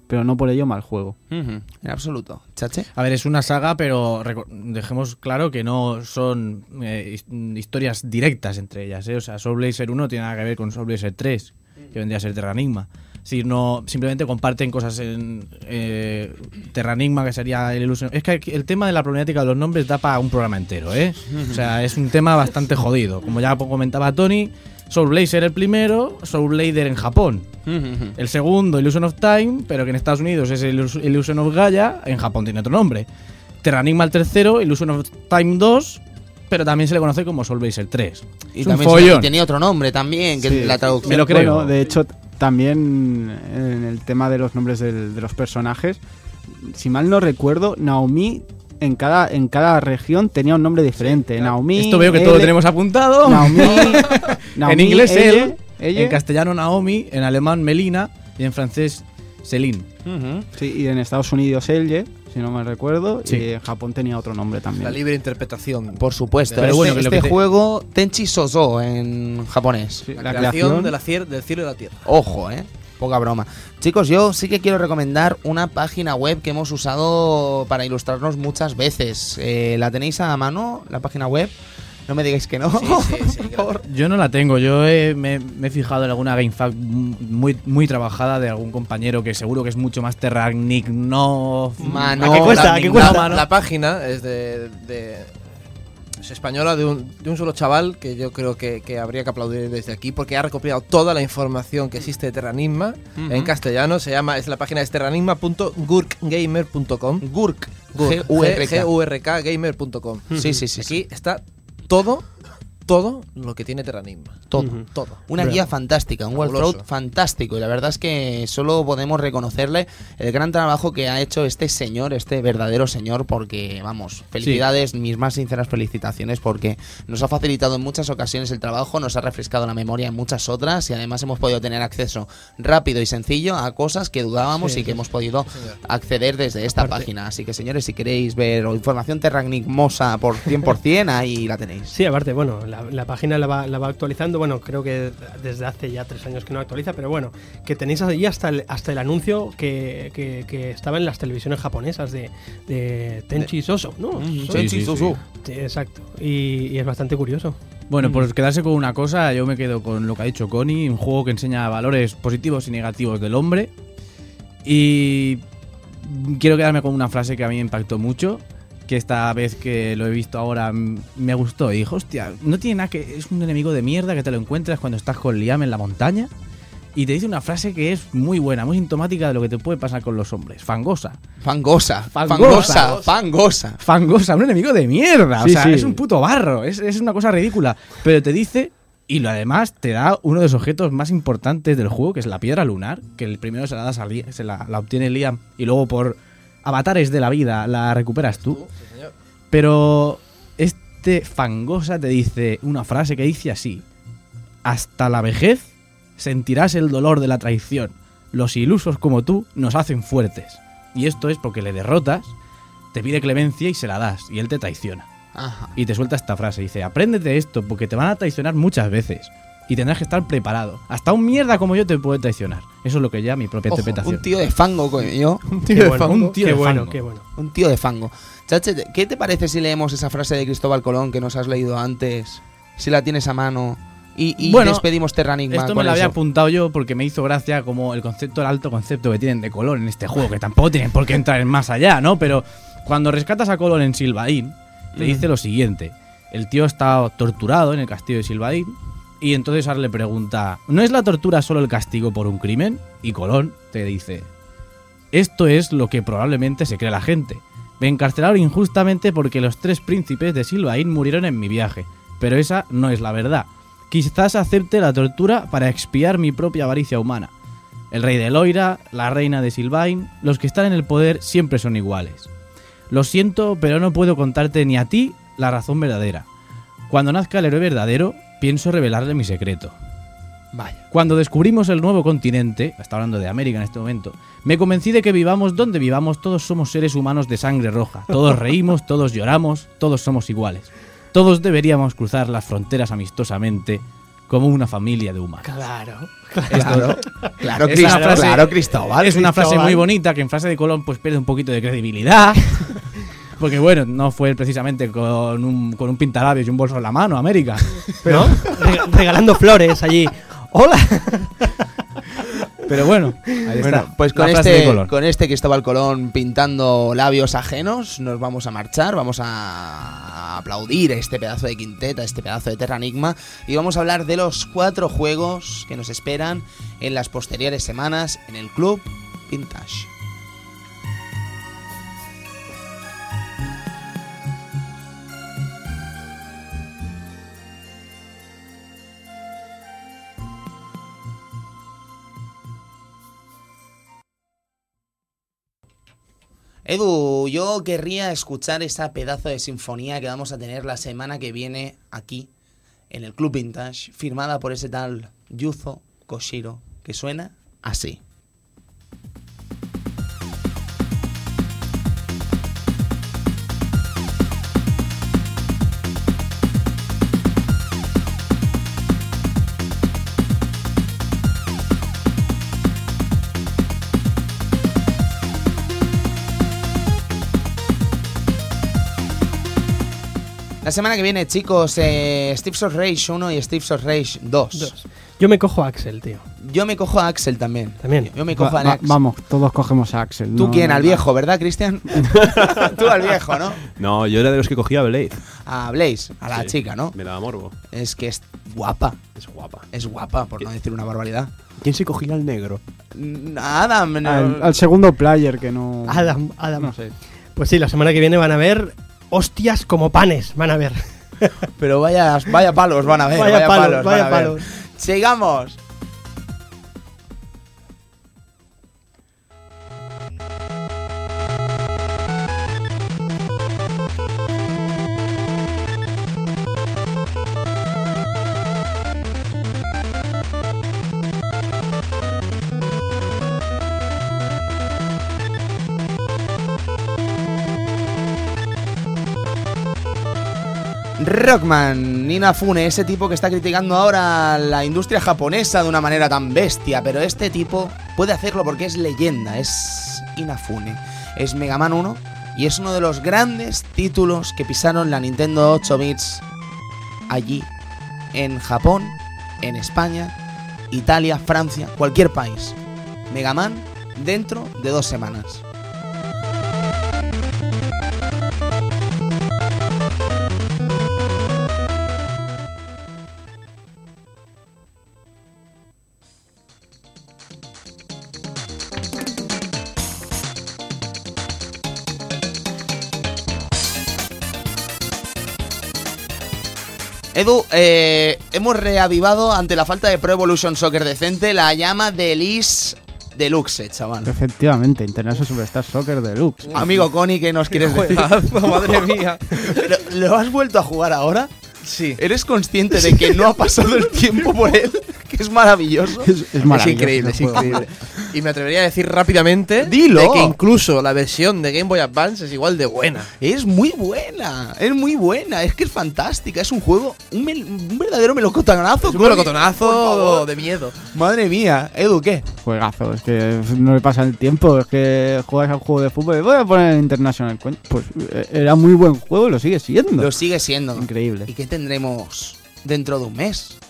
pero no por ello mal juego. Uh-huh. En absoluto. ¿Chache? A ver, es una saga, pero reco- dejemos claro que no son eh, his- historias directas entre ellas, ¿eh? O sea, Soul Blazer uno no tiene nada que ver con Soul Blazer tres, que vendría a ser Terranigma. Si no, simplemente comparten cosas en eh, Terranigma, que sería el Illusion. Es que aquí el tema de la problemática de los nombres da para un programa entero, ¿eh? O sea, es un tema bastante jodido. Como ya comentaba Tony, Soul Blazer el primero, Soul Blazer en Japón. El segundo, Illusion of Time, pero que en Estados Unidos es el Illusion of Gaia, en Japón tiene otro nombre. Terranigma el tercero, Illusion of Time dos, pero también se le conoce como Soul Blazer tres. Y es un también follón. se- tenía otro nombre también, que Sí, la traducción... me lo creo. Bueno, de hecho, también en el tema de los nombres del- de los personajes, si mal no recuerdo, Naomi en cada en cada región tenía un nombre diferente. Sí, claro. Naomi, Esto veo que todo L- lo tenemos apuntado. Naomi, Naomi, en inglés Elle, él, Elle. en castellano Naomi, en alemán Melina y en francés Céline. Ujú. Sí, y en Estados Unidos Elle, si no me recuerdo, Sí. y en Japón tenía otro nombre también. La libre interpretación. Por supuesto. Pero este bueno, que lo este que te- juego, Tenchi Sozo en japonés. Sí, La, creación, de la cier- del cielo y la tierra. Ojo, eh. Poca broma. Chicos, yo sí que quiero recomendar una página web que hemos usado para ilustrarnos muchas veces. Eh, ¿La tenéis a mano, la página web? No me digáis que no. Sí, sí, sí, por favor. Yo no la tengo, yo he- me, me he fijado en alguna GameFAQ muy, muy trabajada de algún compañero que seguro que es mucho más Terranigma. No, Mano, ¿A qué cuesta? la, ¿A qué la- cuesta? la página es de, de- es española de un, de un solo chaval que yo creo que, que habría que aplaudir desde aquí porque ha recopilado toda la información que existe de Terranigma en castellano. Se llama, es la página es terranigma punto gurkgamer punto com. Gurk. G G-U-R-K. U R K gamer punto com. Sí, sí, sí. Aquí está todo, todo lo que tiene Terranigma. Todo. Ujú. Todo. Una guía fantástica, un Fabuloso. walkthrough fantástico. Y la verdad es que solo podemos reconocerle el gran trabajo que ha hecho este señor, este verdadero señor, porque, vamos, felicidades, mis más sinceras felicitaciones, porque nos ha facilitado en muchas ocasiones el trabajo, nos ha refrescado la memoria en muchas otras y además hemos podido tener acceso rápido y sencillo a cosas que dudábamos Sí, y que sí. hemos podido acceder desde esta Aparte- página. Así que, señores, si queréis ver o información terranigmosa por cien por cien, ahí la tenéis. Sí, aparte, bueno, la, la página la va, la va actualizando. Bueno, creo que desde hace ya tres años que no actualiza, pero bueno, que tenéis ahí hasta el, hasta el anuncio que, que, que estaba en las televisiones japonesas de, de Tenchi Soso, ¿no? Mm, Soso. sí, sí, sí, sí. Sí, exacto. Y, y es bastante curioso. Bueno, Mm. por quedarse con una cosa, yo me quedo con lo que ha dicho Connie, un juego que enseña valores positivos y negativos del hombre. Y quiero quedarme con una frase que a mí me impactó mucho, que esta vez que lo he visto ahora mm, me gustó. Y dije, hostia, no tiene nada que... Es un enemigo de mierda que te lo encuentras cuando estás con Liam en la montaña. Y te dice una frase que es muy buena, muy sintomática de lo que te puede pasar con los hombres. Fangosa. Fangosa, Fangosa. fangosa, fangosa. Fangosa, un enemigo de mierda. Sí, o sea, sí. es un puto barro. Es, es una cosa ridícula. Pero te dice, y lo además te da uno de los objetos más importantes del juego, que es la piedra lunar. Que el primero se la das a Li- se la, la obtiene Liam. Y luego por avatares de la vida la recuperas tú. Sí, señor. Pero este Fangosa te dice una frase que dice así: hasta la vejez sentirás el dolor de la traición. Los ilusos como tú nos hacen fuertes. Y esto es porque le derrotas, te pide clemencia y se la das, y él te traiciona. Ajá. Y te suelta esta frase, dice, apréndete esto porque te van a traicionar muchas veces. Y tendrás que estar preparado. Hasta un mierda como yo te puede traicionar. Eso es lo que ya mi propia Ojo, interpretación. un tío de fango, coño. Un tío Qué de bueno, fango. un tío qué de bueno, fango. qué bueno. Un tío de fango. Chache, ¿qué te parece si leemos esa frase de Cristóbal Colón que nos has leído antes? Si la tienes a mano. Y, y Bueno, despedimos Terranigma. Esto me con lo había eso. apuntado yo porque me hizo gracia como el concepto, el alto concepto que tienen de Colón en este juego, que tampoco tienen por qué entrar en más allá, ¿no? Pero cuando rescatas a Colón en Silvaín, te Mm. dice lo siguiente. El tío está torturado en el castillo de Silvaín y entonces ahora le pregunta, ¿no es la tortura solo el castigo por un crimen? Y Colón te dice, esto es lo que probablemente se cree la gente. Me encarcelaron injustamente porque los tres príncipes de Silvaín murieron en mi viaje, pero esa no es la verdad. Quizás acepte la tortura para expiar mi propia avaricia humana. El rey de Loira, la reina de Silvain, los que están en el poder siempre son iguales. Lo siento, pero no puedo contarte ni a ti la razón verdadera. Cuando nazca el héroe verdadero, pienso revelarle mi secreto. Vaya. Cuando descubrimos el nuevo continente, está hablando de América en este momento, me convencí de que vivamos donde vivamos, todos somos seres humanos de sangre roja. Todos reímos, todos lloramos, todos somos iguales. Todos deberíamos cruzar las fronteras amistosamente, como una familia de humanos. Claro. Claro, claro, Es Crist- una frase- claro, Cristóbal. Es una frase Cristóbal. muy bonita que en frase de Colón pues pierde un poquito de credibilidad. Porque bueno, no fue precisamente con un, con un pintalabios y un bolso en la mano, América. ¿No? Reg- regalando flores allí. ¡Hola! Pero bueno, ahí Bueno, está. pues con la frase de este, Colón. con este Cristóbal Colón pintando labios ajenos, nos vamos a marchar, vamos a aplaudir este pedazo de quinteta, este pedazo de Terranigma, y vamos a hablar de los cuatro juegos que nos esperan en las posteriores semanas en el Club Vintage. Edu, yo querría escuchar esa pedazo de sinfonía que vamos a tener la semana que viene aquí, en el Club Vintage, firmada por ese tal Yuzo Koshiro, que suena así. La semana que viene, chicos, eh, Streets of Rage uno y Streets of Rage dos. Dos. Yo me cojo a Axel, tío. Yo me cojo a Axel también. También. Yo me cojo Va- a va- Axel. vamos, todos cogemos a Axel. ¿Tú no- quién? no- Al viejo, ¿verdad, Cristian? Tú al viejo, ¿no? No, yo era de los que cogía Blade. A Blaze, a la Sí, chica, ¿no? Me daba morbo. Es que es guapa. Es guapa. Es guapa, por no decir una barbaridad. ¿Quién se cogía al negro? Mm, Adam, no- Al, al segundo player que no. Adam, Adam. No sé. Pues sí, la semana que viene van a ver hostias como panes, van a ver. pero vaya, vaya palos van a ver. Vaya Vaya, palos, palos, vaya van a ver. palos. Sigamos. Rockman, Inafune, ese tipo que está criticando ahora a la industria japonesa de una manera tan bestia, pero este tipo puede hacerlo porque es leyenda, es Inafune, es Mega Man uno y es uno de los grandes títulos que pisaron la Nintendo ocho bits allí, en Japón, en España, Italia, Francia, cualquier país. Mega Man dentro de dos semanas. Edu, eh, hemos reavivado ante la falta de Pro Evolution Soccer decente la llama de Elise Deluxe, chaval. Efectivamente, International Superstar Soccer Deluxe. Amigo Connie, ¿qué nos quieres decir? Madre mía. ¿Pero, ¿Lo has vuelto a jugar ahora? Sí. ¿Eres consciente de que no ha pasado el tiempo por él? Que es maravilloso. Es, es Es maravilloso increíble, ese es juego. increíble. Y me atrevería a decir rápidamente Dilo. de que incluso la versión de Game Boy Advance es igual de buena. Es muy buena, es muy buena, es que es fantástica, es un juego, un, mel- un verdadero melocotonazo. Es un Connie, por melocotonazo favor. de miedo. Madre mía, Edu, ¿qué? Juegazo, es que no le pasa el tiempo, es que juegas al juego de fútbol y voy a poner el International. Coño, pues eh, era muy buen juego y lo sigue siendo. Lo sigue siendo. Increíble. ¿Y qué tendremos dentro de un mes?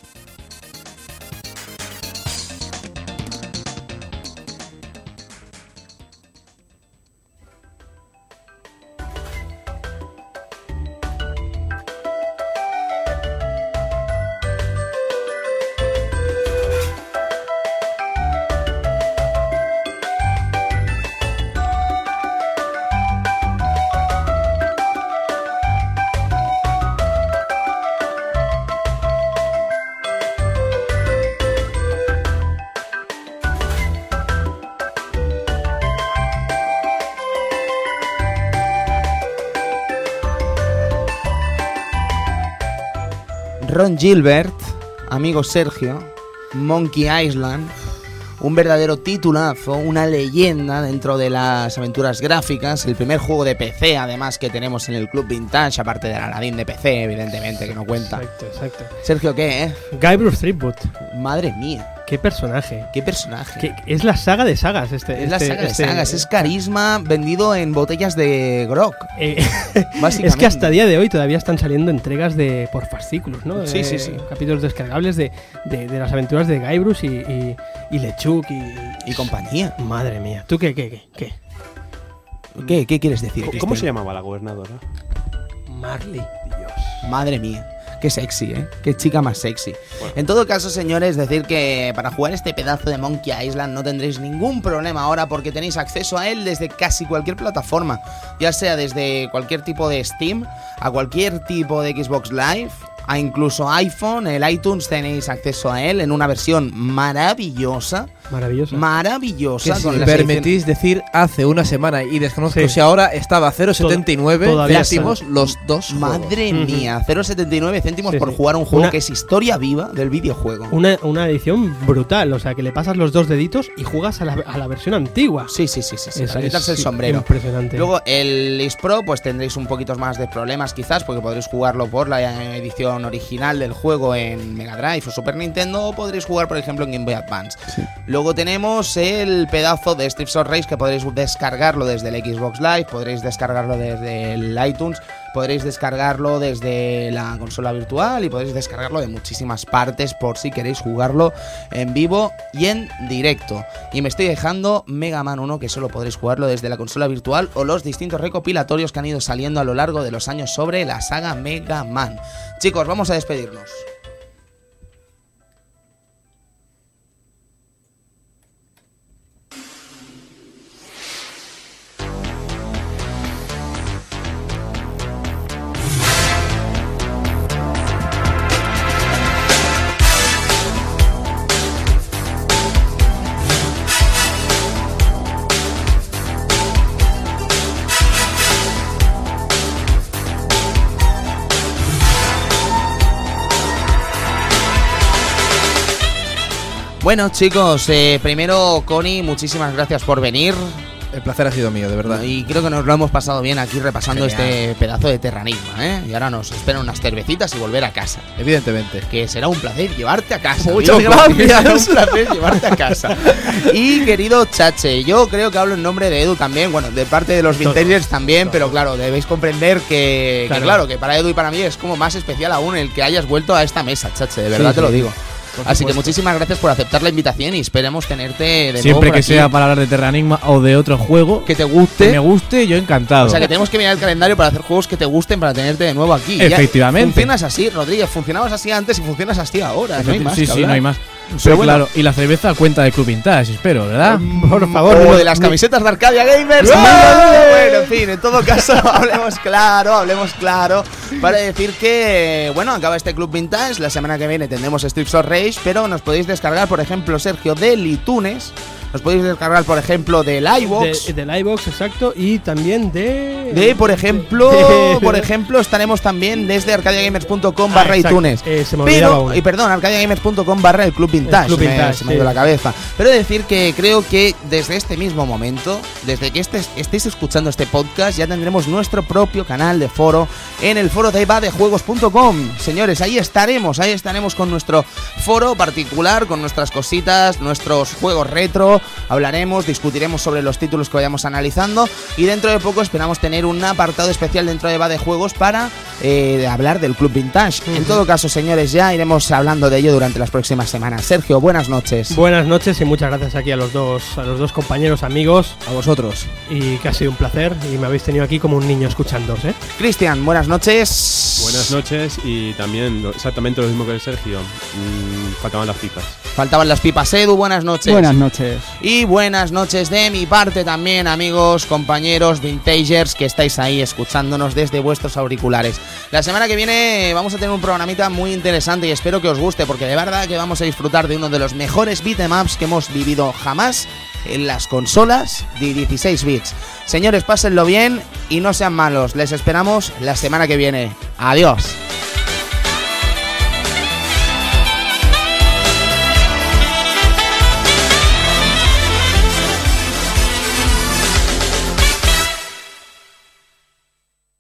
Ron Gilbert, amigo Sergio, Monkey Island, un verdadero titulazo, una leyenda dentro de las aventuras gráficas, el primer juego de P C además que tenemos en el Club Vintage, aparte del Aladdin de P C, evidentemente, que no cuenta. Exacto, exacto. Sergio, ¿qué, eh? Guybrush Threepwood. Madre mía, Qué personaje. qué personaje. Que es la saga de sagas este. Es la este- saga de este- sagas, es carisma vendido en botellas de grog, Eh, básicamente. es que hasta día de hoy todavía están saliendo entregas de por fascículos, ¿no? Sí, Eh, sí, sí. Capítulos descargables de, de, de las aventuras de Guybrush y, y, y LeChuck y, Y compañía. Madre mía. ¿Tú qué, qué, qué? qué? ¿Qué, qué quieres decir, ¿Cómo Cristian? se llamaba la gobernadora? Marley. Dios. Madre mía, qué sexy, ¿eh? Qué chica más sexy. En todo caso, señores, decir que para jugar este pedazo de Monkey Island no tendréis ningún problema ahora porque tenéis acceso a él desde casi cualquier plataforma, ya sea desde cualquier tipo de Steam, a cualquier tipo de Xbox Live, a incluso iPhone, el iTunes tenéis acceso a él en una versión maravillosa, Maravilloso. maravillosa. Que si con me las permitís decir, hace una semana y desconozco Sí. si ahora estaba a cero coma setenta y nueve Todavía céntimos los dos juegos. Madre Ujú. mía, cero coma setenta y nueve céntimos Sí, por sí. jugar un juego Una- que es historia viva del videojuego. Una, una edición brutal, o sea, que le pasas los dos deditos y juegas a la, a la versión antigua. Sí, sí, sí, sí, sí, Es- para es quitarse el sombrero. Impresionante. Luego el X Pro pues tendréis un poquito más de problemas quizás porque podréis jugarlo por la edición original del juego en Mega Drive o Super Nintendo o podréis jugar por ejemplo en Game Boy Advance. Luego tenemos el pedazo de Streets of Rage que podréis descargarlo desde el Xbox Live, podréis descargarlo desde el iTunes, podréis descargarlo desde la consola virtual y podréis descargarlo de muchísimas partes por si queréis jugarlo en vivo y en directo. Y me estoy dejando Mega Man uno que solo podréis jugarlo desde la consola virtual o los distintos recopilatorios que han ido saliendo a lo largo de los años sobre la saga Mega Man. Chicos, vamos a despedirnos. Bueno, chicos, eh, primero, Connie, muchísimas gracias por venir. El placer ha sido mío, de verdad. Y creo que nos lo hemos pasado bien aquí repasando Genial. este pedazo de Terranigma, ¿eh? Y ahora nos esperan unas cervecitas y volver a casa. Evidentemente. Que será un placer llevarte a casa. Muchas Digo, gracias. Será un placer llevarte a casa. Y querido Chache, yo creo que hablo en nombre de Edu también, bueno, de parte de los Todo. Vintagers también, pero claro, debéis comprender que que Claro. claro. que para Edu y para mí es como más especial aún el que hayas vuelto a esta mesa, Chache, de verdad Sí, te lo sí. digo. Por Así que supuesto. muchísimas gracias por aceptar la invitación y esperemos tenerte de nuevo Siempre por que aquí. sea para hablar de Terranigma o de otro juego que te que guste. me guste, yo encantado. O sea que tenemos que mirar el calendario para hacer juegos que te gusten para tenerte de nuevo aquí. Efectivamente. Ya funcionas así, Rodríguez. Funcionabas así antes y funcionas así ahora. No hay más sí, que sí, hablar. no hay más. Pero Pero bueno. claro, y la cerveza cuenta de Club Vintage, espero, ¿verdad? Por favor, O no- de las no- camisetas de Arcadia Gamers. ¡Ah! Bueno, en fin, en todo caso, hablemos claro, hablemos claro. Para decir que, bueno, acaba este Club Vintage. La semana que viene tendremos Streets of Rage, pero nos podéis descargar, por ejemplo, Sergio, del iTunes. Nos podéis descargar, por ejemplo, del iVoox. de, del iVoox, exacto, y también de... De, por ejemplo, por ejemplo, estaremos también desde arcadiagamers punto com barra Ah, exacto. iTunes. Eh, se me olvidaba Pero, uno. y perdón, arcadiagamers punto com barra el Club Vintage. El Club se me- Vintage, se me ha sí. ido la cabeza. Pero decir que creo que desde este mismo momento, desde que estés, estéis escuchando este podcast, ya tendremos nuestro propio canal de foro en el foro de va de juegos punto com. Señores, ahí estaremos, ahí estaremos con nuestro foro particular, con nuestras cositas, nuestros juegos retro. Hablaremos, discutiremos sobre los títulos que vayamos analizando y dentro de poco esperamos tener un apartado especial dentro de Va de Juegos para eh, hablar del Club Vintage. En todo caso, señores, ya iremos hablando de ello durante las próximas semanas. Sergio, buenas noches. Buenas noches y muchas gracias aquí a los dos, a los dos compañeros, amigos, A vosotros. y que ha sido un placer y me habéis tenido aquí como un niño escuchándoos, ¿eh? Cristian, buenas noches. Buenas noches y también lo- exactamente lo mismo que el Sergio. Mm, faltaban las pipas. Faltaban las pipas. Edu, buenas noches. Buenas noches. Y buenas noches de mi parte también, amigos, compañeros, vintagers, que estáis ahí escuchándonos desde vuestros auriculares. La semana que viene vamos a tener un programita muy interesante y espero que os guste, porque de verdad que vamos a disfrutar de uno de los mejores beat'em ups que hemos vivido jamás en las consolas de dieciséis bits. Señores, pásenlo bien y no sean malos. Les esperamos la semana que viene. Adiós.